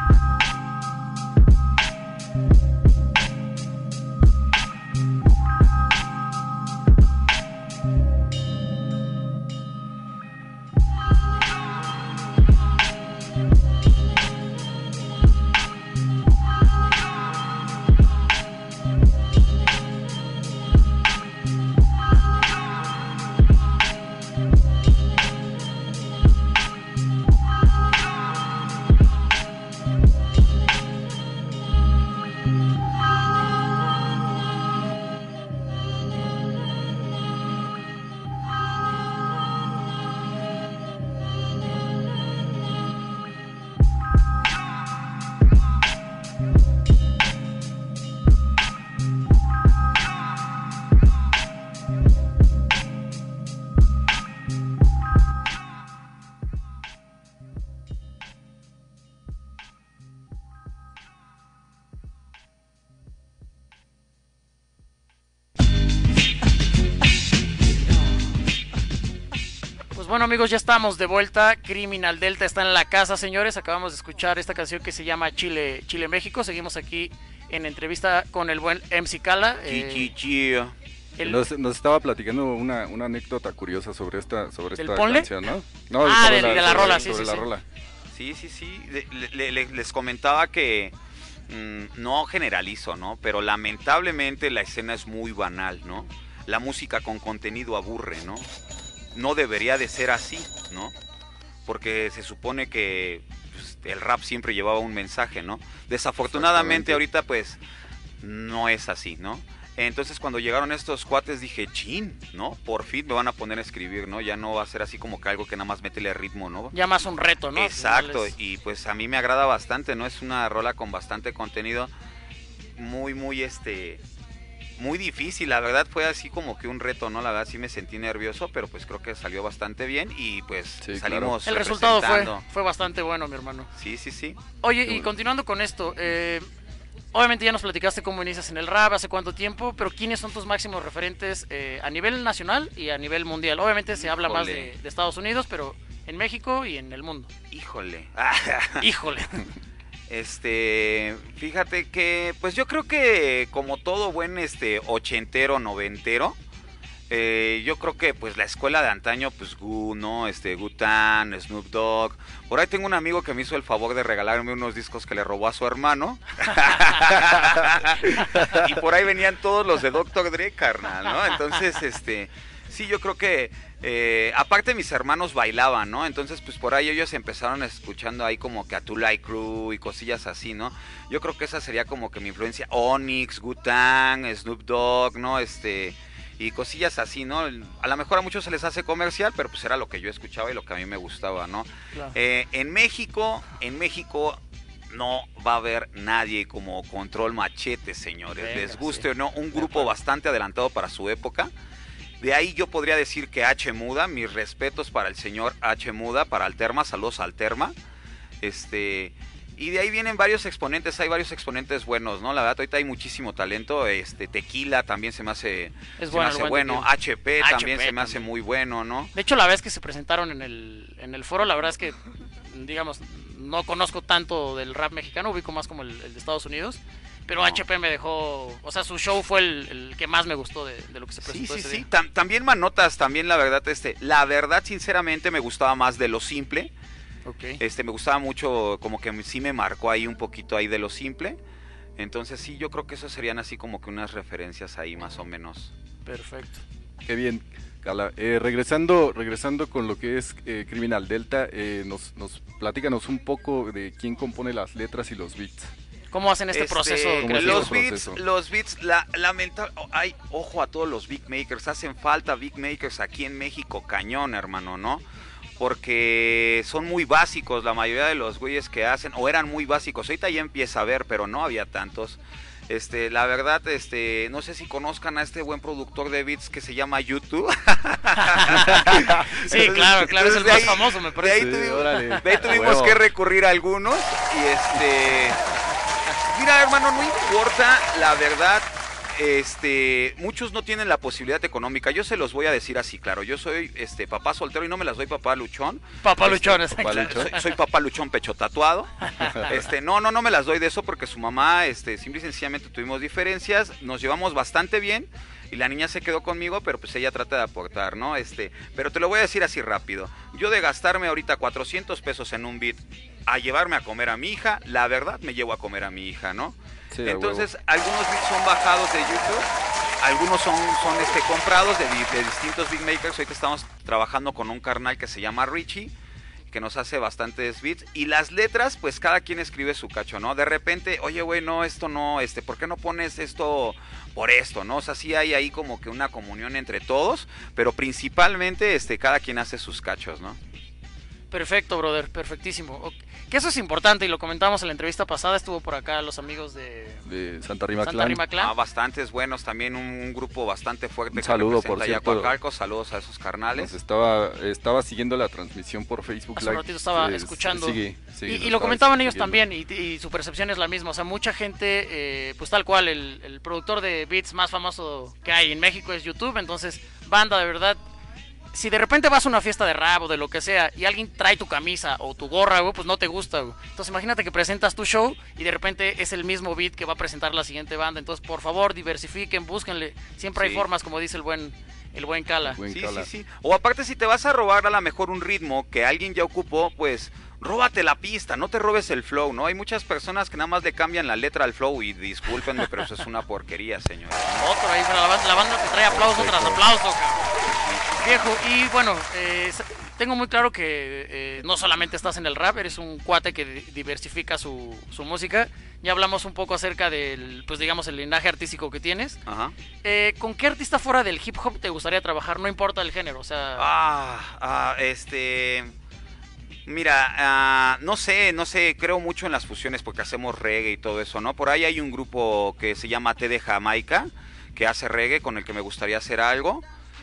Bueno amigos, ya estamos de vuelta. Criminal Delta está en la casa, señores. Acabamos de escuchar esta canción que se llama Chile México. Seguimos aquí en entrevista con el buen MC Cala. Nos estaba platicando una anécdota curiosa sobre esta canción, ¿no? De la rola, sí. Rola. Sí. Les comentaba que no generalizo, ¿no? Pero lamentablemente la escena es muy banal, ¿no? La música con contenido aburre, ¿no? No debería de ser así, ¿no? Porque se supone que pues, el rap siempre llevaba un mensaje, ¿no? Desafortunadamente ahorita pues no es así, ¿no? Entonces cuando llegaron estos cuates dije, chin, ¿no? Por fin me van a poner a escribir, ¿no? Ya no va a ser así como que algo que nada más métele ritmo, ¿no? Ya más un reto, ¿no? Exacto, y pues a mí me agrada bastante, ¿no? Es una rola con bastante contenido, muy difícil, la verdad fue así como que un reto, ¿no? La verdad sí me sentí nervioso, pero pues creo que salió bastante bien y pues salimos. Claro. El resultado fue bastante bueno, mi hermano. Sí. Oye, y continuando con esto, obviamente ya nos platicaste cómo inicias en el rap, hace cuánto tiempo, pero ¿quiénes son tus máximos referentes a nivel nacional y a nivel mundial? Obviamente se habla más de Estados Unidos, pero en México y en el mundo. Híjole. Fíjate que, pues yo creo que como todo buen ochentero, noventero, yo creo que pues la escuela de antaño, pues ¿no? Wu-Tang, Snoop Dogg. Por ahí tengo un amigo que me hizo el favor de regalarme unos discos que le robó a su hermano. Y por ahí venían todos los de Dr. Dre, carnal, ¿no? Entonces, sí, yo creo que aparte mis hermanos bailaban, ¿no? Entonces pues por ahí ellos empezaron escuchando ahí como que a Tulay Crew y cosillas así, ¿no? Yo creo que esa sería como que mi influencia. Onyx, Wu-Tang, Snoop Dogg, ¿no? Y cosillas así, ¿no? A lo mejor a muchos se les hace comercial, pero pues era lo que yo escuchaba y lo que a mí me gustaba, ¿no? Claro. En México no va a haber nadie como Control Machete, señores. Venga, les guste o no, un grupo bastante adelantado para su época. De ahí yo podría decir que H. Muda, mis respetos para el señor H. Muda, para Alterma, saludos a Alterma. Y de ahí vienen varios exponentes, hay varios exponentes buenos, ¿no? La verdad, ahorita hay muchísimo talento. Tequila también se me hace, bueno. HP también se me hace muy bueno, ¿no? De hecho, la vez que se presentaron en el foro, la verdad es que, digamos, no conozco tanto del rap mexicano, ubico más como el de Estados Unidos. Pero HP me dejó, o sea, su show fue el que más me gustó de lo que se presentó ese día. También Manotas, también la verdad, sinceramente me gustaba más de Lo Simple. Okay. Me gustaba mucho, como que sí me marcó ahí un poquito ahí de Lo Simple. Entonces sí, yo creo que esos serían así como que unas referencias ahí más o menos. Perfecto. Qué bien, Carla. Regresando con lo que es Criminal Delta, platícanos un poco de quién compone las letras y los beats. ¿Cómo hacen este proceso? Los beats, ojo a todos los beatmakers, hacen falta beatmakers aquí en México, cañón, hermano, ¿no? Porque son muy básicos la mayoría de los güeyes que hacen, o eran muy básicos, ahorita ya empieza a ver, pero no había tantos. La verdad, no sé si conozcan a este buen productor de beats que se llama YouTube. Sí, claro, es el más famoso, me parece. De ahí tuvimos que recurrir a algunos y mira, hermano, no importa, la verdad, muchos no tienen la posibilidad económica. Yo se los voy a decir así, claro. Yo soy papá soltero y no me las doy papá luchón. Papá luchón, soy papá luchón pecho tatuado. No me las doy de eso porque su mamá, simple y sencillamente tuvimos diferencias, nos llevamos bastante bien. Y la niña se quedó conmigo, pero pues ella trata de aportar, ¿no? Pero te lo voy a decir así rápido. Yo de gastarme ahorita 400 pesos en un beat a llevarme a comer a mi hija, la verdad me llevo a comer a mi hija, ¿no? Sí, entonces, algunos beats son bajados de YouTube, algunos son comprados de distintos beatmakers. Ahorita estamos trabajando con un carnal que se llama Richie, que nos hace bastantes beats, y las letras, pues cada quien escribe su cacho, ¿no? De repente, oye, güey, no, esto no, ¿por qué no pones esto por esto, no? O sea, sí hay ahí como que una comunión entre todos, pero principalmente, cada quien hace sus cachos, ¿no? Perfecto, brother, perfectísimo. Que eso es importante y lo comentamos en la entrevista pasada, estuvo por acá los amigos de Santa Rima Clan. Bastantes buenos, también un grupo bastante fuerte. Un saludo, por cierto. Saludos a esos carnales. Estaba siguiendo la transmisión por Facebook Live. Hace un ratito estaba escuchando. Y lo comentaban ellos también, y su percepción es la misma. O sea, mucha gente, pues tal cual, el productor de beats más famoso que hay en México es YouTube. Entonces, banda, de verdad, si de repente vas a una fiesta de rap o de lo que sea y alguien trae tu camisa o tu gorra, güey, pues no te gusta, güey. Entonces imagínate que presentas tu show y de repente es el mismo beat que va a presentar la siguiente banda. Entonces, por favor, diversifiquen, búsquenle. Siempre hay formas, como dice el buen Cala. Sí. O aparte, si te vas a robar a lo mejor un ritmo que alguien ya ocupó, pues róbate la pista, no te robes el flow, ¿no? Hay muchas personas que nada más le cambian la letra al flow y discúlpenme, pero eso es una porquería, señor. Otro ahí, la banda te trae aplauso tras aplauso, cabrón. Viejo, y bueno, tengo muy claro que no solamente estás en el rap, eres un cuate que diversifica su música. Ya hablamos un poco acerca del, pues digamos, el linaje artístico que tienes. Ajá. ¿Con qué artista fuera del hip hop te gustaría trabajar? No importa el género, o sea... Mira, no sé, creo mucho en las fusiones porque hacemos reggae y todo eso, ¿no? Por ahí hay un grupo que se llama Té de Jamaica, que hace reggae, con el que me gustaría hacer algo.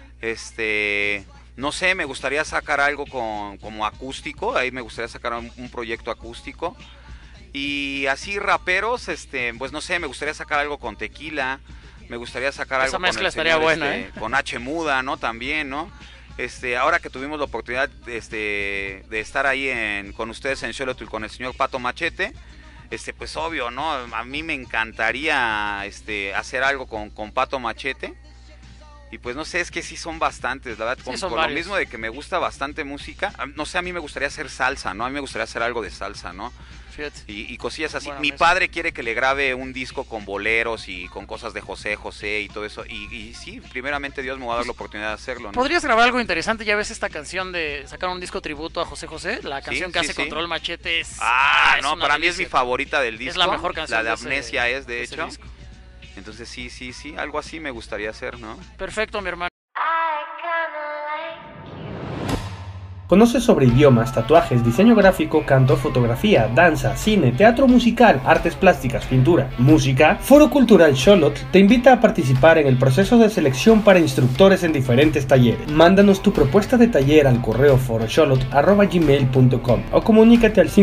No sé, me gustaría sacar algo como acústico, ahí me gustaría sacar un proyecto acústico. Y así raperos, pues no sé, me gustaría sacar algo con Tequila, me gustaría sacar algo con el estaría señor, buena, con H Muda, ¿no? También, ¿no? Ahora que tuvimos la oportunidad de estar ahí con ustedes en Xolotl con el señor Pato Machete, pues obvio, ¿no? A mí me encantaría hacer algo con Pato Machete. Y pues no sé, es que sí son bastantes, la verdad, por lo mismo de que me gusta bastante música. No sé, a mí me gustaría hacer salsa, ¿no? A mí me gustaría hacer algo de salsa, ¿no? Y cosillas así. Bueno, mi padre quiere que le grabe un disco con boleros y con cosas de José y todo eso. Y sí, primeramente Dios me va a dar la oportunidad de hacerlo, ¿no? ¿Podrías grabar algo interesante? Ya ves esta canción de sacar un disco tributo a José. La canción que hace Control Machete es... no, para mí es mi favorita del disco. Es la mejor canción. La de Amnesia es, de hecho. Entonces sí, algo así me gustaría hacer, ¿no? Perfecto, mi hermano. Conoce sobre idiomas, tatuajes, diseño gráfico, canto, fotografía, danza, cine, teatro musical, artes plásticas, pintura, música. Foro Cultural Xolotl te invita a participar en el proceso de selección para instructores en diferentes talleres. Mándanos tu propuesta de taller al correo foroxolotl@gmail.com o comunícate al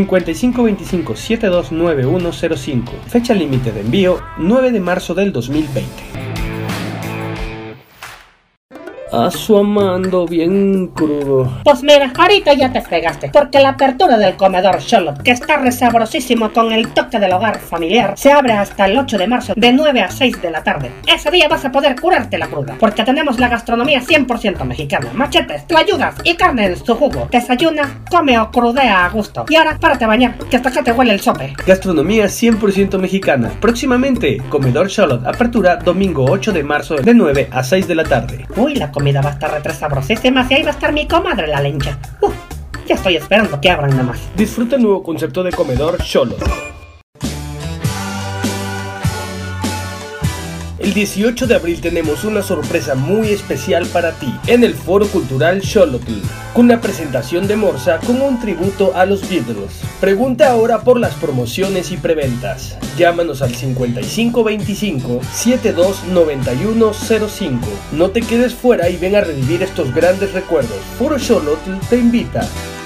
5525-729105. Fecha límite de envío 9 de marzo del 2020. A su amando bien crudo. Pues mira, ahorita ya te fregaste, porque la apertura del comedor Xolotl, que está resabrosísimo con el toque del hogar familiar, se abre hasta el 8 de marzo de 9 a 6 de la tarde. Ese día vas a poder curarte la cruda, porque tenemos la gastronomía 100% mexicana, machetes, tlayudas y carne en su jugo. Desayuna, come o crudea a gusto. Y ahora párate a bañar, que hasta acá te huele el sope. Gastronomía 100% mexicana. Próximamente, comedor Xolotl, apertura domingo 8 de marzo de 9 a 6 de la tarde. Uy, la comida va a estar retra sabrosísima y ahí va a estar mi comadre la lencha. Ya estoy esperando que abran nada más. Disfruta el nuevo concepto de comedor Xolotl. El 18 de abril tenemos una sorpresa muy especial para ti en el Foro Cultural Xolotl, con la presentación de Morsa con un tributo a los Beatles. Pregunta ahora por las promociones y preventas. Llámanos al 5525-729105. No te quedes fuera y ven a revivir estos grandes recuerdos. Foro Xolotl te invita.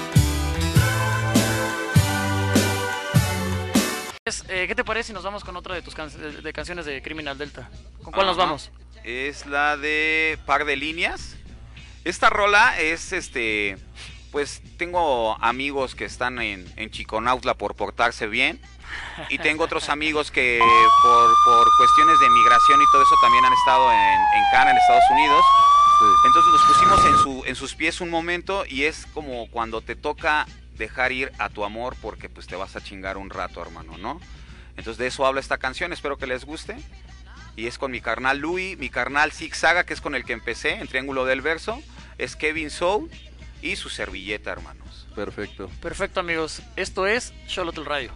¿Qué te parece si nos vamos con otra de tus canciones de Criminal Delta? ¿Con cuál nos vamos? Es la de Par de Líneas. Esta rola es pues tengo amigos que están en Chiconautla por portarse bien. Y tengo otros amigos que por cuestiones de migración y todo eso también han estado en Canadá, en Estados Unidos. Sí. Entonces nos pusimos en sus pies un momento y es como cuando te toca dejar ir a tu amor porque pues te vas a chingar un rato, hermano, ¿no? Entonces de eso habla esta canción, espero que les guste. Y es con mi carnal Louis, mi carnal Zigzaga, que es con el que empecé en Triángulo del Verso. Es Kevin Soul y su servilleta, hermanos. Perfecto. Perfecto, amigos. Esto es Xolotl Radio.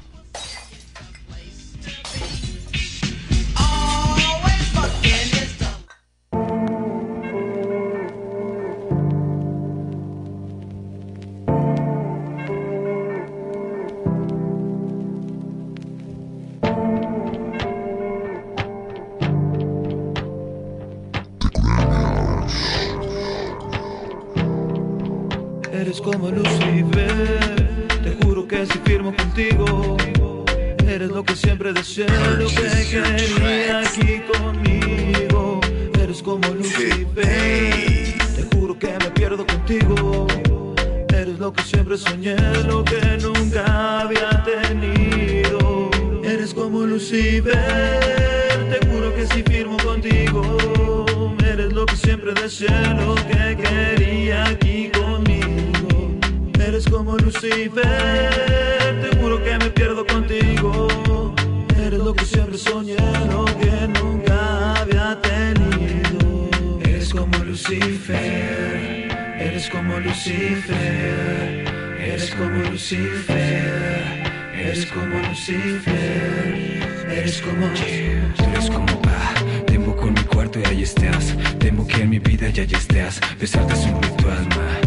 Eres como Lucifer, te juro que si firmo contigo. Eres lo que siempre deseé, lo que quería aquí conmigo. Eres como Lucifer, te juro que me pierdo contigo. Eres lo que siempre soñé, lo que nunca había tenido. Eres como Lucifer, te juro que si firmo contigo. Eres lo que siempre deseé, lo que quería aquí conmigo. Eres como Lucifer, te juro que me pierdo contigo. Eres lo que siempre soñé, lo que nunca había tenido. Eres como Lucifer, eres como Lucifer, eres como Lucifer, eres como Lucifer, eres como... Tú eres como temo con mi cuarto y ahí estás. Temo que en mi vida ya estés. Besarte es un ritual,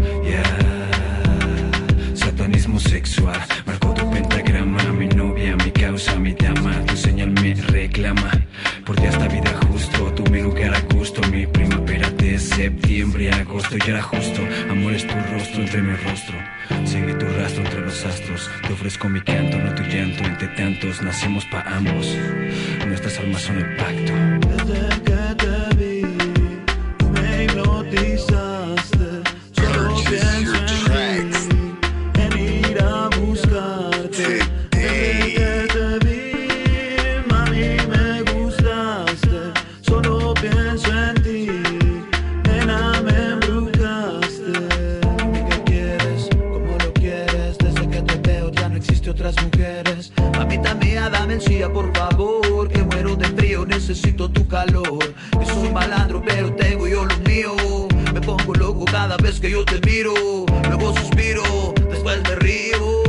satanismo sexual. Marco tu pentagrama, mi novia, mi causa, mi dama. Tu señal me reclama. Por ti esta vida justo, tu mi lugar a gusto. Mi primavera de septiembre a agosto ya era justo. Amor es tu rostro entre mi rostro. Seguí tu rastro entre los astros. Te ofrezco mi canto, no tu llanto. Entre tantos nacimos pa' ambos. Nuestras almas son el pacto. Desde que te vi, me hipnotizaste. Solo pienso en ti, en ir a buscarte. Desde que te vi, mami, me gustaste. Solo pienso en ti, nena, me embrujaste. ¿Qué quieres? ¿Cómo lo quieres? Desde que te veo ya no existe otras mujeres. Mamita mía, dame el silla, por favor, que muero de frío, necesito tu calor. Que soy malandro, pero tengo yo lo mío. Me pongo loco cada vez que yo te miro. Luego suspiro, después me río.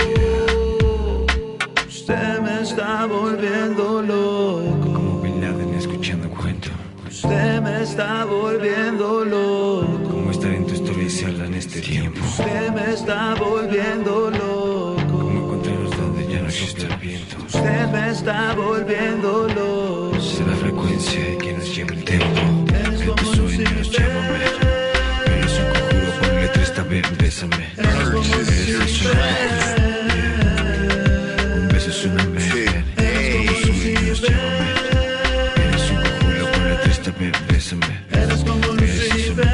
Usted me está volviendo loco. Como Bin Laden escuchando un cuento. Usted me está volviendo loco. Como estar en tu historia y se encontrarla en este tiempo. Usted me está volviendo loco. Como encontrarnos donde ya no sopla el viento. Usted me está volviendo loco. Sé la frecuencia que nos lleva el tiempo. En tus sueños llámame. Eres un conjuro por letra, esta vez bésame. Eres un un beso es una mujer. En tus sueños llámame. Eres un conjuro por letra, esta vez bésame. Eres como Lucifer.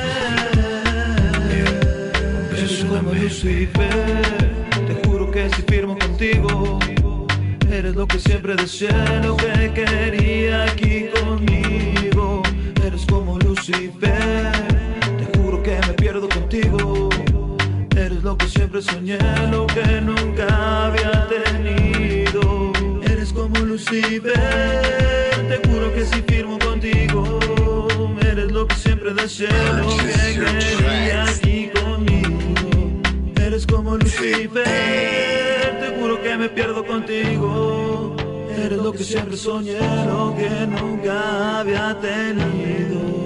Eres como Lucifer. Te juro que si firmo contigo, eres lo que siempre deseé, lo que quería aquí conmigo. Eres como Lucifer. Te juro que me pierdo contigo. Eres lo que siempre soñé, lo que nunca había tenido. Eres como Lucifer. Te juro que si firmo contigo, eres lo que siempre deseé, lo que quería aquí conmigo. Eres como Lucifer. Te juro que me pierdo contigo. Eres lo que siempre soñé, lo que nunca había tenido.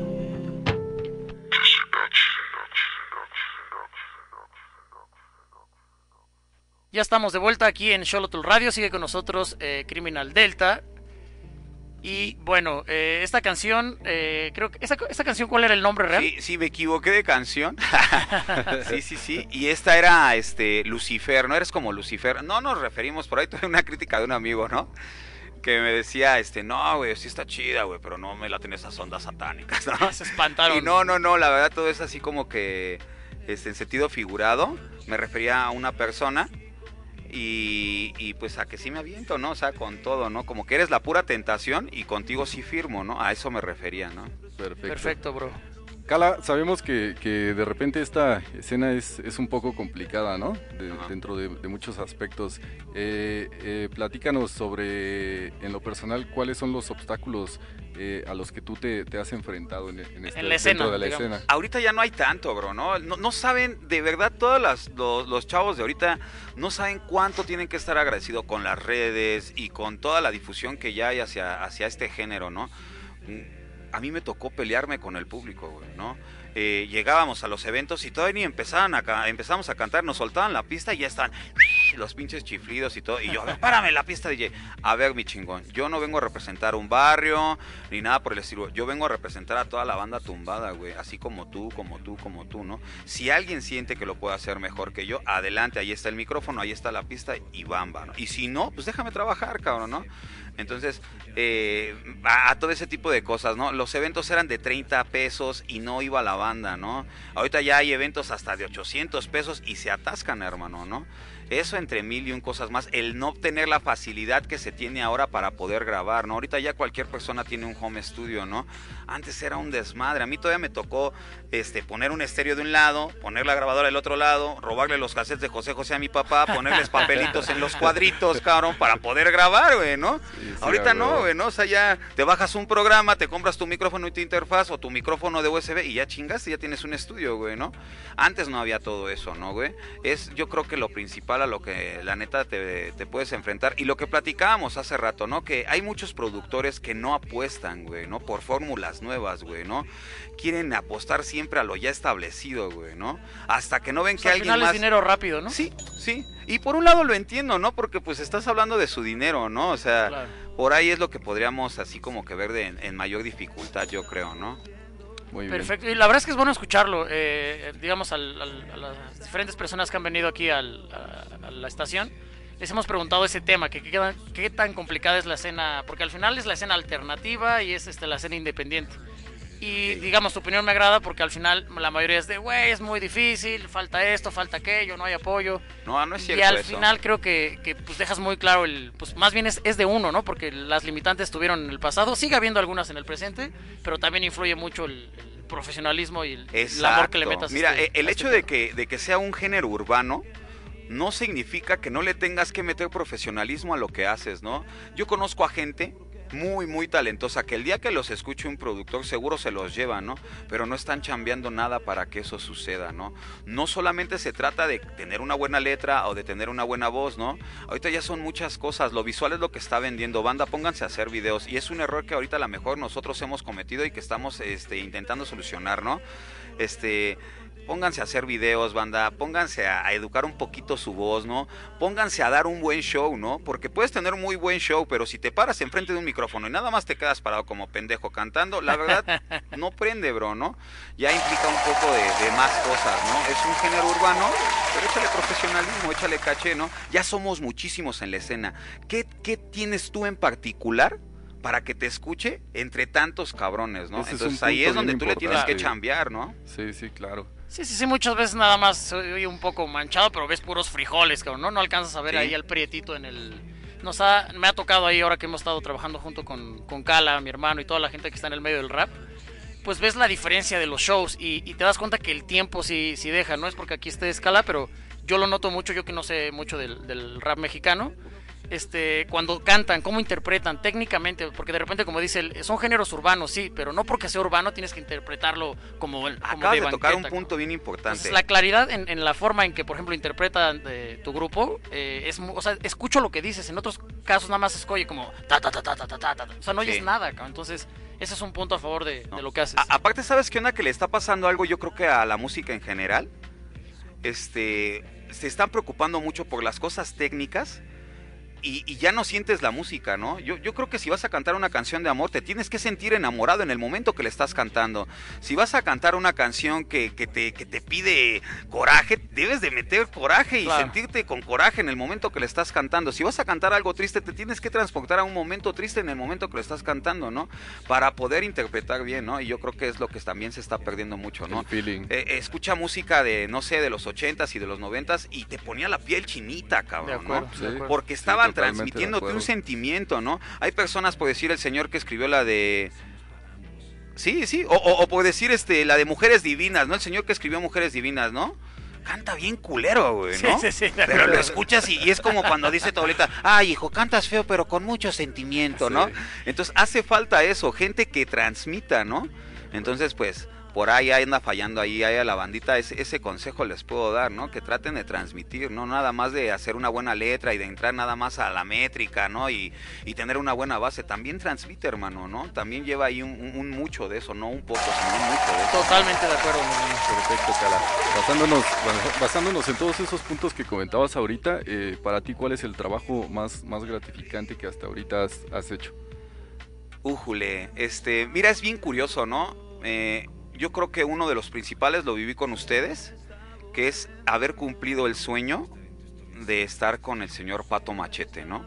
Ya estamos de vuelta aquí en Xolotl Radio. Sigue con nosotros Criminal Delta. Y bueno, esta canción, creo que esta canción, ¿cuál era el nombre real? Sí, me equivoqué de canción. Sí. Y esta era Lucifer, ¿no? Eres como Lucifer. No nos referimos, por ahí tuve una crítica de un amigo, ¿no? Que me decía, no, güey, sí está chida, güey, pero no me laten esas ondas satánicas, ¿no? Se espantaron. Y no, la verdad todo es así como que, en sentido figurado, me refería a una persona. Y pues a que sí me aviento, ¿no? O sea, con todo, ¿no? Como que eres la pura tentación y contigo sí firmo, ¿no? A eso me refería, ¿no? Perfecto, bro. Cala, sabemos que de repente esta escena es un poco complicada, ¿no? Dentro de muchos aspectos. Platícanos sobre, en lo personal, cuáles son los obstáculos a los que tú te has enfrentado en la escena, dentro de la escena. Ahorita ya no hay tanto, bro, ¿no? No saben, de verdad, todos los chavos de ahorita no saben cuánto tienen que estar agradecidos con las redes y con toda la difusión que ya hay hacia este género, ¿no? A mí me tocó pelearme con el público, güey, ¿no? Llegábamos a los eventos y todavía ni empezamos a cantar, nos soltaban la pista y ya están los pinches chiflidos y todo. Y yo, a ver, párame la pista, DJ. A ver, mi chingón, yo no vengo a representar un barrio ni nada por el estilo. Yo vengo a representar a toda la banda tumbada, güey. Así como tú, ¿no? Si alguien siente que lo puede hacer mejor que yo, adelante, ahí está el micrófono, ahí está la pista y bamba, ¿no? Y si no, pues déjame trabajar, cabrón, ¿no? Entonces, a todo ese tipo de cosas, ¿no? Los eventos eran de 30 pesos y no iba la banda, ¿no? Ahorita ya hay eventos hasta de 800 pesos y se atascan, hermano, ¿no? Eso entre mil y un cosas más, el no tener la facilidad que se tiene ahora para poder grabar, ¿no? Ahorita ya cualquier persona tiene un home studio, ¿no? Antes era un desmadre, a mí todavía me tocó poner un estéreo de un lado, poner la grabadora del otro lado, robarle los cassettes de José José a mi papá, ponerles papelitos en los cuadritos, cabrón, para poder grabar, güey, ¿no? Sí, ahorita no, güey, ¿no? O sea, ya te bajas un programa, te compras tu micrófono y tu interfaz o tu micrófono de USB y ya chingaste, ya tienes un estudio, güey, ¿no? Antes no había todo eso, ¿no, güey? Es, yo creo que lo principal a lo que la neta te puedes enfrentar, y lo que platicábamos hace rato, ¿no? Que hay muchos productores que no apuestan, güey, ¿no? Por fórmulas nuevas, güey, ¿no? Quieren apostar siempre a lo ya establecido, güey, ¿no? Hasta que no ven que alguien al final más... es dinero rápido, ¿no? Sí. Y por un lado lo entiendo, ¿no? Porque pues estás hablando de su dinero, ¿no? O sea, claro, por ahí es lo que podríamos así como que ver en mayor dificultad, yo creo, ¿no? Muy bien. Perfecto, y la verdad es que es bueno escucharlo, digamos, a las diferentes personas que han venido aquí a la estación. Les hemos preguntado ese tema, que qué tan complicada es la escena, porque al final es la escena alternativa y es la escena independiente. Y digamos, tu opinión me agrada porque al final la mayoría es de, güey, es muy difícil, falta esto, falta aquello, no hay apoyo. No es cierto. Y al final creo que pues dejas muy claro pues más bien es de uno, ¿no? Porque las limitantes estuvieron en el pasado, sigue habiendo algunas en el presente, pero también influye mucho el profesionalismo y el amor que le metas. Mira, el hecho de que sea un género urbano no significa que no le tengas que meter profesionalismo a lo que haces, ¿no? Yo conozco a gente muy, muy talentosa, que el día que los escuche un productor seguro se los lleva, ¿no? Pero no están chambeando nada para que eso suceda, ¿no? No solamente se trata de tener una buena letra o de tener una buena voz, ¿no? Ahorita ya son muchas cosas, lo visual es lo que está vendiendo. Banda, pónganse a hacer videos, y es un error que ahorita a lo mejor nosotros hemos cometido y que estamos intentando solucionar, ¿no? Pónganse a hacer videos, banda, pónganse a educar un poquito su voz, ¿no? Pónganse a dar un buen show, ¿no? Porque puedes tener un muy buen show, pero si te paras enfrente de un micrófono y nada más te quedas parado como pendejo cantando, la verdad no prende, bro, ¿no? Ya implica un poco de más cosas, ¿no? Es un género urbano, pero échale profesionalismo, échale caché, ¿no? Ya somos muchísimos en la escena. ¿Qué tienes tú en particular para que te escuche entre tantos cabrones, ¿no? Entonces ahí es donde tú le tienes que chambear, ¿no? Sí, sí, claro. Sí, muchas veces nada más soy un poco manchado, pero ves puros frijoles, cabrón, ¿no? No alcanzas a ver ahí al prietito en el... me ha tocado ahí, ahora que hemos estado trabajando junto con Cala, mi hermano y toda la gente que está en el medio del rap, pues ves la diferencia de los shows y te das cuenta que el tiempo sí deja, no es porque aquí esté Cala, pero yo lo noto mucho, yo que no sé mucho del rap mexicano, cuando cantan, cómo interpretan técnicamente, porque de repente, como dice él, son géneros urbanos, sí, pero no porque sea urbano tienes que interpretarlo como acabas de tocar un punto bien importante. Entonces, la claridad en la forma en que, por ejemplo, interpretan tu grupo, o sea, escucho lo que dices, en otros casos nada más escoge como o sea, no oyes nada, cabrón. Entonces, ese es un punto a favor de lo que haces. Aparte, ¿sabes qué onda? Que le está pasando algo, yo creo que a la música en general, se están preocupando mucho por las cosas técnicas. Y ya no sientes la música, ¿no? Yo creo que si vas a cantar una canción de amor, te tienes que sentir enamorado en el momento que le estás cantando. Si vas a cantar una canción que te pide coraje, debes de meter coraje y sentirte con coraje en el momento que le estás cantando. Si vas a cantar algo triste, te tienes que transportar a un momento triste en el momento que lo estás cantando, ¿no? Para poder interpretar bien, ¿no? Y yo creo que es lo que también se está perdiendo mucho, ¿no? El feeling. Escucha música de, no sé, de los 80s y de los 90s y te ponía la piel chinita, cabrón, ¿no? Sí. Porque estaban transmitiéndote un sentimiento, ¿no? Hay personas, por decir, el señor que escribió la de... Sí, o por decir la de Mujeres Divinas, ¿no? El señor que escribió Mujeres Divinas, ¿no? Canta bien culero, güey, ¿no? Sí, pero lo escuchas y es como cuando dice tu abuelita, ay, hijo, cantas feo, pero con mucho sentimiento, ¿no? Entonces hace falta eso, gente que transmita, ¿no? Entonces, pues... por ahí anda fallando ahí a la bandita, ese consejo les puedo dar, ¿no? Que traten de transmitir, no nada más de hacer una buena letra y de entrar nada más a la métrica, ¿no? Y tener una buena base, también transmite, hermano, ¿no? También lleva ahí un mucho de eso, no un poco, sino un mucho de eso. Totalmente de acuerdo, hermano. Perfecto, Cala. Basándonos en todos esos puntos que comentabas ahorita, para ti, ¿cuál es el trabajo más gratificante que hasta ahorita has hecho? Újule, mira, es bien curioso, ¿no? Yo creo que uno de los principales lo viví con ustedes, que es haber cumplido el sueño de estar con el señor Pato Machete, ¿no?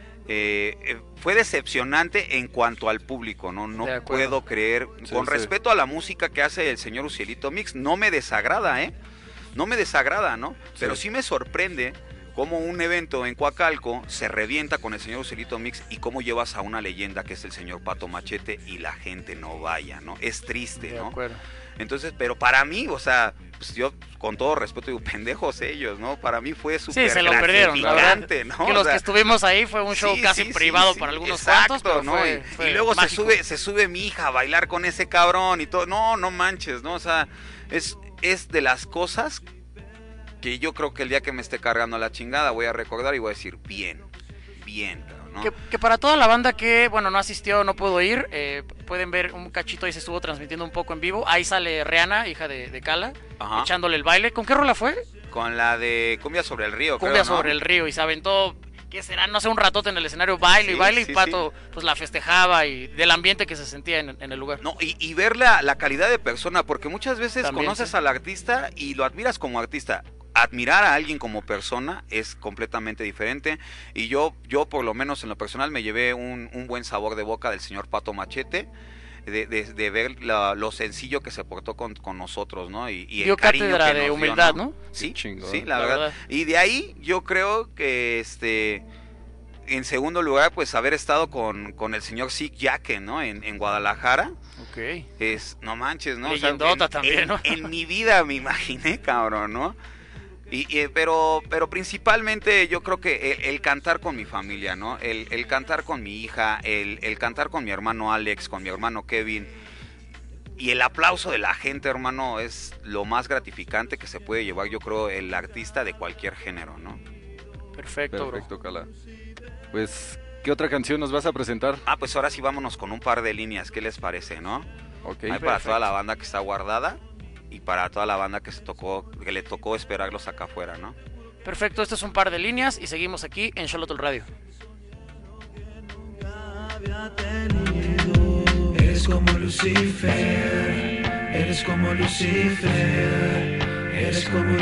Fue decepcionante en cuanto al público, ¿no? No puedo creer, con respeto a la música que hace el señor Ucielito Mix, no me desagrada, no me desagrada, ¿no? Pero sí me sorprende cómo un evento en Coacalco se revienta con el señor Ucielito Mix y cómo llevas a una leyenda que es el señor Pato Machete y la gente no vaya, ¿no? Es triste, ¿no? Entonces, pero para mí, o sea, pues yo con todo respeto digo, pendejos ellos, ¿no? Para mí fue súper se lo perdieron, la verdad, ¿no? Que los que estuvimos ahí fue un show casi privado para algunos cuantos, pero ¿no? Fue y luego se sube mi hija a bailar con ese cabrón y todo. No manches, ¿no? O sea, es de las cosas que yo creo que el día que me esté cargando la chingada voy a recordar y voy a decir, bien, ¿no? Que para toda la banda que, bueno, no asistió, no pudo ir, pueden ver un cachito, ahí se estuvo transmitiendo un poco en vivo. Ahí sale Rihanna, hija de Cala, echándole el baile. ¿Con qué rola fue? Con la de Cumbia sobre el Río, Cumbia sobre el Río, y se aventó, ¿qué será? No sé, un ratote en el escenario, baile y Pato pues la festejaba y del ambiente que se sentía en el lugar. No, y ver la calidad de persona, porque muchas veces también conoces al artista y lo admiras como artista. Admirar a alguien como persona es completamente diferente, y yo por lo menos en lo personal me llevé un buen sabor de boca del señor Pato Machete, de ver lo sencillo que se portó con nosotros, ¿no? Y el cariño que nos dio, de humildad, ¿no? Sí, chingón, sí, la verdad. Y de ahí yo creo que en segundo lugar, pues haber estado con el señor Sick Yaque, ¿no? En Guadalajara. Ok. No manches, ¿no? Leyendota, o sea, también, ¿no? En mi vida me imaginé, cabrón, ¿no? Pero principalmente yo creo que el cantar con mi familia, ¿no? El cantar con mi hija, el cantar con mi hermano Alex, con mi hermano Kevin, y el aplauso de la gente, hermano, es lo más gratificante que se puede llevar, yo creo, el artista de cualquier género, ¿no? Perfecto, Cala. Pues, ¿qué otra canción nos vas a presentar? Pues ahora sí vámonos con un par de líneas, ¿qué les parece, no? Ok. Para toda la banda que está guardada. y para toda la banda que le tocó esperarlos acá afuera, ¿no? Perfecto, esto es un par de líneas y seguimos aquí en Xolotl Radio. Eres como Lucifer, eres como Lucifer, eres como...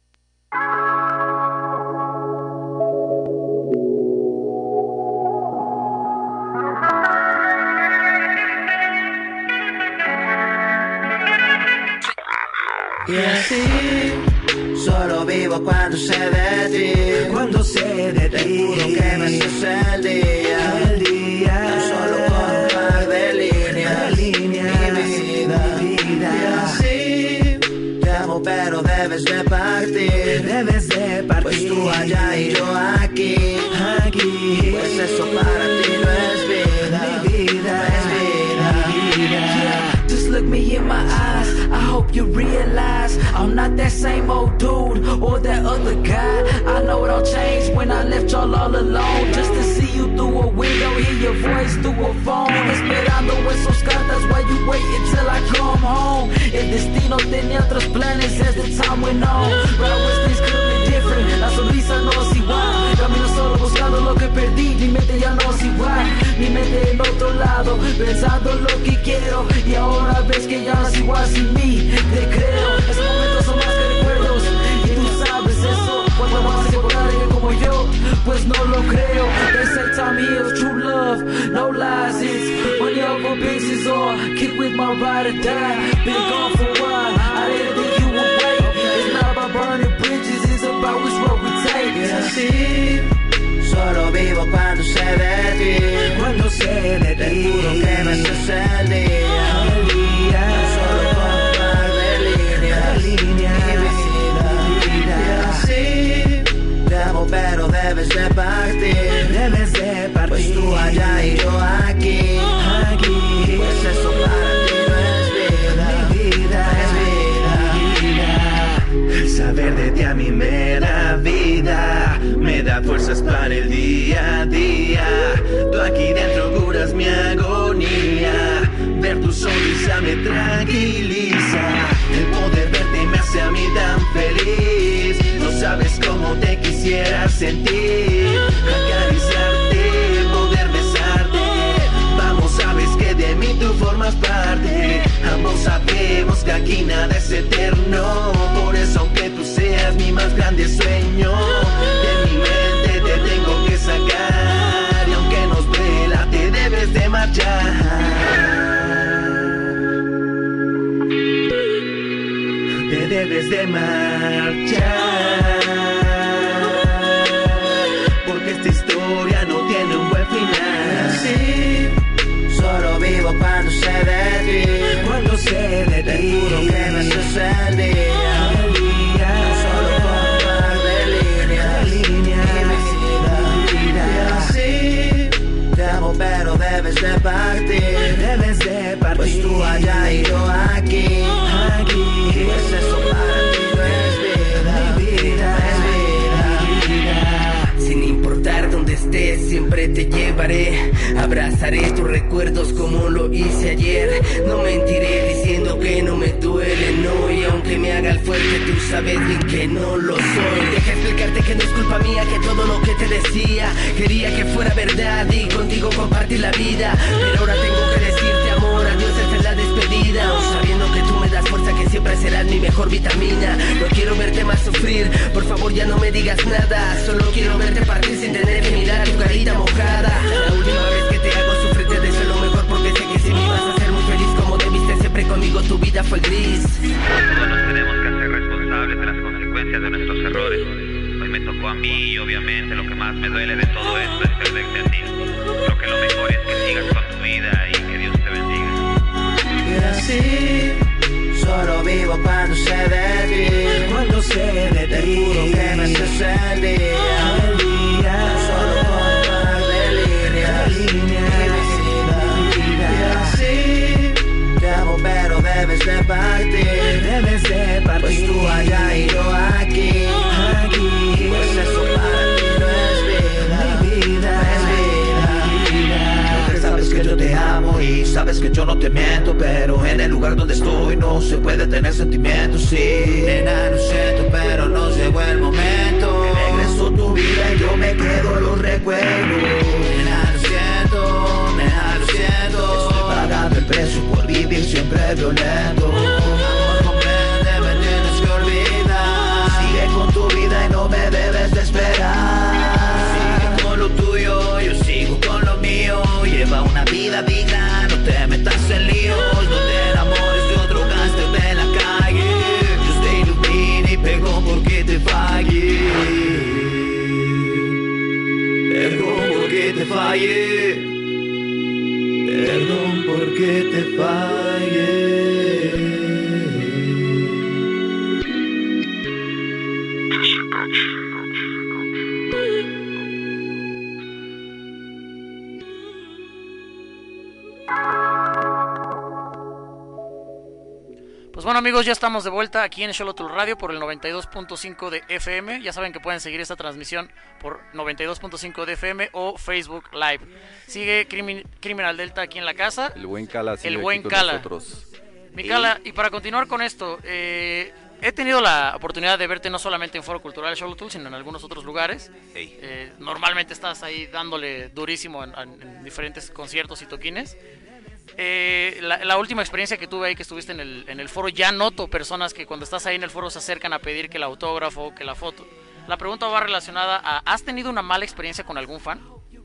Y así solo vivo cuando sé de ti, cuando sé de ti. Te juro que me haces el día, tan solo con un par de líneas, mi vida. Y así te amo pero debes de partir, pues tú allá y yo aquí, pues eso para ti no es vida, mi vida, es vida. Just look me in my eyes, I hope you realize I'm not that same old dude or that other guy. I know it all changed when I left y'all all alone, just to see you through a window, hear your voice through a phone, esperando esos cartas while you wait until I come home. El destino tenía otros planes as the time went on, but I wish things could be different. La sonrisa no es igual, camino solo buscando lo que perdí, mi mente ya no es igual, mi mente en otro lado, pensando lo que quiero, y ahora ves que ya no es igual sin mí. Te creo, esos momentos son más que recuerdos, y tú sabes eso. Cuando vas a encontrar a alguien como yo, pues no lo creo. They say time heals true love, no lies. It's money over bitches or kick with my ride or die. Been gone for a while, I didn't think you would wait. It's not about burning bridges, it's about which road we take. Y así solo vivo cuando sé de ti, cuando sé de ti. Te juro que me haces el día, tan solo con un par de líneas, mi vida. Y así te amo pero debes de partir, pues tú allá y yo aquí, pues eso para ti no es vida, mi vida, es vida. El saber de ti a mí me da vida, me da fuerzas para el día a día. Tú aquí dentro curas mi agonía, ver tu sonrisa me tranquiliza. El poder verte me hace a mí tan feliz, no sabes cómo te quisiera sentir. Acariciarte, poder besarte, vamos, sabes que de mí tú formas parte. Ambos sabemos que aquí nada es eterno, por eso aunque tú seas mi más grande sueño, de mi mente te tengo que sacar, y aunque nos duela te debes de marchar. Te debes de marchar, porque esta historia no tiene un buen final. Así solo vivo cuando sé de ti, cuando sé de ti. Te juro que me haces el día, tan solo con un par de líneas, mi vida. Y así te amo pero debes de partir, pues tú allá y yo aquí, pues eso para ti no es vida, mi vida, es vida. Sin importar dónde estés, siempre te llevaré. Abrazaré tus recuerdos como lo hice ayer. No mentiré diciendo que no me duele, no. Y aunque me haga el fuerte, tú sabes bien que no lo soy. Deja explicarte que no es culpa mía, que todo lo que te decía quería que fuera verdad y contigo compartir la vida. Pero ahora tengo que decirte amor, adiós, esta es la despedida. Aún sabiendo que tú me das fuerza, que siempre serás mi mejor vitamina. No quiero verte más sufrir, por favor ya no me digas nada. Solo quiero verte partir sin tener que mirar tu carita mojada. La última vez que te hago sufrir te deseo lo mejor, porque sé que si me vas a hacer muy feliz como debiste siempre conmigo, tu vida fue gris. Todos nos tenemos que hacer responsables de las consecuencias de nuestros errores. Hoy me tocó a mí y obviamente lo que más me duele de todo esto es perderte a ti. Creo que lo mejor es que sigas con tu vida y que Dios te bendiga. Y así solo vivo cuando sé de ti, cuando sé de ti. Te juro que me haces el día, tan solo con un par de líneas, mi vida. Y así te amo pero debes de partir, pues tú allá y yo aquí, pues eso para ti no es vida, mi vida, es vida. Sabes que yo te amo y sabes que yo no te miento, pero en el lugar donde estoy no se puede tener sentimientos, sí. Nena, lo siento, pero no llegó el momento. Regreso tu vida y yo me quedo los recuerdos. Nena, lo siento, nena, lo siento. Estoy pagando el precio por vivir siempre violento. Amor, comprende, me tienes que olvidar. Sigue con tu vida y no me debes de esperar. Sigue con lo tuyo, yo sigo con lo mío. Lleva una vida digna, no te metas en líos. No te enamores de otro gángster de la calle. Dios te ilumine y perdón porque te fallé. Perdón porque te fallé. Perdón porque te fallé. Pues bueno, amigos, ya estamos de vuelta aquí en Xolotl Radio por el 92.5 de FM. Ya saben que pueden seguir esta transmisión por 92.5 de FM o Facebook Live. Sigue Criminal Delta aquí en la casa. El buen Cala sigue el buen aquí con Cala. nosotros. Mi Cala, y para continuar con esto, he tenido la oportunidad de verte no solamente en Foro Cultural Xolotl, sino en algunos otros lugares. Normalmente estás ahí dándole durísimo en diferentes conciertos y toquines. La última experiencia que tuve ahí, que estuviste en el foro, ya noto personas que cuando estás ahí en el foro se acercan a pedir que el autógrafo, que la foto. La pregunta va relacionada a, ¿has tenido una mala experiencia con algún fan?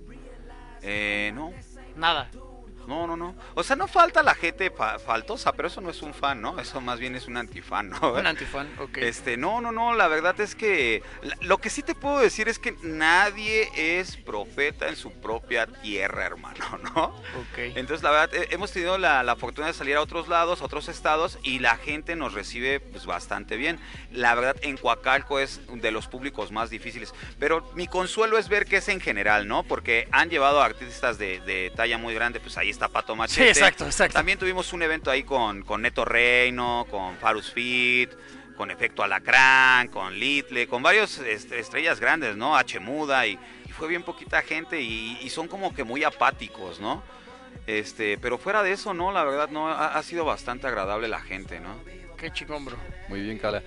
No. Nada. No. O sea, no falta la gente faltosa, pero eso no es un fan, ¿no? Eso más bien es un antifan, ¿no? Un antifan, ok. No, la verdad es que lo que sí te puedo decir es que nadie es profeta en su propia tierra, hermano, ¿no? Ok. Entonces, la verdad, hemos tenido la fortuna de salir a otros lados, a otros estados, y la gente nos recibe pues bastante bien. La verdad, en Coacalco es de los públicos más difíciles, pero mi consuelo es ver que es en general, ¿no? Porque han llevado a artistas de talla muy grande, pues ahí está Pato Machete. Sí, exacto. También tuvimos un evento ahí con Neto Reino, con Farus Fit, con Efecto Alacrán, con Litle, con varios estrellas grandes, ¿no? H Muda, y fue bien poquita gente y son como que muy apáticos, ¿no? Pero fuera de eso, no, la verdad, no, ha sido bastante agradable la gente, ¿no? Qué chingón, bro. Muy bien, Cala.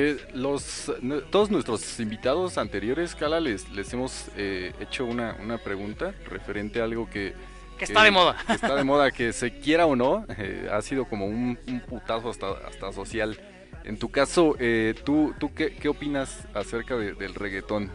Todos nuestros invitados anteriores, Cala, les hemos hecho una pregunta referente a algo que está de moda. Que está de moda, que se quiera o no, ha sido como un putazo hasta social. En tu caso, ¿tú qué opinas acerca del reggaetón?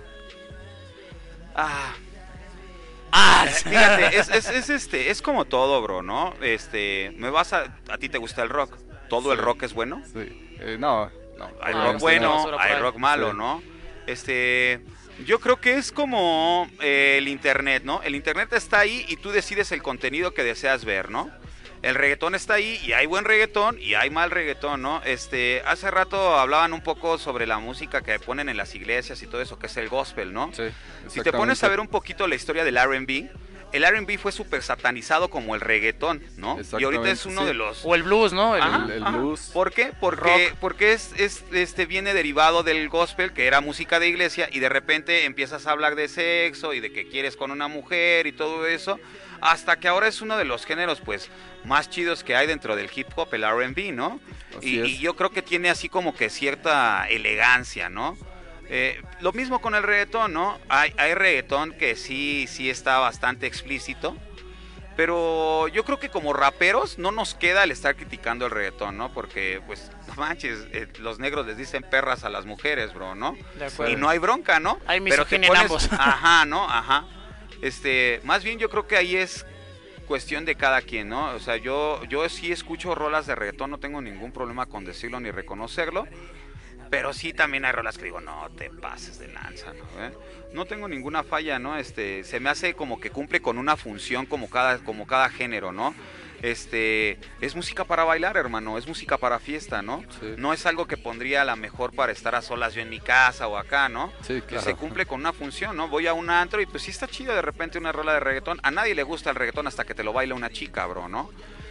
Fíjate, es como todo, bro, ¿no? ¿A ti te gusta el rock? ¿Todo el rock es bueno? Sí. No. Hay rock bueno, hay rock malo, ¿no? Yo creo que es como el internet, ¿no? El internet está ahí y tú decides el contenido que deseas ver, ¿no? El reggaetón está ahí y hay buen reggaetón y hay mal reggaetón, ¿no? Hace rato hablaban un poco sobre la música que ponen en las iglesias y todo eso, que es el gospel, ¿no? Sí, si te pones a ver un poquito la historia del R&B, el R&B fue súper satanizado como el reggaetón, ¿no? Y ahorita es uno de los... O el blues, ¿no? El blues. ¿Por qué? Porque viene derivado del gospel, que era música de iglesia, y de repente empiezas a hablar de sexo y de que quieres con una mujer y todo eso, hasta que ahora es uno de los géneros, pues, más chidos que hay dentro del hip hop, el R&B, ¿no? Y yo creo que tiene así como que cierta elegancia, ¿no? Lo mismo con el reggaetón, ¿no? Hay reggaetón que sí está bastante explícito, pero yo creo que como raperos no nos queda el estar criticando el reggaetón, ¿no? Porque, pues, no manches, los negros les dicen perras a las mujeres, bro, ¿no? De acuerdo. Y no hay bronca, ¿no? Hay misoginia en ambos. Ajá, ¿no? Ajá. Más bien yo creo que ahí es cuestión de cada quien, ¿no? O sea, yo sí escucho rolas de reggaetón, no tengo ningún problema con decirlo ni reconocerlo. Pero sí también hay rolas que digo, no te pases de lanza, ¿no? No tengo ninguna falla, ¿no? Se me hace como que cumple con una función como cada género, ¿no? Es música para bailar, hermano, es música para fiesta, ¿no? Sí. No es algo que pondría a la mejor para estar a solas yo en mi casa o acá, ¿no? Sí, claro. Se cumple con una función, ¿no? Voy a un antro y pues sí está chido de repente una rola de reggaetón. A nadie le gusta el reggaetón hasta que te lo baila una chica, bro, ¿no?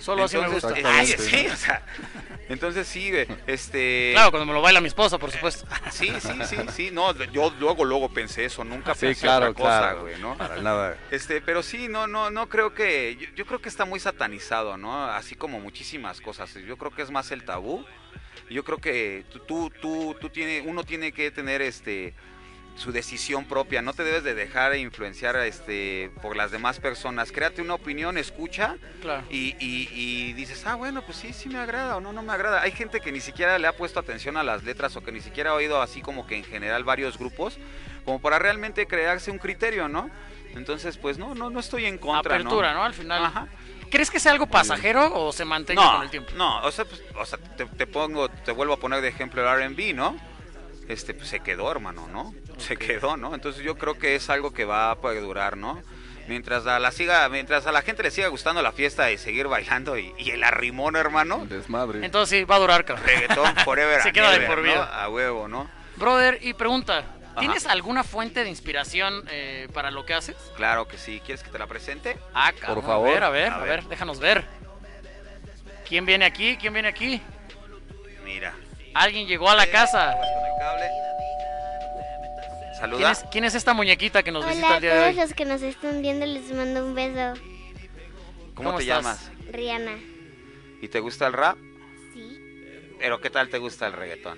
Solo así me gusta. Sí, o sea, entonces sí, Claro, cuando me lo baila mi esposa, por supuesto. Sí, no, yo luego pensé eso, nunca pensé otra cosa, güey, ¿no? Para nada. Pero sí, no creo que, yo creo que está muy satanizado, ¿no? Así como muchísimas cosas, yo creo que es más el tabú, yo creo que uno tiene que tener, su decisión propia, no te debes de dejar influenciar por las demás personas, créate una opinión, escucha, claro. y dices, bueno, pues sí me agrada o no me agrada. Hay gente que ni siquiera le ha puesto atención a las letras o que ni siquiera ha oído así como que en general varios grupos, como para realmente crearse un criterio, ¿no? Entonces, pues no estoy en contra, apertura, ¿no? Al final. Ajá. ¿Crees que sea algo pasajero o se mantenga con el tiempo? No, o sea, te vuelvo a poner de ejemplo el R&B, ¿no? Pues se quedó, hermano, ¿no? Okay. Se quedó, ¿no? Entonces yo creo que es algo que va a perdurar, ¿no? Mientras a la gente le siga gustando la fiesta y seguir bailando y el arrimón, hermano. Desmadre. Entonces sí, va a durar, cabrón. Reggaetón forever. Se queda de por vida. ¿no? A huevo, ¿no? Brother, y pregunta, ¿tienes alguna fuente de inspiración para lo que haces? Claro que sí. ¿Quieres que te la presente? Cabrón, por favor. A ver, déjanos ver. ¿Quién viene aquí? Mira. Alguien llegó a la casa. Saluda. ¿Quién es esta muñequita que nos visita el día de hoy? Hola a todos los que nos están viendo, les mando un beso. ¿Cómo te llamas? Rihanna. ¿Y te gusta el rap? Sí. ¿Pero qué tal te gusta el reggaetón?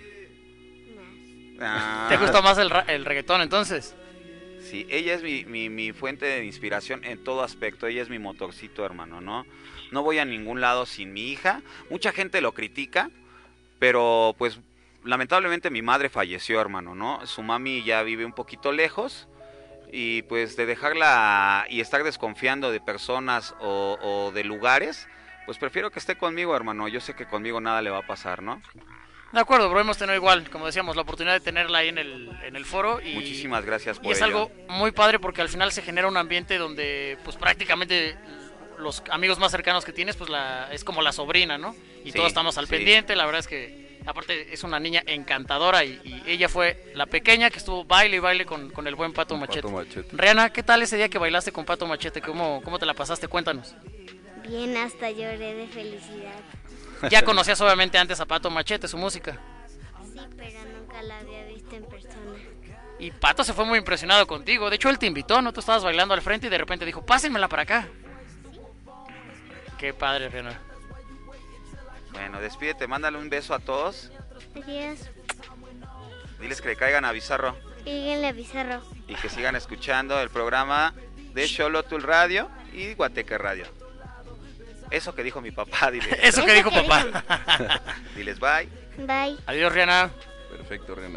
¿Te gusta más el reggaetón entonces? Sí, ella es mi fuente de inspiración en todo aspecto. Ella es mi motorcito, hermano, ¿no? No voy a ningún lado sin mi hija. Mucha gente lo critica, pero pues lamentablemente mi madre falleció, hermano, ¿no? Su mami ya vive un poquito lejos y pues de dejarla y estar desconfiando de personas o de lugares, pues prefiero que esté conmigo, hermano. Yo sé que conmigo nada le va a pasar, ¿no? De acuerdo, bro, hemos tenido igual, como decíamos, la oportunidad de tenerla ahí en el foro. Y muchísimas gracias por ello. Y es algo muy padre porque al final se genera un ambiente donde pues prácticamente los amigos más cercanos que tienes pues es como la sobrina, ¿no? Y todos estamos al pendiente. La verdad es que aparte es una niña encantadora y ella fue la pequeña que estuvo baile y baile con el buen Pato Machete. Rihanna, ¿qué tal ese día que bailaste con Pato Machete? ¿Cómo te la pasaste? Cuéntanos. Bien, hasta lloré de felicidad. Ya conocías obviamente antes a Pato Machete, su música. Sí, pero nunca la había visto en persona. Y Pato se fue muy impresionado contigo. De hecho, él te invitó, ¿no? Tú estabas bailando al frente y de repente dijo, pásenmela para acá. ¿Sí? Qué padre, Rihanna. Bueno, despídete, mándale un beso a todos. Adiós. Diles que le caigan a Bizarro. Díganle a Bizarro. Y que sigan escuchando el programa de Xolotul Radio y Guateque Radio. Eso que dijo mi papá, dile. Eso que dijo papá. Diles bye. Bye. Adiós, Rihanna. Perfecto, Rihanna.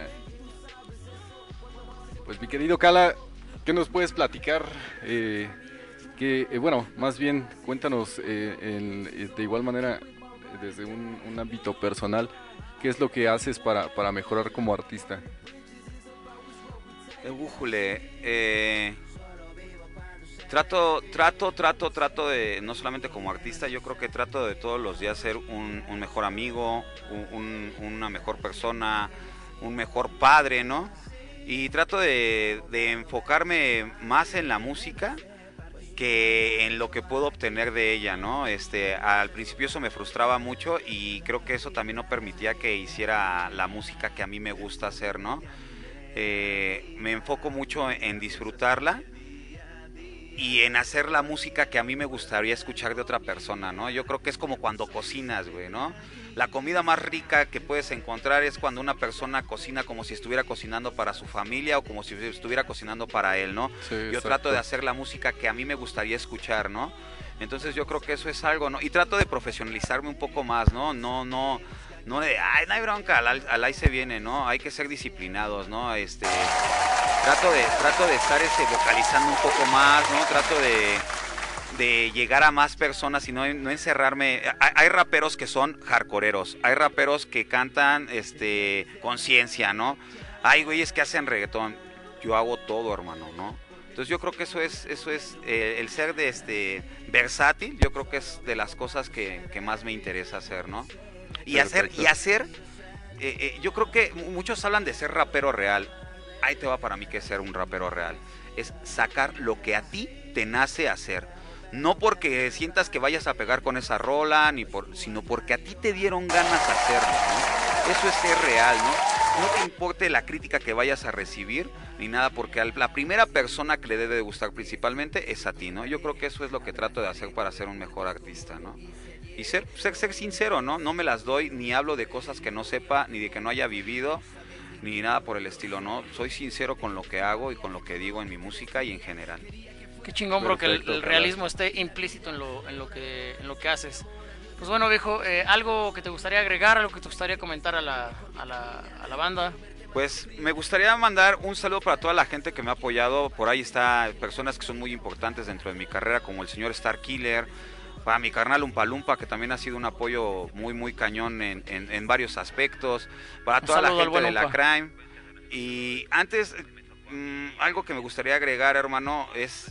Pues mi querido Cala, ¿qué nos puedes platicar? Bueno, más bien cuéntanos de igual manera, desde un ámbito personal, ¿qué es lo que haces para mejorar como artista? Trato de, no solamente como artista, yo creo que trato de todos los días ser un mejor amigo, una mejor persona, un mejor padre, ¿no? Y trato de enfocarme más en la música que en lo que puedo obtener de ella, ¿no? Al principio eso me frustraba mucho y creo que eso también no permitía que hiciera la música que a mí me gusta hacer, ¿no? Me enfoco mucho en disfrutarla y en hacer la música que a mí me gustaría escuchar de otra persona, ¿no? Yo creo que es como cuando cocinas, güey, ¿no? La comida más rica que puedes encontrar es cuando una persona cocina como si estuviera cocinando para su familia o como si estuviera cocinando para él, ¿no? Sí, yo trato de hacer la música que a mí me gustaría escuchar, ¿no? Entonces yo creo que eso es algo, ¿no? Y trato de profesionalizarme un poco más, ¿no? No de, ay, no hay bronca, al ahí se viene, ¿no? Hay que ser disciplinados, ¿no? Trato de estar vocalizando un poco más, ¿no? Trato de llegar a más personas y no encerrarme. Hay raperos que son hardcoreeros, hay raperos que cantan conciencia, ¿no? Hay güeyes que hacen reggaetón. Yo hago todo, hermano, ¿no? Entonces yo creo que eso es el ser versátil, yo creo que es de las cosas que más me interesa hacer, ¿no? Y hacer, yo creo que muchos hablan de ser rapero real. Ahí te va para mí que es ser un rapero real. Es sacar lo que a ti te nace hacer. No porque sientas que vayas a pegar con esa rola, sino porque a ti te dieron ganas de hacerlo, ¿no? Eso es ser real, ¿no? No te importe la crítica que vayas a recibir, ni nada, porque la primera persona que le debe de gustar principalmente es a ti, ¿no? Yo creo que eso es lo que trato de hacer para ser un mejor artista, ¿no? Y ser sincero, ¿no? No me las doy, ni hablo de cosas que no sepa, ni de que no haya vivido, ni nada por el estilo, ¿no? Soy sincero con lo que hago y con lo que digo en mi música y en general. Qué chingón, bro, que el realismo esté implícito en lo que haces. Pues bueno, viejo, algo que te gustaría agregar, algo que te gustaría comentar a la banda. Pues me gustaría mandar un saludo para toda la gente que me ha apoyado. Por ahí está personas que son muy importantes dentro de mi carrera, como el señor Star Killer, para mi carnal Umpa Lumpa, que también ha sido un apoyo muy muy cañón en varios aspectos, para toda la gente de la Crime. Y antes, algo que me gustaría agregar, hermano, es...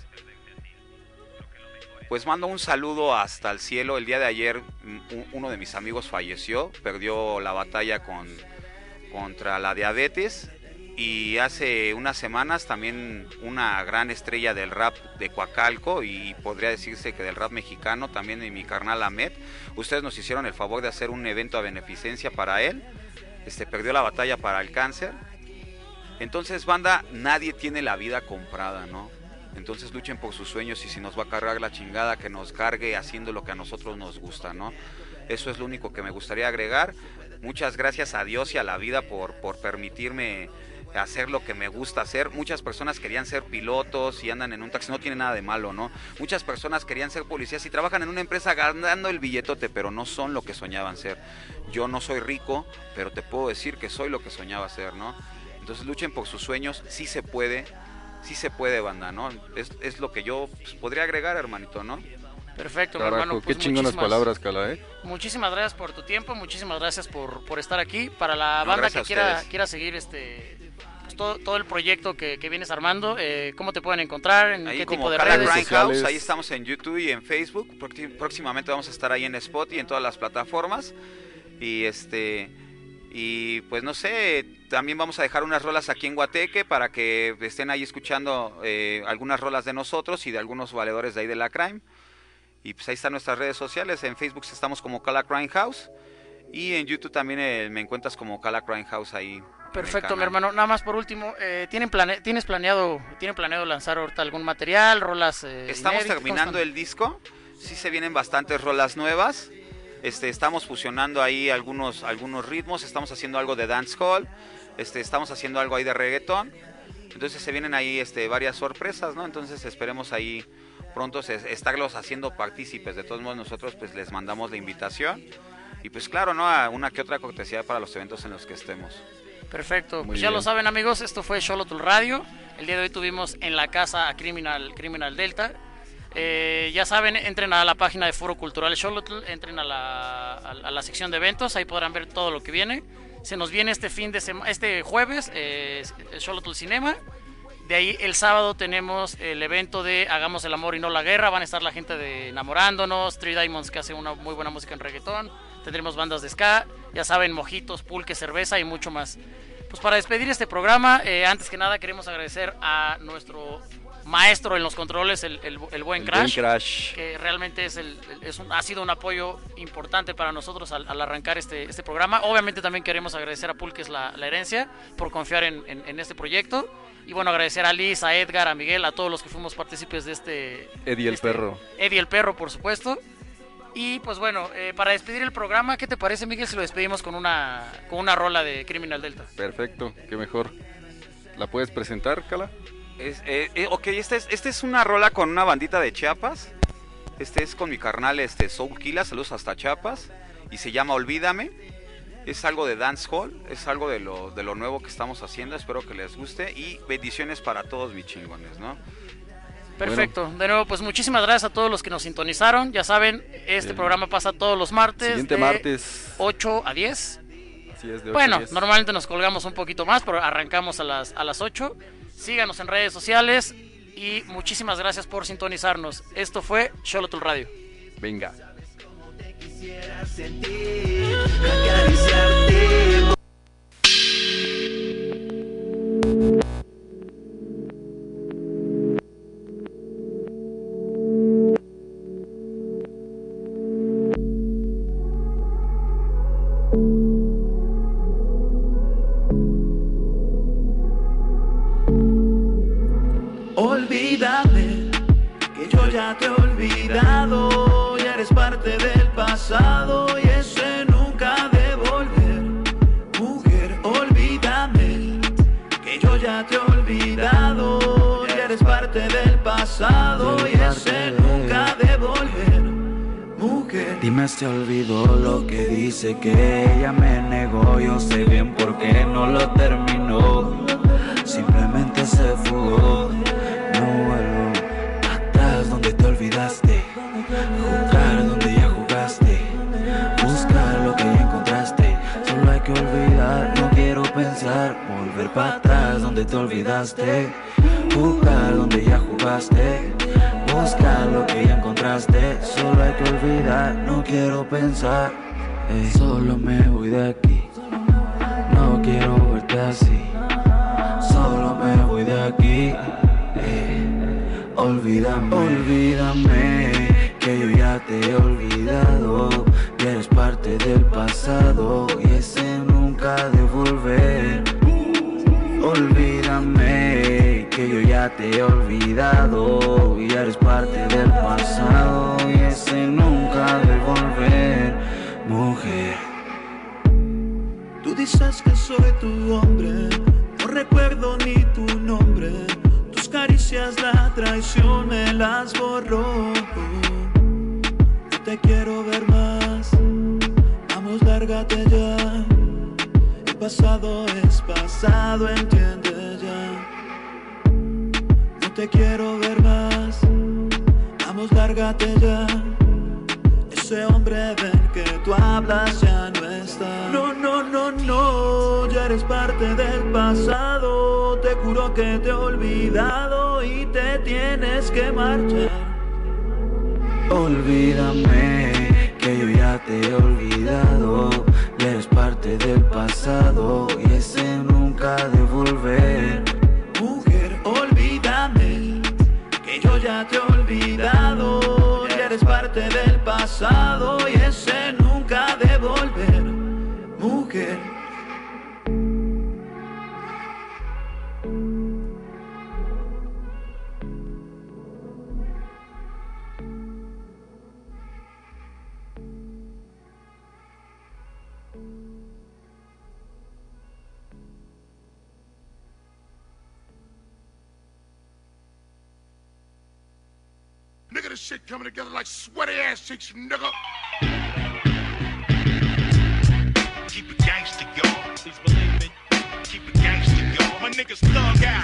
Pues mando un saludo hasta el cielo. El día de ayer uno de mis amigos falleció, perdió la batalla contra la diabetes, y hace unas semanas también una gran estrella del rap de Coacalco, y podría decirse que del rap mexicano, también de mi carnal Ahmed. Ustedes nos hicieron el favor de hacer un evento a beneficencia para él. Perdió la batalla para el cáncer. Entonces, banda, nadie tiene la vida comprada, ¿no? Entonces luchen por sus sueños, y si nos va a cargar la chingada, que nos cargue haciendo lo que a nosotros nos gusta, ¿no? Eso es lo único que me gustaría agregar. Muchas gracias a Dios y a la vida por permitirme hacer lo que me gusta hacer. Muchas personas querían ser pilotos y andan en un taxi, no tiene nada de malo, ¿no? Muchas personas querían ser policías y trabajan en una empresa ganando el billetote, pero no son lo que soñaban ser. Yo no soy rico, pero te puedo decir que soy lo que soñaba ser, ¿no? Entonces luchen por sus sueños, sí se puede, banda, ¿no? Es lo que yo podría agregar, hermanito, ¿no? Perfecto, Carajo, hermano. Pues qué chingonas palabras, Cala, ¿eh? Muchísimas gracias por tu tiempo, muchísimas gracias por estar aquí. Para la banda que quiera seguir pues todo el proyecto que vienes armando, ¿cómo te pueden encontrar? ¿En ahí qué como tipo de Cala redes sociales? Ahí estamos en YouTube y en Facebook. Próximamente vamos a estar ahí en Spotify y en todas las plataformas. Y pues no sé, también vamos a dejar unas rolas aquí en Guateque para que estén ahí escuchando algunas rolas de nosotros y de algunos valedores de ahí de la Crime. Y pues ahí están nuestras redes sociales. En Facebook estamos como Cala Crime House, y en YouTube también me encuentras como Cala Crime House ahí. Perfecto, mi hermano. Nada más por último, ¿tienen planeado lanzar ahorita algún material, rolas? Estamos terminando el disco. Sí se vienen bastantes rolas nuevas. Estamos fusionando ahí algunos ritmos. Estamos haciendo algo de dancehall. Estamos haciendo algo ahí de reggaetón. Entonces se vienen ahí varias sorpresas, ¿no? Entonces esperemos ahí pronto estarlos haciendo partícipes. De todos modos, nosotros pues les mandamos la invitación. Y pues claro, ¿no? A una que otra cortesía para los eventos en los que estemos. Perfecto, pues ya lo saben, amigos, esto fue Xolotl Radio. El día de hoy tuvimos en la casa a Criminal Delta. Ya saben, entren a la página de Foro Cultural Xolotl, entren a la sección de eventos, ahí podrán ver todo lo que viene. Se nos viene este jueves el Xolotl Cinema. De ahí el sábado tenemos el evento de Hagamos el amor y no la guerra. Van a estar la gente de Enamorándonos, Three Diamonds, que hace una muy buena música en reggaetón. Tendremos bandas de ska, ya saben, mojitos, pulque, cerveza y mucho más. Pues para despedir este programa, antes que nada queremos agradecer a nuestro maestro en los controles, el buen Crash, que realmente ha sido un apoyo importante para nosotros al arrancar este programa. Obviamente también queremos agradecer a Pulques la herencia por confiar en este proyecto. Y bueno, agradecer a Liz, a Edgar, a Miguel, a todos los que fuimos partícipes de Eddie el Perro. Eddie el Perro, por supuesto. Y pues bueno, para despedir el programa, ¿qué te parece, Miguel, si lo despedimos con una rola de Criminal Delta? Perfecto, qué mejor. ¿La puedes presentar, Cala? Ok, esta es una rola con una bandita de Chiapas. Es con mi carnal Soul Killa, saludos hasta Chiapas. Y se llama Olvídame. Es algo de dancehall, es algo de lo nuevo que estamos haciendo. Espero que les guste y bendiciones para todos mis chingones, ¿no? Perfecto, bueno. De nuevo, pues muchísimas gracias a todos los que nos sintonizaron. Ya saben, programa pasa todos los martes. Siguiente martes 8 a 10. Así es, de 8 bueno, a 10. Normalmente nos colgamos un poquito más, pero arrancamos a las 8. Síganos en redes sociales y muchísimas gracias por sintonizarnos. Esto fue Xolotl Radio. Venga. Quisiera sentir, acariciarte. Olvídame, que yo ya te he olvidado, ya eres parte del pasado y ese nunca ha de volver. Mujer, olvídame, que yo ya te he olvidado, ya eres parte del pasado y ese nunca ha de volver. Mujer, dime si olvidó lo que dice que ella me negó. Yo sé bien por qué no lo terminó, simplemente se fugó. No vuelvo atrás donde te olvidaste, jugar donde ya jugaste, buscar lo que ya encontraste. Solo hay que olvidar, no quiero pensar, volver para atrás donde te olvidaste, jugar donde ya jugaste, buscar lo que ya encontraste. Solo hay que olvidar, no quiero pensar. Solo me voy de aquí, no quiero verte así. Solo me voy de aquí. Olvídame, olvídame, que yo ya te he olvidado, y eres parte del pasado y ese nunca ha de volver. Olvídame, que yo ya te he olvidado, y eres parte del pasado y ese nunca ha de volver. Mujer, tú dices que soy tu hombre, no recuerdo ni tu nombre. Tus caricias, la traición me las borró. No te quiero ver más, vamos, lárgate ya. El pasado es pasado, entiende ya. No te quiero ver más, vamos, lárgate ya. Ese hombre del que tú hablas ya no está. No, no, no, no, ya eres parte del pasado. Te juro que te he olvidado y te tienes que marchar. olvídame, que yo ya te he olvidado, y eres parte del pasado y ese nunca ha de volver. Mujer, olvídame, que yo ya te he olvidado, ya eres parte del pasado y ese nunca ha de volver. Mujer. Nigga, this shit coming together like sweaty ass cheeks, nigga. Keep it gangsta, y'all. Please believe me. Keep it gangsta, y'all. My niggas thug out.